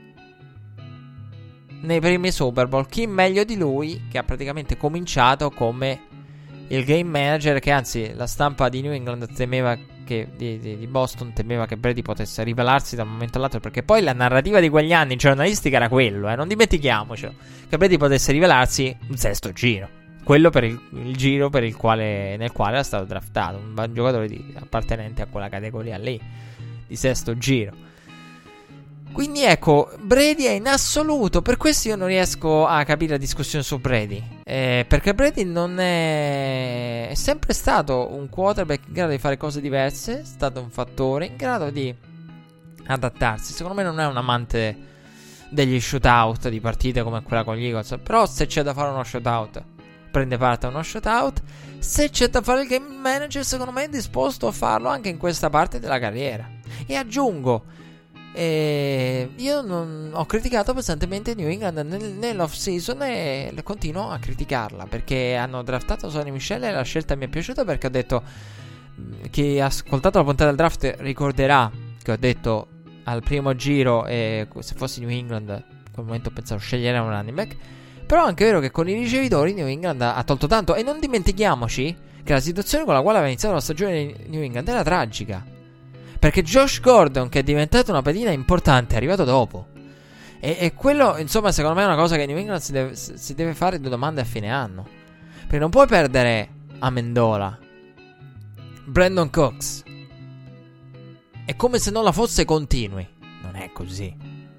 Speaker 4: nei primi Super Bowl? Chi meglio di lui, che ha praticamente cominciato come il game manager, che anzi la stampa di New England temeva che di Boston temeva che Brady potesse rivelarsi da un momento all'altro, perché poi la narrativa di quegli anni giornalistica era quello, non dimentichiamocelo, che Brady potesse rivelarsi un sesto giro, quello per il giro nel quale era stato draftato, un giocatore appartenente a quella categoria lì di sesto giro. Quindi ecco, Brady è in assoluto, per questo io non riesco a capire la discussione su Brady, perché Brady non è sempre stato un quarterback in grado di fare cose diverse, è stato un fattore in grado di adattarsi. Secondo me non è un amante degli shootout, di partite come quella con gli Eagles, però se c'è da fare uno shootout prende parte a uno shootout, se c'è da fare il game manager secondo me è disposto a farlo anche in questa parte della carriera. E aggiungo, io non ho criticato pesantemente New England nell'off season e continuo a criticarla, perché hanno draftato Sonny Michel e la scelta mi è piaciuta, perché ho detto, chi ha ascoltato la puntata del draft ricorderà che ho detto al primo giro, se fossi New England in quel momento pensavo sceglierei un running back. Però è anche vero che con i ricevitori New England ha tolto tanto, e non dimentichiamoci che la situazione con la quale aveva iniziato la stagione di New England era tragica, perché Josh Gordon, che è diventato una pedina importante, è arrivato dopo. E quello, insomma, secondo me è una cosa che New England si deve fare due domande a fine anno. Perché non puoi perdere Amendola, Brandon Cooks, è come se non la fosse continui. Non è così.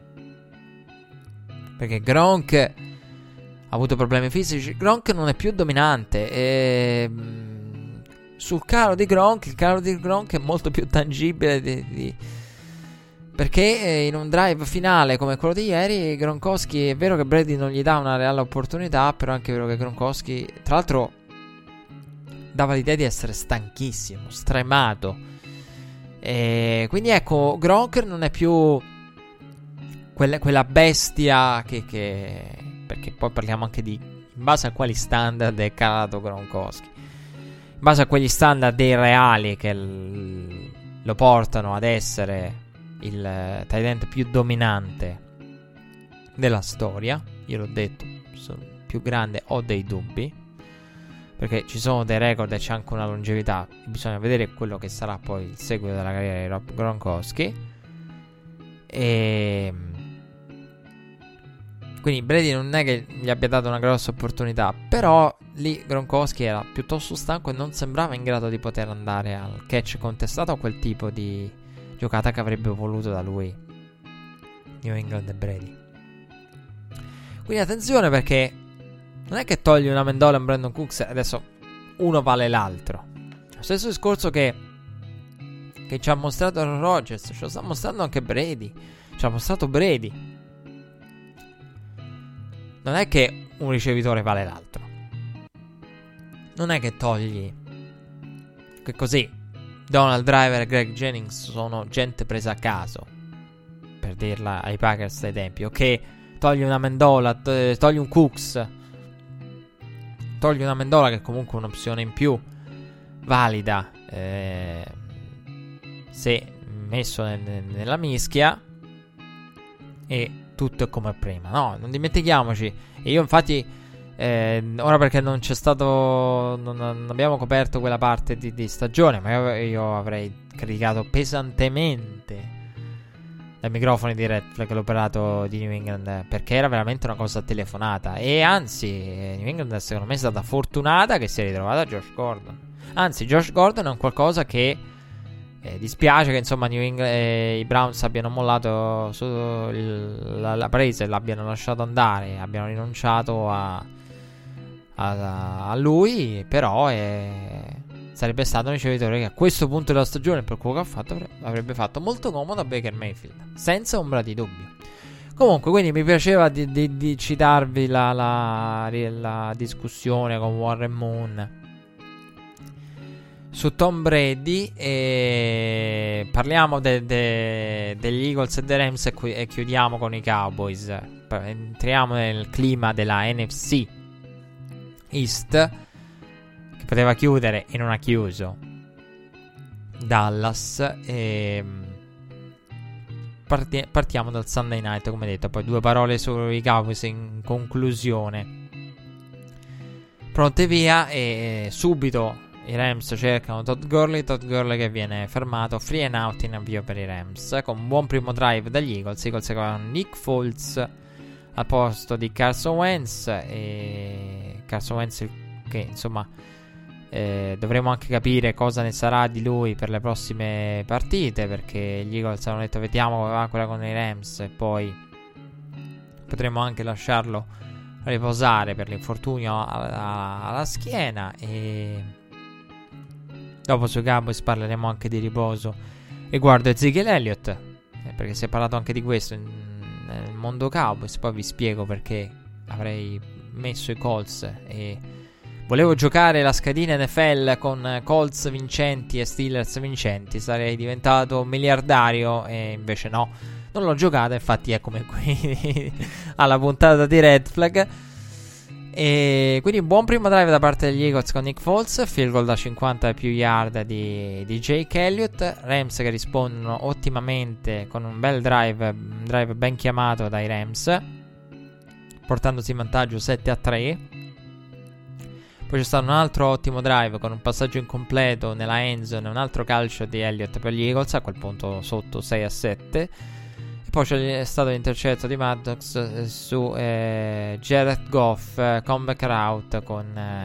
Speaker 4: Perché Gronk ha avuto problemi fisici. Gronk non è più dominante. Sul calo di Gronk, il calo di Gronk è molto più tangibile perché in un drive finale come quello di ieri Gronkowski, è vero che Brady non gli dà una reale opportunità, però è anche vero che Gronkowski, tra l'altro, dava l'idea di essere stanchissimo, stremato, quindi ecco, Gronk non è più quella bestia che perché poi parliamo anche di in base a quali standard è calato Gronkowski, in base a quegli standard dei reali che lo portano ad essere il tight end più dominante della storia. Io l'ho detto, sono più grande, ho dei dubbi, perché ci sono dei record e c'è anche una longevità. Bisogna vedere quello che sarà poi il seguito della carriera di Rob Gronkowski. Quindi Brady non è che gli abbia dato una grossa opportunità, però lì Gronkowski era piuttosto stanco e non sembrava in grado di poter andare al catch contestato, a quel tipo di giocata che avrebbe voluto da lui New England e Brady. Quindi attenzione, perché non è che togli una Amendola e un Brandon Cooks adesso uno vale l'altro. Lo stesso discorso che ci ha mostrato Aaron Rodgers, ce lo sta mostrando anche Brady, ci ha mostrato Brady. Non è che un ricevitore vale l'altro, non è che togli, che così Donald Driver e Greg Jennings sono gente presa a caso, per dirla ai Packers dai tempi, ok? Togli una Amendola, togli un Cooks, togli una Amendola, che è comunque un'opzione in più valida se messo nella mischia, e tutto è come prima. No, non dimentichiamoci. E io infatti ora, perché non c'è stato, non abbiamo coperto quella parte di stagione, ma io avrei criticato pesantemente dai microfoni di Red Flag l'operato di New England, perché era veramente una cosa telefonata. E anzi, New England secondo me è stata fortunata che si è ritrovata Josh Gordon. Anzi, Josh Gordon è un qualcosa che dispiace che insomma New England, i Browns abbiano mollato la presa e l'abbiano lasciato andare, abbiano rinunciato a lui. Però sarebbe stato un ricevitore che a questo punto della stagione, per quello che ha fatto, avrebbe fatto molto comodo a Baker Mayfield, senza ombra di dubbio. Comunque, quindi mi piaceva di citarvi la discussione con Warren Moon su Tom Brady, e parliamo degli Eagles e dei Rams e chiudiamo con i Cowboys. Entriamo nel clima della NFC East, che poteva chiudere e non ha chiuso Dallas, e partiamo dal Sunday Night, come detto. Poi due parole sui Cowboys in conclusione. Pronte via, e subito i Rams cercano Todd Gurley che viene fermato, free and out in avvio per i Rams, con un buon primo drive dagli Eagles che con Nick Foles al posto di Carson Wentz, e Carson Wentz che insomma dovremo anche capire cosa ne sarà di lui per le prossime partite, perché gli Eagles hanno detto vediamo come va quella con i Rams e poi potremo anche lasciarlo riposare per l'infortunio alla schiena. E dopo sui Cowboys parleremo anche di riposo riguardo Ezekiel Elliott, perché si è parlato anche di questo nel mondo Cowboys. Poi vi spiego perché avrei messo i Colts e volevo giocare la schedina NFL con Colts vincenti e Steelers vincenti, sarei diventato miliardario, e invece no, non l'ho giocata. Infatti eccomi qui alla puntata di Red Flag. E quindi buon primo drive da parte degli Eagles con Nick Foles, field goal da 50 e più yard di Jake Elliott. Rams che rispondono ottimamente con un bel drive, un drive ben chiamato dai Rams, portandosi in vantaggio 7-3. Poi c'è stato un altro ottimo drive con un passaggio incompleto nella endzone e un altro calcio di Elliott per gli Eagles, a quel punto sotto 6-7. E poi c'è stato l'intercetto di Maddox su Jared Goff, comeback route con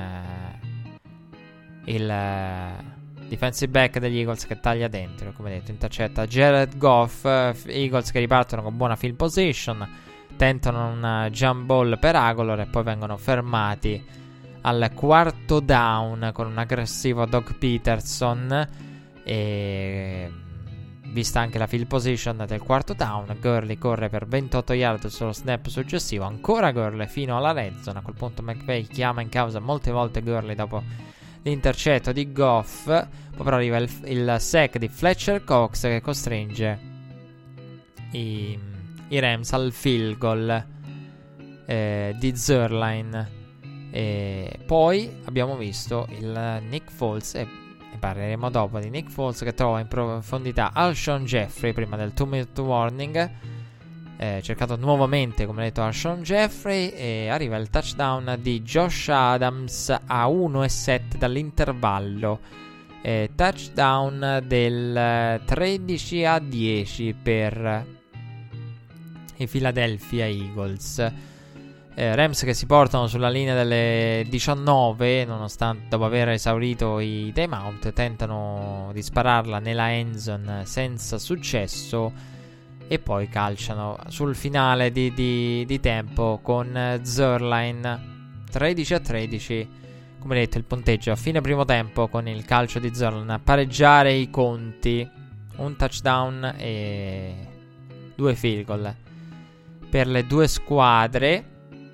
Speaker 4: il defensive back degli Eagles che taglia dentro, come detto, intercetta Jared Goff. Eagles che ripartono con buona field position, tentano un jump ball per Agholor e poi vengono fermati al quarto down con un aggressivo Doug Peterson. E vista anche la field position del quarto down, Gurley corre per 28 yard sullo snap successivo, ancora Gurley fino alla red zone. A quel punto McVay chiama in causa molte volte Gurley dopo l'intercetto di Goff. Poi però arriva il sack di Fletcher Cox che costringe i Rams al field goal di Zuerlein. E poi abbiamo visto il Nick Foles, e parleremo dopo di Nick Foles, che trova in profondità Alshon Jeffrey prima del 2-minute warning. Cercato nuovamente, come detto, Alshon Jeffrey, e arriva il touchdown di Josh Adams a 1-7 dall'intervallo. Touchdown del 13-10 per i Philadelphia Eagles. Rams che si portano sulla linea delle 19, nonostante, dopo aver esaurito i timeout, tentano di spararla nella endzone senza successo, e poi calciano sul finale di tempo con Zuerlein 13-13. Come detto, il punteggio a fine primo tempo con il calcio di Zuerlein a pareggiare i conti, un touchdown e 2 field goal per le due squadre.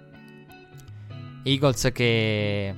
Speaker 4: Eagles che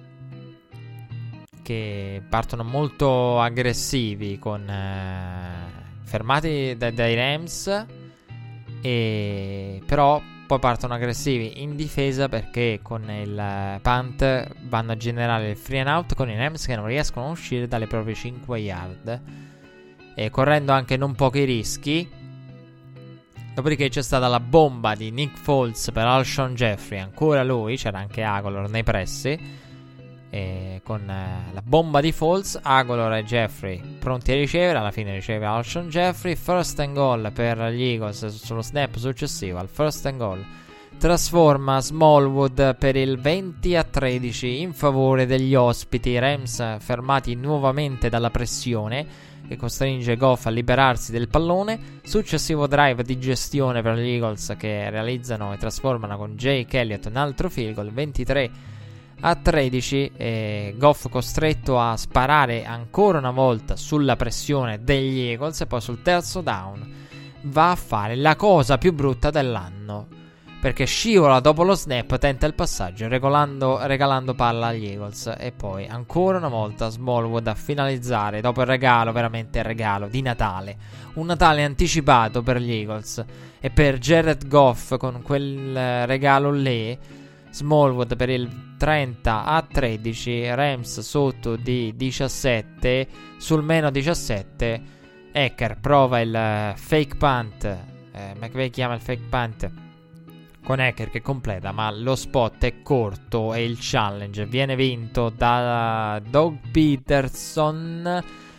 Speaker 4: partono molto aggressivi, con fermati dai Rams, e però poi partono aggressivi in difesa perché con il punt vanno a generare il free and out con i Rams che non riescono a uscire dalle proprie 5 yard, correndo anche non pochi rischi. Dopodiché c'è stata la bomba di Nick Foles per Alshon Jeffrey, ancora lui, c'era anche Agholor nei pressi. Con la bomba di Foles, Agholor e Jeffrey pronti a ricevere. Alla fine riceve Alshon Jeffrey. First and goal per gli Eagles sullo snap successivo. Al first and goal trasforma Smallwood per il 20-13 in favore degli ospiti. Rams fermati nuovamente dalla pressione che costringe Goff a liberarsi del pallone. Successivo drive di gestione per gli Eagles che realizzano e trasformano con Jake Elliott un altro field goal, 23-13. Goff costretto a sparare ancora una volta sulla pressione degli Eagles e poi sul terzo down va a fare la cosa più brutta dell'anno, perché scivola dopo lo snap, tenta il passaggio regalando palla agli Eagles e poi ancora una volta Smallwood a finalizzare dopo il regalo, veramente il regalo di Natale, un Natale anticipato per gli Eagles e per Jared Goff. Con quel regalo lì Smallwood per il 30-13, Rams sotto di 17 sul meno 17. Ecker prova il fake punt, McVay chiama il fake punt con Ecker che completa, ma lo spot è corto e il challenge viene vinto da Doug Peterson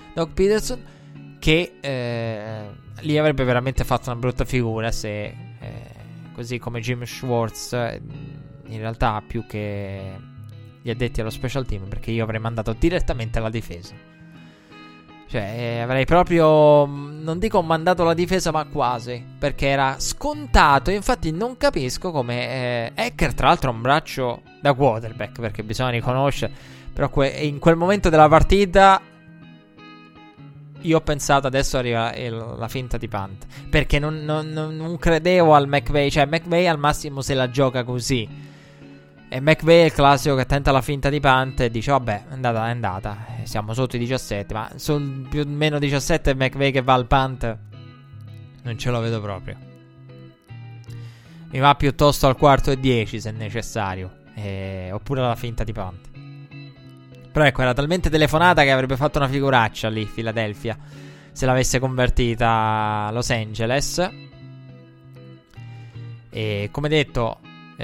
Speaker 4: che lì avrebbe veramente fatto una brutta figura se così come Jim Schwartz, in realtà più che gli addetti allo special team, perché io avrei mandato direttamente alla difesa. Cioè avrei proprio, non dico mandato la difesa, ma quasi, perché era scontato. Infatti non capisco come Ecker, tra l'altro, ha un braccio da quarterback, perché bisogna riconoscere, però in quel momento della partita io ho pensato adesso arriva la finta di punt, perché non credevo al McVay. Cioè McVay al massimo se la gioca così, e McVay è il classico che tenta la finta di punt e dice vabbè, è andata, siamo sotto i 17, ma sul più o meno 17 McVay che va al punt non ce lo vedo proprio. Mi va piuttosto al quarto e 10 se necessario, oppure alla finta di punt. Però ecco, era talmente telefonata che avrebbe fatto una figuraccia lì Philadelphia se l'avesse convertita Los Angeles. E come detto,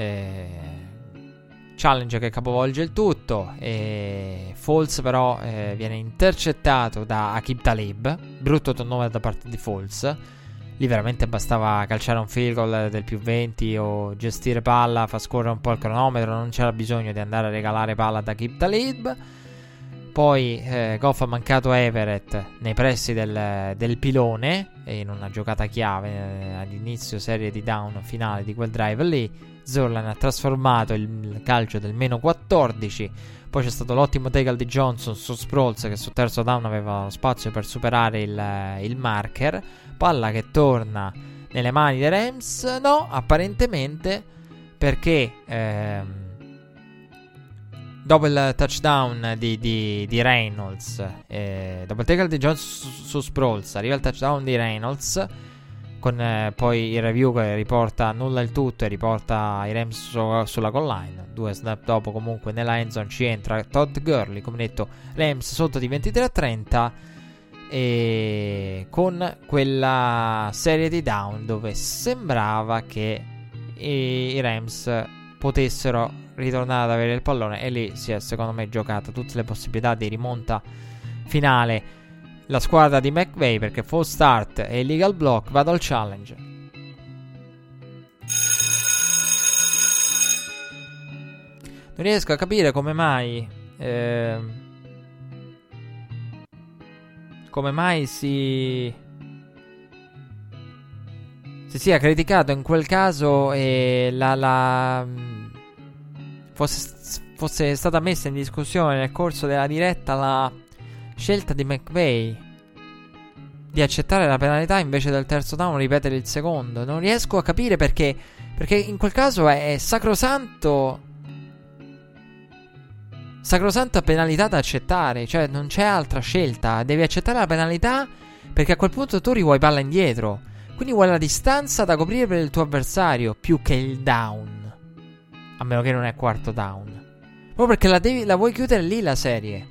Speaker 4: challenge che capovolge il tutto, e Foles però viene intercettato da Aqib Talib. Brutto turnover da parte di Foles. Lì veramente bastava calciare un field goal del più 20 o gestire palla, fa scorrere un po' il cronometro, non c'era bisogno di andare a regalare palla ad Aqib Talib. Poi Goff ha mancato Everett nei pressi del pilone in una giocata chiave all'inizio serie di down finale di quel drive lì. Zorlan ha trasformato il calcio del meno 14. Poi c'è stato l'ottimo tackle di Johnson su Sproles, che sul terzo down aveva spazio per superare il marker. Palla che torna nelle mani dei Rams. No, apparentemente, perché dopo il touchdown di Reynolds, dopo il tackle di Johnson su Sproles, arriva il touchdown di Reynolds, con poi il review che riporta nulla il tutto e riporta i Rams sulla goal line. 2 snap dopo comunque nella endzone ci entra Todd Gurley, come detto Rams sotto di 23-30, e con quella serie di down dove sembrava che i Rams potessero ritornare ad avere il pallone, e lì si è secondo me giocato tutte le possibilità di rimonta finale la squadra di McVay, perché false start e illegal block. Vado al challenge. Non riesco a capire come mai si sia criticato in quel caso e fosse stata messa in discussione nel corso della diretta la scelta di McVay di accettare la penalità invece del terzo down ripetere il secondo. Non riesco a capire perché in quel caso è sacrosanta penalità da accettare. Cioè non c'è altra scelta, devi accettare la penalità, perché a quel punto tu rivuoi palla indietro. Quindi vuole la distanza da coprire per il tuo avversario più che il down, a meno che non è quarto down, proprio perché la vuoi chiudere lì la serie.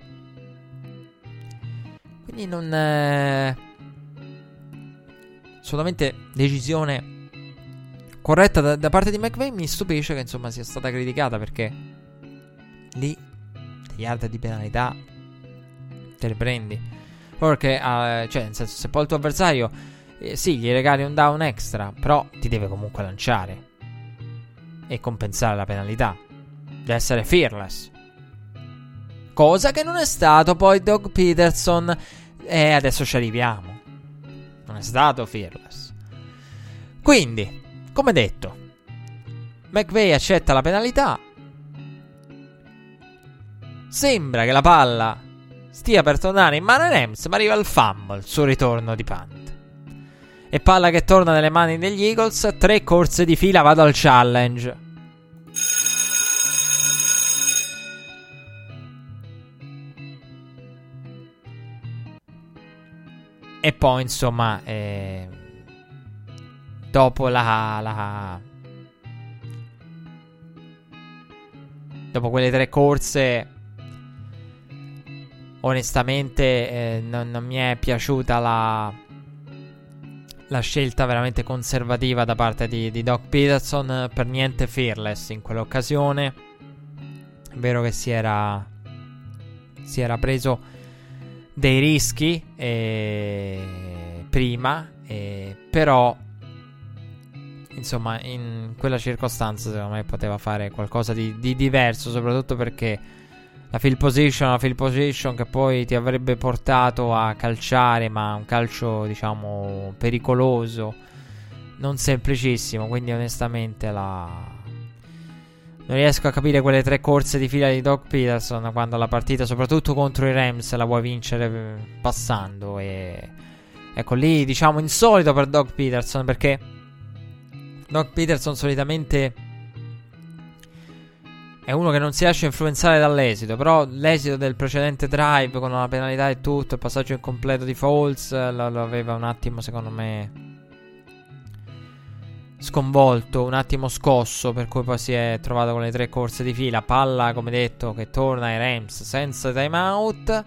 Speaker 4: Quindi non assolutamente decisione corretta da parte di McVay. Mi stupisce che insomma sia stata criticata, perché lì degli yard di penalità te le prendi, perché cioè nel senso, se poi il tuo avversario sì, gli regali un down extra, però ti deve comunque lanciare e compensare la penalità, deve essere fearless, cosa che non è stato poi Doug Peterson, e adesso ci arriviamo. Non è stato fearless. Quindi, come detto, McVay accetta la penalità. Sembra che la palla stia per tornare in mano ai Rams, ma arriva il fumble, il suo ritorno di punt. E palla che torna nelle mani degli Eagles. 3 corse di fila, vado al challenge. E poi insomma dopo dopo quelle 3 corse, onestamente non mi è piaciuta la scelta veramente conservativa da parte di Doug Peterson, per niente fearless in quell'occasione. È vero che si era preso dei rischi prima, però insomma in quella circostanza secondo me poteva fare qualcosa di diverso, soprattutto perché la field position che poi ti avrebbe portato a calciare, ma un calcio diciamo pericoloso, non semplicissimo. Quindi onestamente non riesco a capire quelle 3 corse di fila di Doug Peterson quando la partita, soprattutto contro i Rams, la vuoi vincere passando. E ecco, lì diciamo insolito per Doug Peterson, perché Doug Peterson solitamente è uno che non si lascia influenzare dall'esito, però l'esito del precedente drive con la penalità e tutto, il passaggio incompleto di Foles, lo aveva un attimo secondo me sconvolto, un attimo scosso, per cui poi si è trovato con le 3 corse di fila. Palla, come detto, che torna ai Rams senza timeout,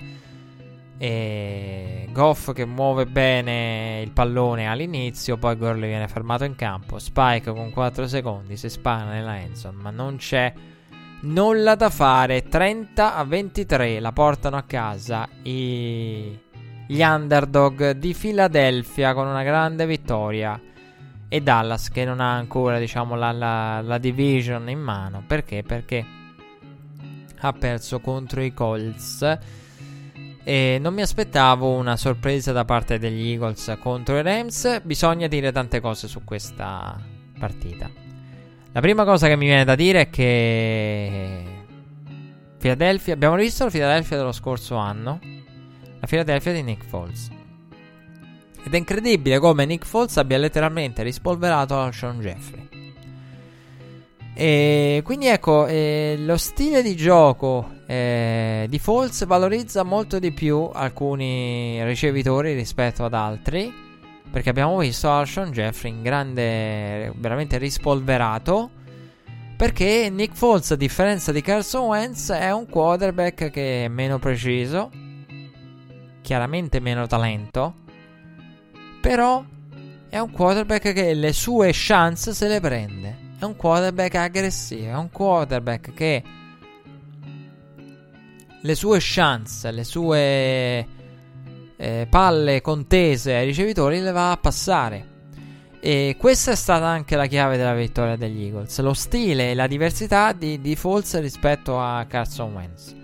Speaker 4: e Goff che muove bene il pallone all'inizio, poi Gurley viene fermato in campo, Spike con 4 secondi si spara nella endzone, ma non c'è nulla da fare. 30-23 la portano a casa gli underdog di Philadelphia con una grande vittoria, e Dallas che non ha ancora diciamo la division in mano. Perché ha perso contro i Colts, e non mi aspettavo una sorpresa da parte degli Eagles contro i Rams. Bisogna dire tante cose su questa partita. La prima cosa che mi viene da dire è che Philadelphia, abbiamo visto la Philadelphia dello scorso anno, la Philadelphia di Nick Foles, ed è incredibile come Nick Foles abbia letteralmente rispolverato Alshon Jeffrey. E quindi ecco, lo stile di gioco di Foles valorizza molto di più alcuni ricevitori rispetto ad altri, perché abbiamo visto Alshon Jeffrey in grande, veramente rispolverato, perché Nick Foles, a differenza di Carson Wentz, è un quarterback che è meno preciso, chiaramente meno talento, però è un quarterback che le sue chance se le prende. È un quarterback aggressivo, è un quarterback che le sue chance, le sue palle contese ai ricevitori le va a passare. E questa è stata anche la chiave della vittoria degli Eagles, lo stile e la diversità di Foles rispetto a Carson Wentz.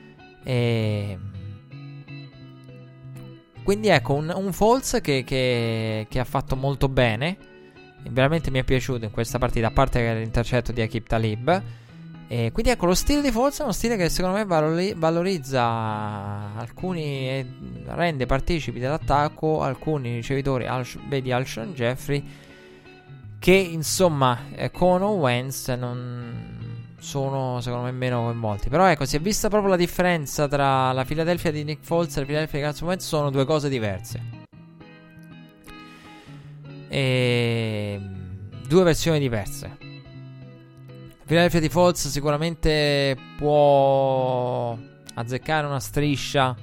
Speaker 4: Quindi ecco, un Foles che ha fatto molto bene. Veramente mi è piaciuto in questa partita, a parte che l'intercetto di Aqib Talib. E quindi ecco, lo stile di Foles è uno stile che secondo me valorizza alcuni e rende partecipi dell'attacco alcuni ricevitori. Vedi Alshon Jeffrey, che insomma con Wentz non sono secondo me meno coinvolti. Però ecco, si è vista proprio la differenza tra la Philadelphia di Nick Foles e la Philadelphia di Carson Wentz. Sono due cose diverse. e due versioni diverse. Philadelphia Defaults sicuramente può azzeccare una striscia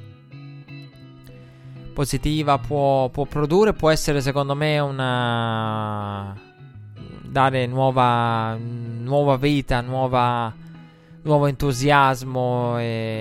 Speaker 4: positiva, può produrre, può essere secondo me dare nuova vita, nuovo entusiasmo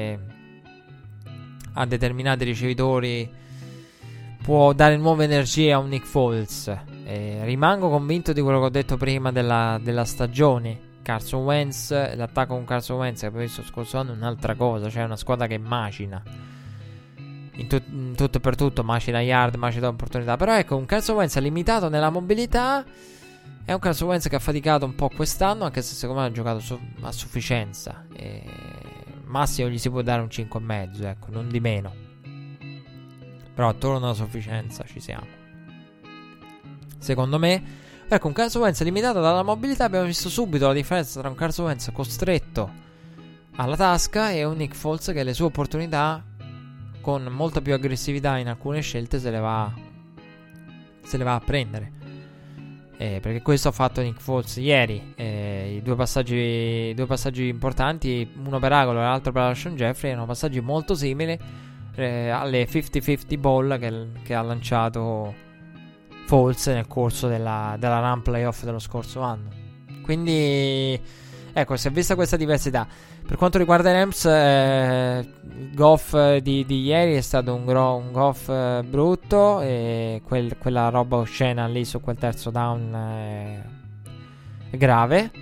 Speaker 4: a determinati ricevitori, può dare nuove energie a un Nick Foles. Rimango convinto di quello che ho detto prima della stagione. Carson Wentz, l'attacco con Carson Wentz che abbiamo visto scorso anno è un'altra cosa, cioè una squadra che macina in tutto e per tutto, macina yard, macina opportunità. Però ecco, un Carson Wentz limitato nella mobilità è un Carson Wentz che ha faticato un po' quest'anno, anche se secondo me ha giocato a sufficienza. Massimo gli si può dare un 5,5, ecco, non di meno. Però attorno alla sufficienza ci siamo, secondo me. Ecco, un Carson Wentz limitato dalla mobilità, abbiamo visto subito la differenza tra un Carson Wentz costretto alla tasca e un Nick Foles che le sue opportunità, con molta più aggressività in alcune scelte, se le va a prendere. Perché questo ha fatto Nick Foles ieri. I due passaggi importanti, uno per Agholor e l'altro per Alshon Jeffrey, erano passaggi molto simili alle 50-50 ball che ha lanciato Foles nel corso della run playoff dello scorso anno. Quindi ecco, si è vista questa diversità. Per quanto riguarda i Rams, il Goff di ieri è stato un Goff brutto, e quella roba oscena lì su quel terzo down è grave.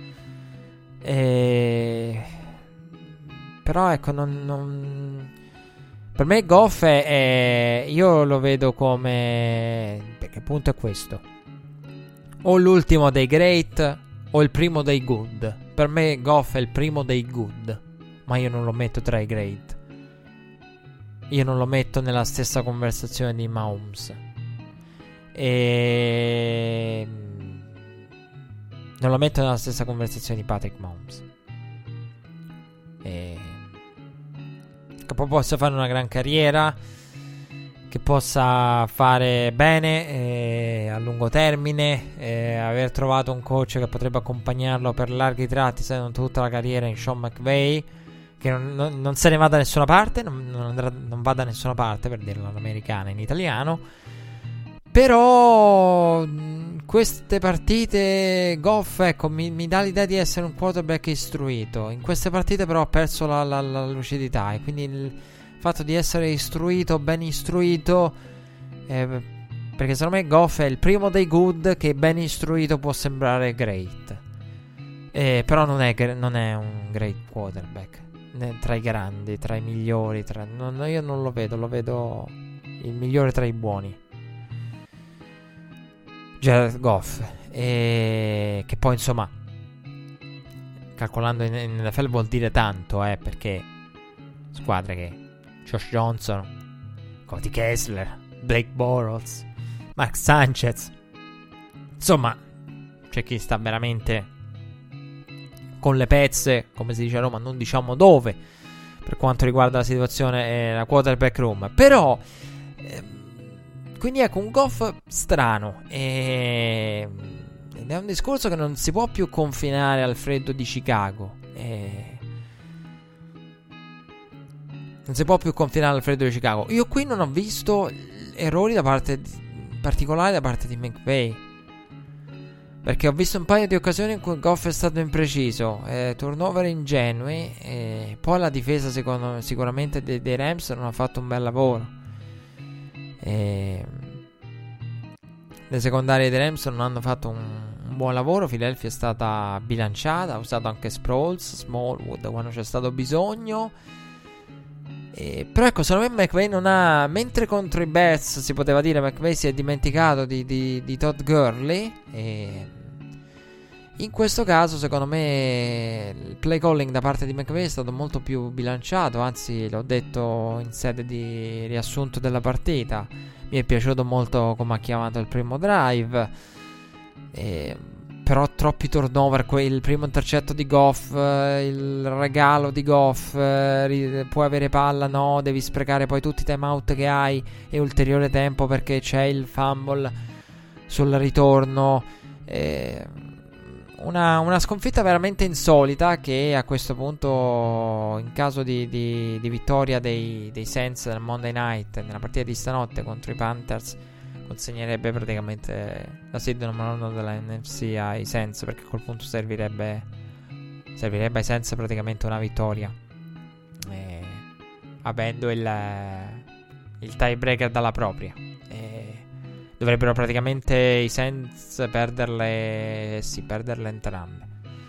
Speaker 4: Però ecco, per me Goff io lo vedo come, perché il punto è questo: o l'ultimo dei great o il primo dei good. Per me Goff è il primo dei good, ma io non lo metto tra i great. Io non lo metto nella stessa conversazione di Mahomes, e non lo metto nella stessa conversazione di Patrick Mahomes, che poi possa fare una gran carriera, che possa fare bene a lungo termine, aver trovato un coach che potrebbe accompagnarlo per larghi tratti, se non tutta la carriera, in Sean McVay, che non se ne va da nessuna parte, non va da nessuna parte, per dirlo all'americana in italiano. Però queste partite Goff, ecco, mi dà l'idea di essere un quarterback istruito. In queste partite però ha perso la lucidità, e quindi il fatto di essere istruito, ben istruito, perché secondo me Goff è il primo dei good che ben istruito può sembrare great, però non è un great quarterback tra i grandi, tra i migliori, io non lo vedo il migliore tra i buoni, Jared Goff, che poi insomma, calcolando in NFL vuol dire tanto, perché squadre che Josh Johnson, Cody Kessler, Blake Bortles, Mark Sanchez, insomma c'è chi sta veramente con le pezze, come si dice a Roma, non diciamo dove, per quanto riguarda la situazione, la quarterback room. Però quindi ecco, un Goff strano, ed è un discorso che non si può più confinare al freddo di Chicago, non si può più confinare al freddo di Chicago. Io qui non ho visto errori particolari da parte di McVay, perché ho visto un paio di occasioni in cui Goff è stato impreciso, turnover ingenui, poi la difesa sicuramente dei Rams non ha fatto un bel lavoro. Le secondarie dei Rams non hanno fatto un buon lavoro. Philadelphia è stata bilanciata, ha usato anche Smallwood quando c'è stato bisogno. Però ecco, secondo me McVay non ha, mentre contro i Bears si poteva dire McVay si è dimenticato di Todd Gurley, in questo caso secondo me il play calling da parte di McVay è stato molto più bilanciato. Anzi, l'ho detto in sede di riassunto della partita, mi è piaciuto molto come ha chiamato il primo drive, però troppi turnover, il primo intercetto di Goff, il regalo di Goff, puoi avere palla, no, devi sprecare poi tutti i timeout che hai e ulteriore tempo perché c'è il fumble sul ritorno. Una sconfitta veramente insolita, che a questo punto, in caso di vittoria dei Saints nel Monday Night, nella partita di stanotte contro i Panthers, consegnerebbe praticamente la seed numero 1 della NFC ai Saints, perché a quel punto servirebbe ai Saints praticamente una vittoria, avendo il tiebreaker dalla propria. Dovrebbero praticamente i Saints perderle entrambe.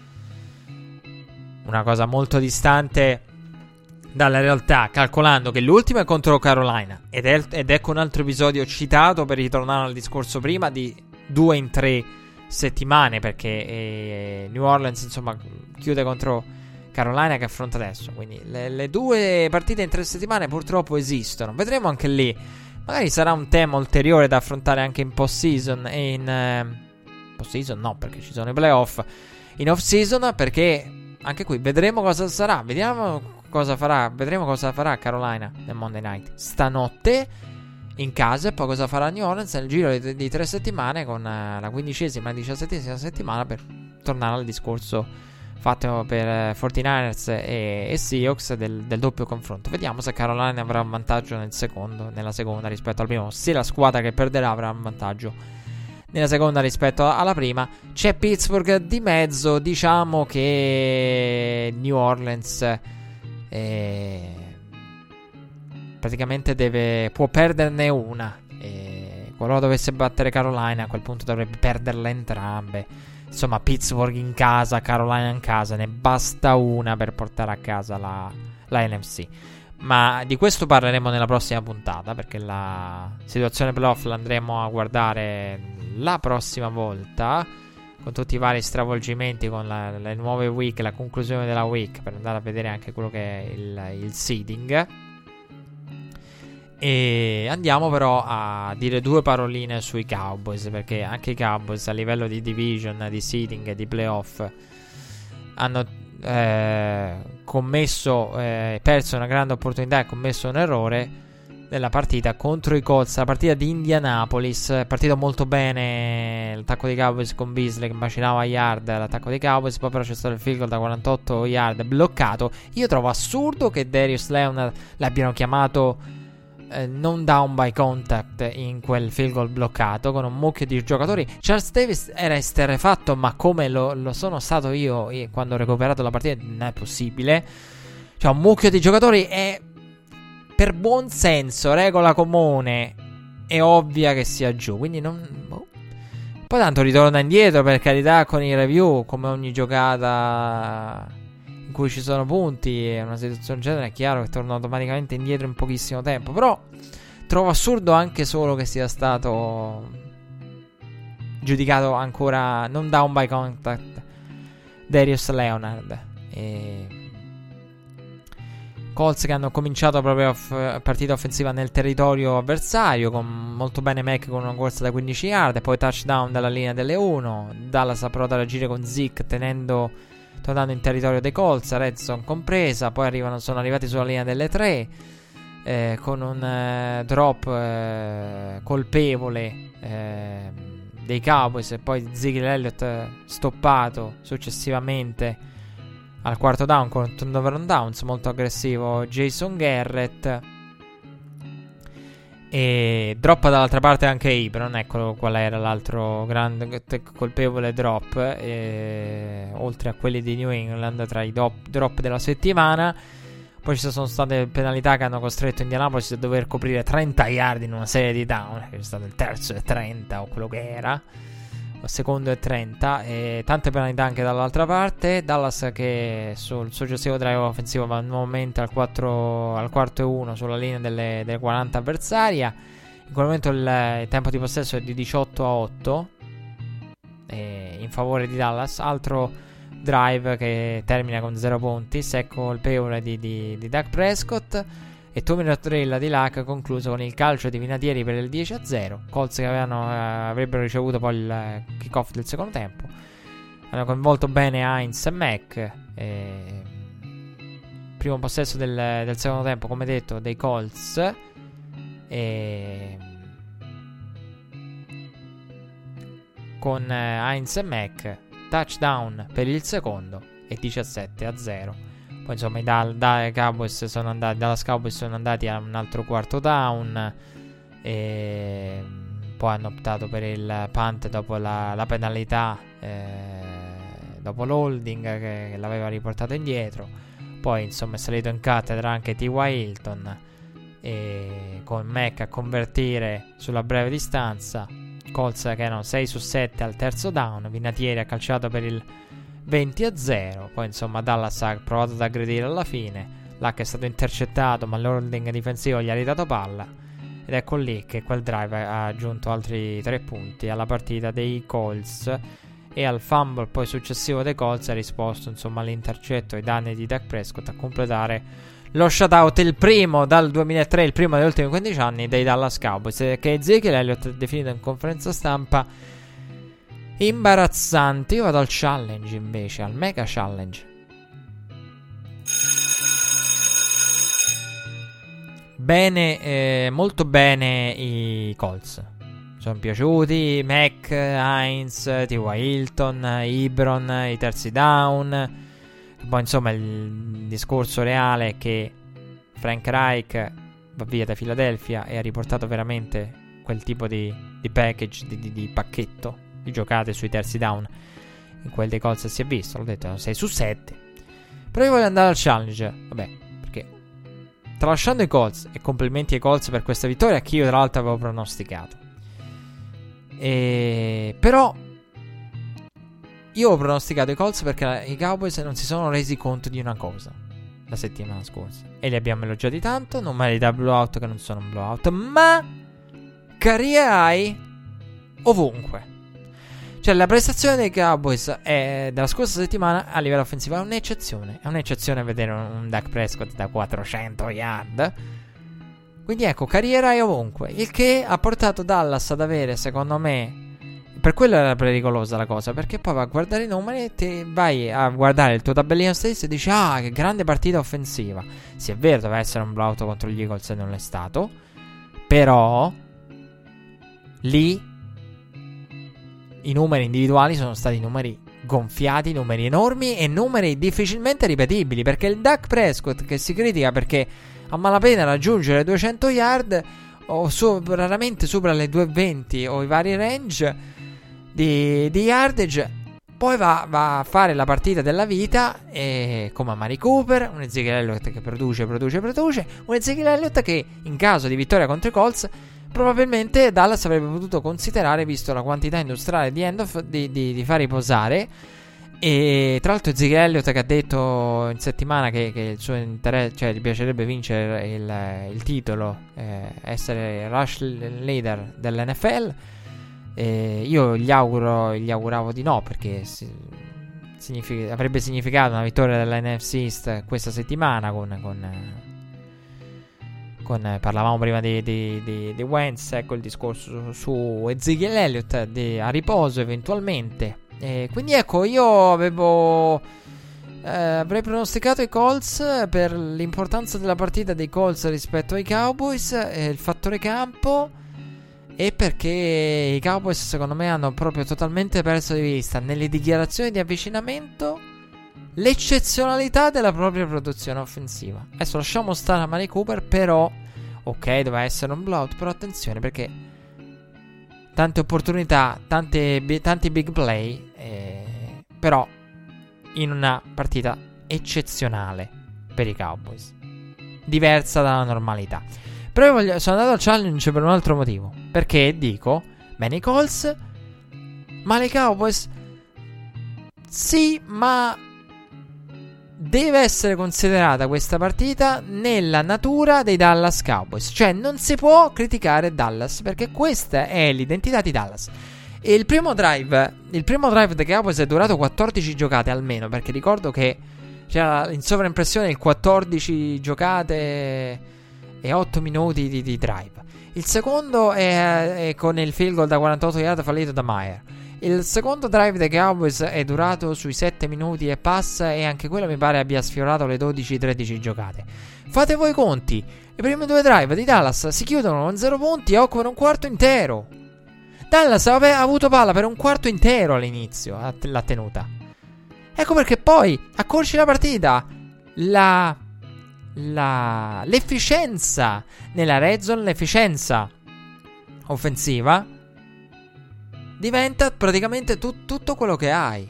Speaker 4: Una cosa molto distante dalla realtà, calcolando che l'ultima è contro Carolina ed è con un altro episodio citato, per ritornare al discorso prima, di 2 in 3 settimane, perché New Orleans insomma chiude contro Carolina, che affronta adesso. Quindi le 2 partite in 3 settimane purtroppo esistono. Vedremo anche lì. Magari sarà un tema ulteriore da affrontare anche in post-season e in post-season no, perché ci sono i playoff. In off-season, perché anche qui vedremo cosa sarà. Vedremo cosa farà Carolina nel Monday Night stanotte in casa, e poi cosa farà New Orleans nel giro di 3 settimane, con la 15ª e 17ª settimana, per tornare al discorso fatto per 49ers e Seahawks del doppio confronto. Vediamo se Carolina avrà un vantaggio nella seconda rispetto al primo. Se la squadra che perderà avrà un vantaggio nella seconda rispetto alla prima. C'è Pittsburgh di mezzo. Diciamo che New Orleans praticamente può perderne una, qualora dovesse battere Carolina, a quel punto dovrebbe perderle entrambe. Insomma, Pittsburgh in casa, Carolina in casa, ne basta una per portare a casa la NFC. Ma di questo parleremo nella prossima puntata, perché la situazione playoff la andremo a guardare la prossima volta, con tutti i vari stravolgimenti, con le nuove week, la conclusione della week, per andare a vedere anche quello che è il seeding. E andiamo però a dire 2 paroline sui Cowboys, perché anche i Cowboys a livello di division, di seeding e di playoff hanno perso una grande opportunità e commesso un errore nella partita contro i Colts, la partita di Indianapolis. Partito molto bene l'attacco dei Cowboys con Beasley che macinava yard, l'attacco dei Cowboys, poi però c'è stato il field goal da 48 yard bloccato. Io trovo assurdo che Darius Leonard l'abbiano chiamato non down by contact in quel field goal bloccato, con un mucchio di giocatori. Charles Davis era esterrefatto, ma come lo sono stato io quando ho recuperato la partita, non è possibile. Cioè, un mucchio di giocatori è, per buon senso, regola comune, è ovvia che sia giù. Quindi poi tanto ritorna indietro, per carità, con i review, come ogni giocata in cui ci sono punti, è una situazione genere, è chiaro che torna automaticamente indietro in pochissimo tempo. Però trovo assurdo anche solo che sia stato giudicato ancora non down by contact Darius Leonard. Colts che hanno cominciato la propria partita offensiva nel territorio avversario, con molto bene Mac con una corsa da 15 yard, poi touchdown dalla linea delle 1. Dallas ha provato ad agire con Zeke tornando in territorio dei Colts, red zone compresa. Poi sono arrivati sulla linea delle 3 con un drop colpevole dei Cowboys, e poi Ezekiel Elliott stoppato successivamente al quarto down con un turnover on downs molto aggressivo Jason Garrett, e droppa dall'altra parte anche Ebron. Eccolo qual era l'altro grande colpevole drop, oltre a quelli di New England, tra i drop della settimana. Poi ci sono state penalità che hanno costretto Indianapolis a dover coprire 30 yard in una serie di down, che è stato il terzo e 30 o quello che era, il secondo e 30, e tante penalità anche dall'altra parte. Dallas che sul successivo drive offensivo va nuovamente al quarto e 1 sulla linea delle 40 avversaria. In quel momento il tempo di possesso è di 18-8 in favore di Dallas. Altro drive che termina con 0 punti, sack colpevole di Dak Prescott, e 2 minute drill di Luck concluso con il calcio di Vinatieri per il 10-0. Colts che avrebbero ricevuto poi il kickoff del secondo tempo. Hanno coinvolto bene Hines e Mac. Primo possesso del secondo tempo, come detto, dei Colts. con Hines e Mack, touchdown per il secondo e 17-0. Poi insomma i Dallas Cowboys sono andati a un altro quarto down e poi hanno optato per il punt dopo la penalità, dopo l'holding che l'aveva riportato indietro. Poi insomma è salito in cattedra anche T.Y. Hilton, e con Mack a convertire sulla breve distanza. Colts che erano 6-7 al terzo down. Vinatieri ha calciato per il 20-0. Poi insomma Dallas ha provato ad aggredire alla fine. Luck è stato intercettato, ma l'holding difensivo gli ha ridato palla, ed ecco lì che quel drive ha aggiunto altri 3 punti alla partita dei Colts. E al fumble poi successivo dei Colts ha risposto insomma all'intercetto ai danni di Dak Prescott a completare lo shutout, il primo dal 2003, il primo degli ultimi 15 anni dei Dallas Cowboys, che Ezekiel Elliott ha definito in conferenza stampa imbarazzante. Io vado al challenge invece, al mega challenge. Bene, molto bene i Colts. Sono piaciuti Mack, Hines, T.Y. Hilton, Ebron, i terzi down. Poi insomma il discorso reale è che Frank Reich va via da Philadelphia e ha riportato veramente quel tipo di package, di pacchetto di giocate sui terzi down. In quel dei Colts si è visto, l'ho detto, 6-7. Però io voglio andare al challenge, vabbè, perché tralasciando i Colts, e complimenti ai Colts per questa vittoria che io tra l'altro avevo pronosticato, però io ho pronosticato i Colts perché i Cowboys non si sono resi conto di una cosa la settimana scorsa, e li abbiamo elogiati tanto, non mai da blowout che non sono un blowout, ma career high ovunque. Cioè la prestazione dei Cowboys della scorsa settimana a livello offensivo è un'eccezione. È un'eccezione vedere un Dak Prescott da 400 yard. Quindi ecco, career high ovunque, il che ha portato Dallas ad avere, secondo me, per quello era pericolosa la cosa, perché poi vai a guardare i numeri e ti vai a guardare il tuo tabellino stesso e dici: ah, che grande partita offensiva. Sì, è vero, doveva essere un blowout contro gli Eagles e non l'è stato, però lì i numeri individuali sono stati numeri gonfiati, numeri enormi e numeri difficilmente ripetibili, perché il Dak Prescott che si critica perché a malapena raggiunge le 200 yard o raramente sopra le 220 o i vari range di yardage, poi va a fare la partita della vita, come a Mari Cooper, un Ezekiel Elliott che produce, un Ezekiel Elliott che in caso di vittoria contro i Colts probabilmente Dallas avrebbe potuto considerare, visto la quantità industriale di handoff, di far riposare. E tra l'altro Ezekiel Elliott che ha detto in settimana che il suo interesse, cioè gli piacerebbe vincere il titolo, essere rush leader dell'NFL. Io gli auguravo di no, perché avrebbe significato una vittoria della NFC East questa settimana parlavamo prima di Wentz, ecco il discorso su Ezekiel Elliott a riposo eventualmente. Quindi ecco, io avrei pronosticato i Colts per l'importanza della partita dei Colts rispetto ai Cowboys, il fattore campo, e perché i Cowboys secondo me hanno proprio totalmente perso di vista nelle dichiarazioni di avvicinamento l'eccezionalità della propria produzione offensiva. Adesso lasciamo stare a Mari Cooper, però ok, doveva essere un blowout, però attenzione, perché tante opportunità, tanti big play, però in una partita eccezionale per i Cowboys, diversa dalla normalità. Però io sono andato al challenge per un altro motivo, perché dico, bene i Colts, ma le Cowboys sì, ma deve essere considerata questa partita nella natura dei Dallas Cowboys. Cioè non si può criticare Dallas, perché questa è l'identità di Dallas. E il primo drive dei Cowboys è durato 14 giocate almeno, perché ricordo che c'era in sovraimpressione il 14 giocate e 8 minuti di drive. Il secondo è con il field goal da 48 yard fallito da Meyer. Il secondo drive dei Cowboys è durato sui 7 minuti e passa, e anche quello mi pare abbia sfiorato le 12-13 giocate. Fate voi i conti. I primi due drive di Dallas si chiudono con 0 punti e occupano un quarto intero. Dallas aveva avuto palla per un quarto intero all'inizio, l'ha tenuta. Ecco perché poi accorci la partita, l'efficienza nella red zone, l'efficienza offensiva diventa praticamente tutto quello che hai,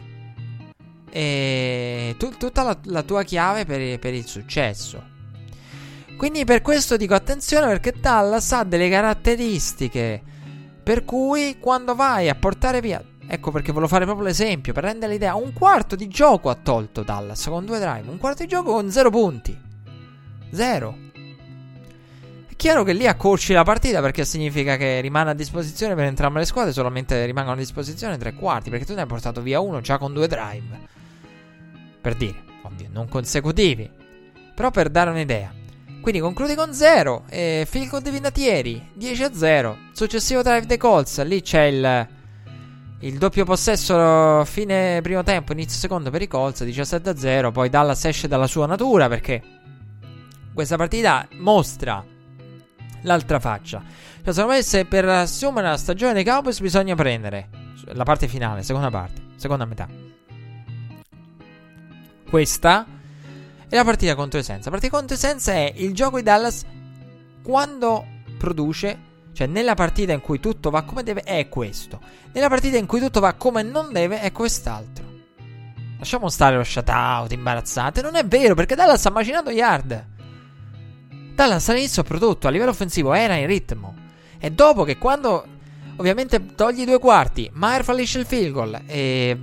Speaker 4: e tutta la tua chiave per il successo. Quindi per questo dico attenzione, perché Dallas ha delle caratteristiche per cui quando vai a portare via, ecco perché volevo fare proprio l'esempio per rendere l'idea, un quarto di gioco ha tolto Dallas con 2 drive, un quarto di gioco con 0 punti, 0. È chiaro che lì accorci la partita, perché significa che rimane a disposizione per entrambe le squadre, solamente rimangono a disposizione 3 quarti, perché tu ne hai portato via uno già con 2 drive, per dire, ovvio, non consecutivi, però per dare un'idea. Quindi concludi con 0, field goal di Vinatieri, 10-0, successivo drive dei Colts, lì c'è il doppio possesso fine primo tempo, inizio secondo per i Colts, 17-0, poi Dallas esce dalla sua natura, perché questa partita mostra l'altra faccia. Cioè, secondo me, se per assumere la stagione dei Cowboys bisogna prendere la parte finale, seconda metà, questa è la partita contro i Saints. La partita contro i Saints è il gioco di Dallas quando produce, cioè nella partita in cui tutto va come deve è questo, nella partita in cui tutto va come non deve è quest'altro. Lasciamo stare lo shutout imbarazzante, non è vero, perché Dallas ha macinato yard. Dallas all'inizio ha prodotto, a livello offensivo era in ritmo, e dopo che, quando ovviamente togli 2 quarti, Maher fallisce il field goal e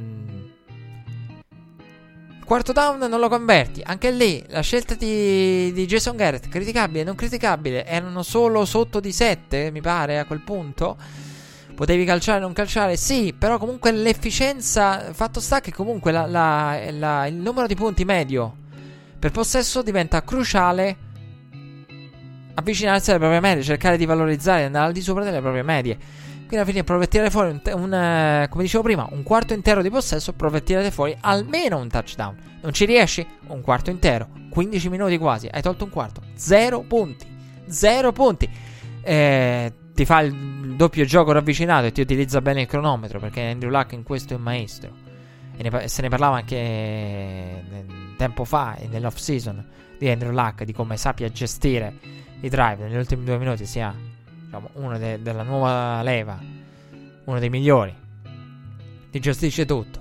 Speaker 4: quarto down non lo converti, anche lì la scelta di Jason Garrett, criticabile, non criticabile, erano solo sotto di 7 mi pare a quel punto, potevi calciare, non calciare, sì, però comunque l'efficienza, fatto sta che comunque il numero di punti medio per possesso diventa cruciale, avvicinarsi alle proprie medie, cercare di valorizzare, andare al di sopra delle proprie medie. Quindi alla fine provi a tirare fuori come dicevo prima, un quarto intero di possesso, provi a tirare fuori almeno un touchdown. Non ci riesci? Un quarto intero, 15 minuti quasi, hai tolto un quarto, 0 punti. 0 punti. Ti fa il doppio gioco ravvicinato e ti utilizza bene il cronometro, perché Andrew Luck in questo è maestro. E se ne parlava anche tempo fa, nell'off season, di Andrew Luck, di come sappia gestire i drive negli ultimi 2 minuti, sia uno della nuova leva, uno dei migliori, ti gestisce tutto,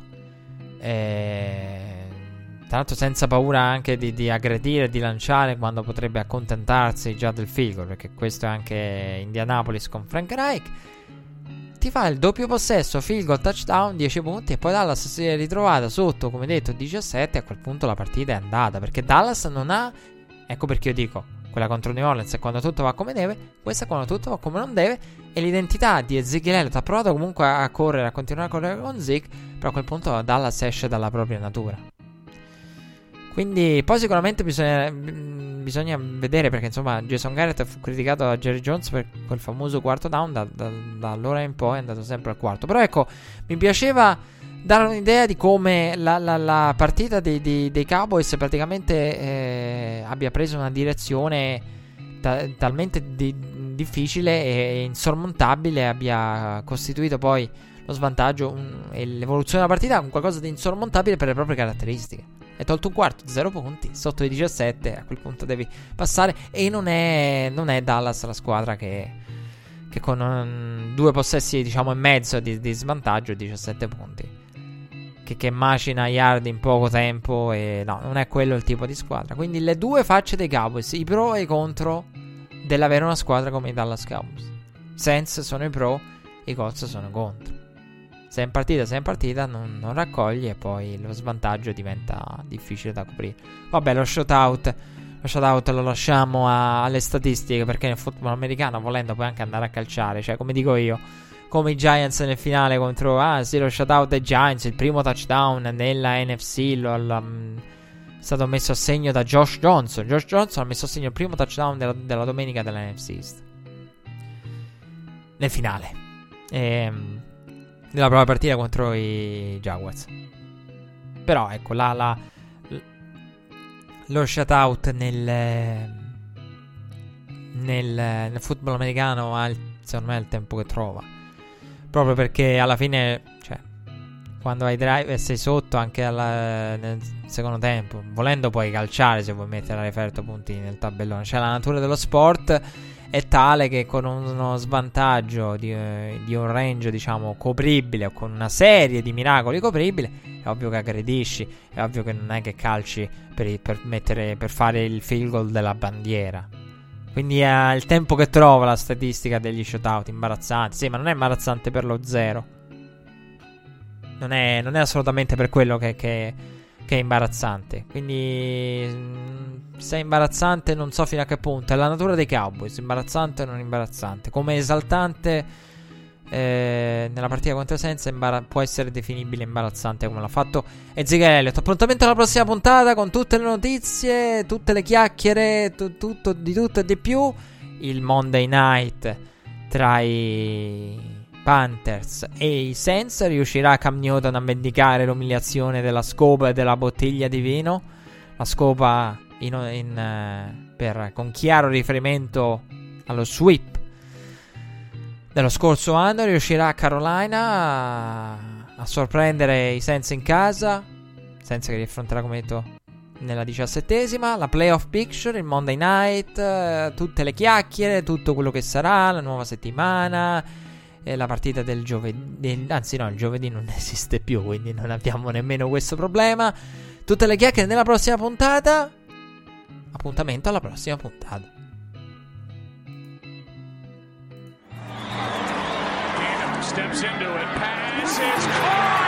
Speaker 4: tra l'altro senza paura anche di aggredire, di lanciare, quando potrebbe accontentarsi già del field goal, perché questo è anche Indianapolis con Frank Reich. Ti fa il doppio possesso, field goal, touchdown, 10 punti, e poi Dallas si è ritrovata sotto, come detto, 17, e a quel punto la partita è andata, perché Dallas non ha, ecco perché io dico, quella contro New Orleans è quando tutto va come deve, questa è quando tutto va come non deve, e l'identità di Ezekiel Elliott ha provato comunque a correre, a continuare a correre con Zeke, però a quel punto Dallas esce dalla propria natura. Quindi poi sicuramente bisogna vedere, perché insomma Jason Garrett fu criticato da Jerry Jones per quel famoso quarto down, da allora in poi è andato sempre al quarto. Però ecco, mi piaceva dare un'idea di come la partita dei Cowboys praticamente abbia preso una direzione talmente difficile e insormontabile, abbia costituito poi lo svantaggio e l'evoluzione della partita con qualcosa di insormontabile per le proprie caratteristiche. Hai tolto un quarto, 0 punti, sotto i 17, a quel punto devi passare, e non è Dallas la squadra che con 2 possessi diciamo e mezzo di svantaggio, 17 punti, che macina yard in poco tempo, e no, non è quello il tipo di squadra. Quindi le due facce dei Cowboys, i pro e i contro dell'avere una squadra come i Dallas Cowboys. Saints sono i pro, i Colts sono contro. Se è in partita non raccogli, e poi lo svantaggio diventa difficile da coprire. Vabbè, lo shootout lo lasciamo alle statistiche, perché nel football americano, volendo, puoi anche andare a calciare. Cioè, come dico io, come i Giants nel finale contro lo shootout dei Giants, il primo touchdown nella NFC è stato messo a segno da Josh Johnson. Josh Johnson ha messo a segno il primo touchdown della domenica della NFC East nel finale della propria partita contro i Jaguars. Però ecco, lo shutout nel football americano secondo me è il tempo che trova. proprio perché alla fine, cioè, quando hai drive e sei sotto anche nel secondo tempo, volendo puoi calciare se vuoi mettere a referto punti nel tabellone. Cioè la natura dello sport è tale che con uno svantaggio di un range, diciamo, copribile, o con una serie di miracoli copribili, è ovvio che aggredisci, è ovvio che non è che calci per fare il field goal della bandiera. Quindi è il tempo che trova la statistica degli shootout imbarazzante. Sì, ma non è imbarazzante per lo zero. Non è assolutamente per quello che è imbarazzante. Quindi se è imbarazzante non so fino a che punto. È la natura dei Cowboys, imbarazzante o non imbarazzante. Come esaltante nella partita contro i Saints può essere definibile imbarazzante, come l'ha fatto Ezekiel Elliott. Appuntamento alla prossima puntata con tutte le notizie, tutte le chiacchiere, di tutto e di più. Il Monday Night tra i Panthers e i Saints. Riuscirà Cam Newton a vendicare l'umiliazione della scopa e della bottiglia di vino? La scopa con chiaro riferimento allo sweep dello scorso anno. Riuscirà Carolina a sorprendere i Saints in casa, Saints che li affronterà, come detto, nella 17esima. La playoff picture, il Monday Night, tutte le chiacchiere, tutto quello che sarà, la nuova settimana, la partita del giovedì. Anzi no, il giovedì non esiste più, quindi non abbiamo nemmeno questo problema. Tutte le chiacchiere nella prossima puntata. Appuntamento alla prossima puntata.
Speaker 1: Steps into it, pass is caught!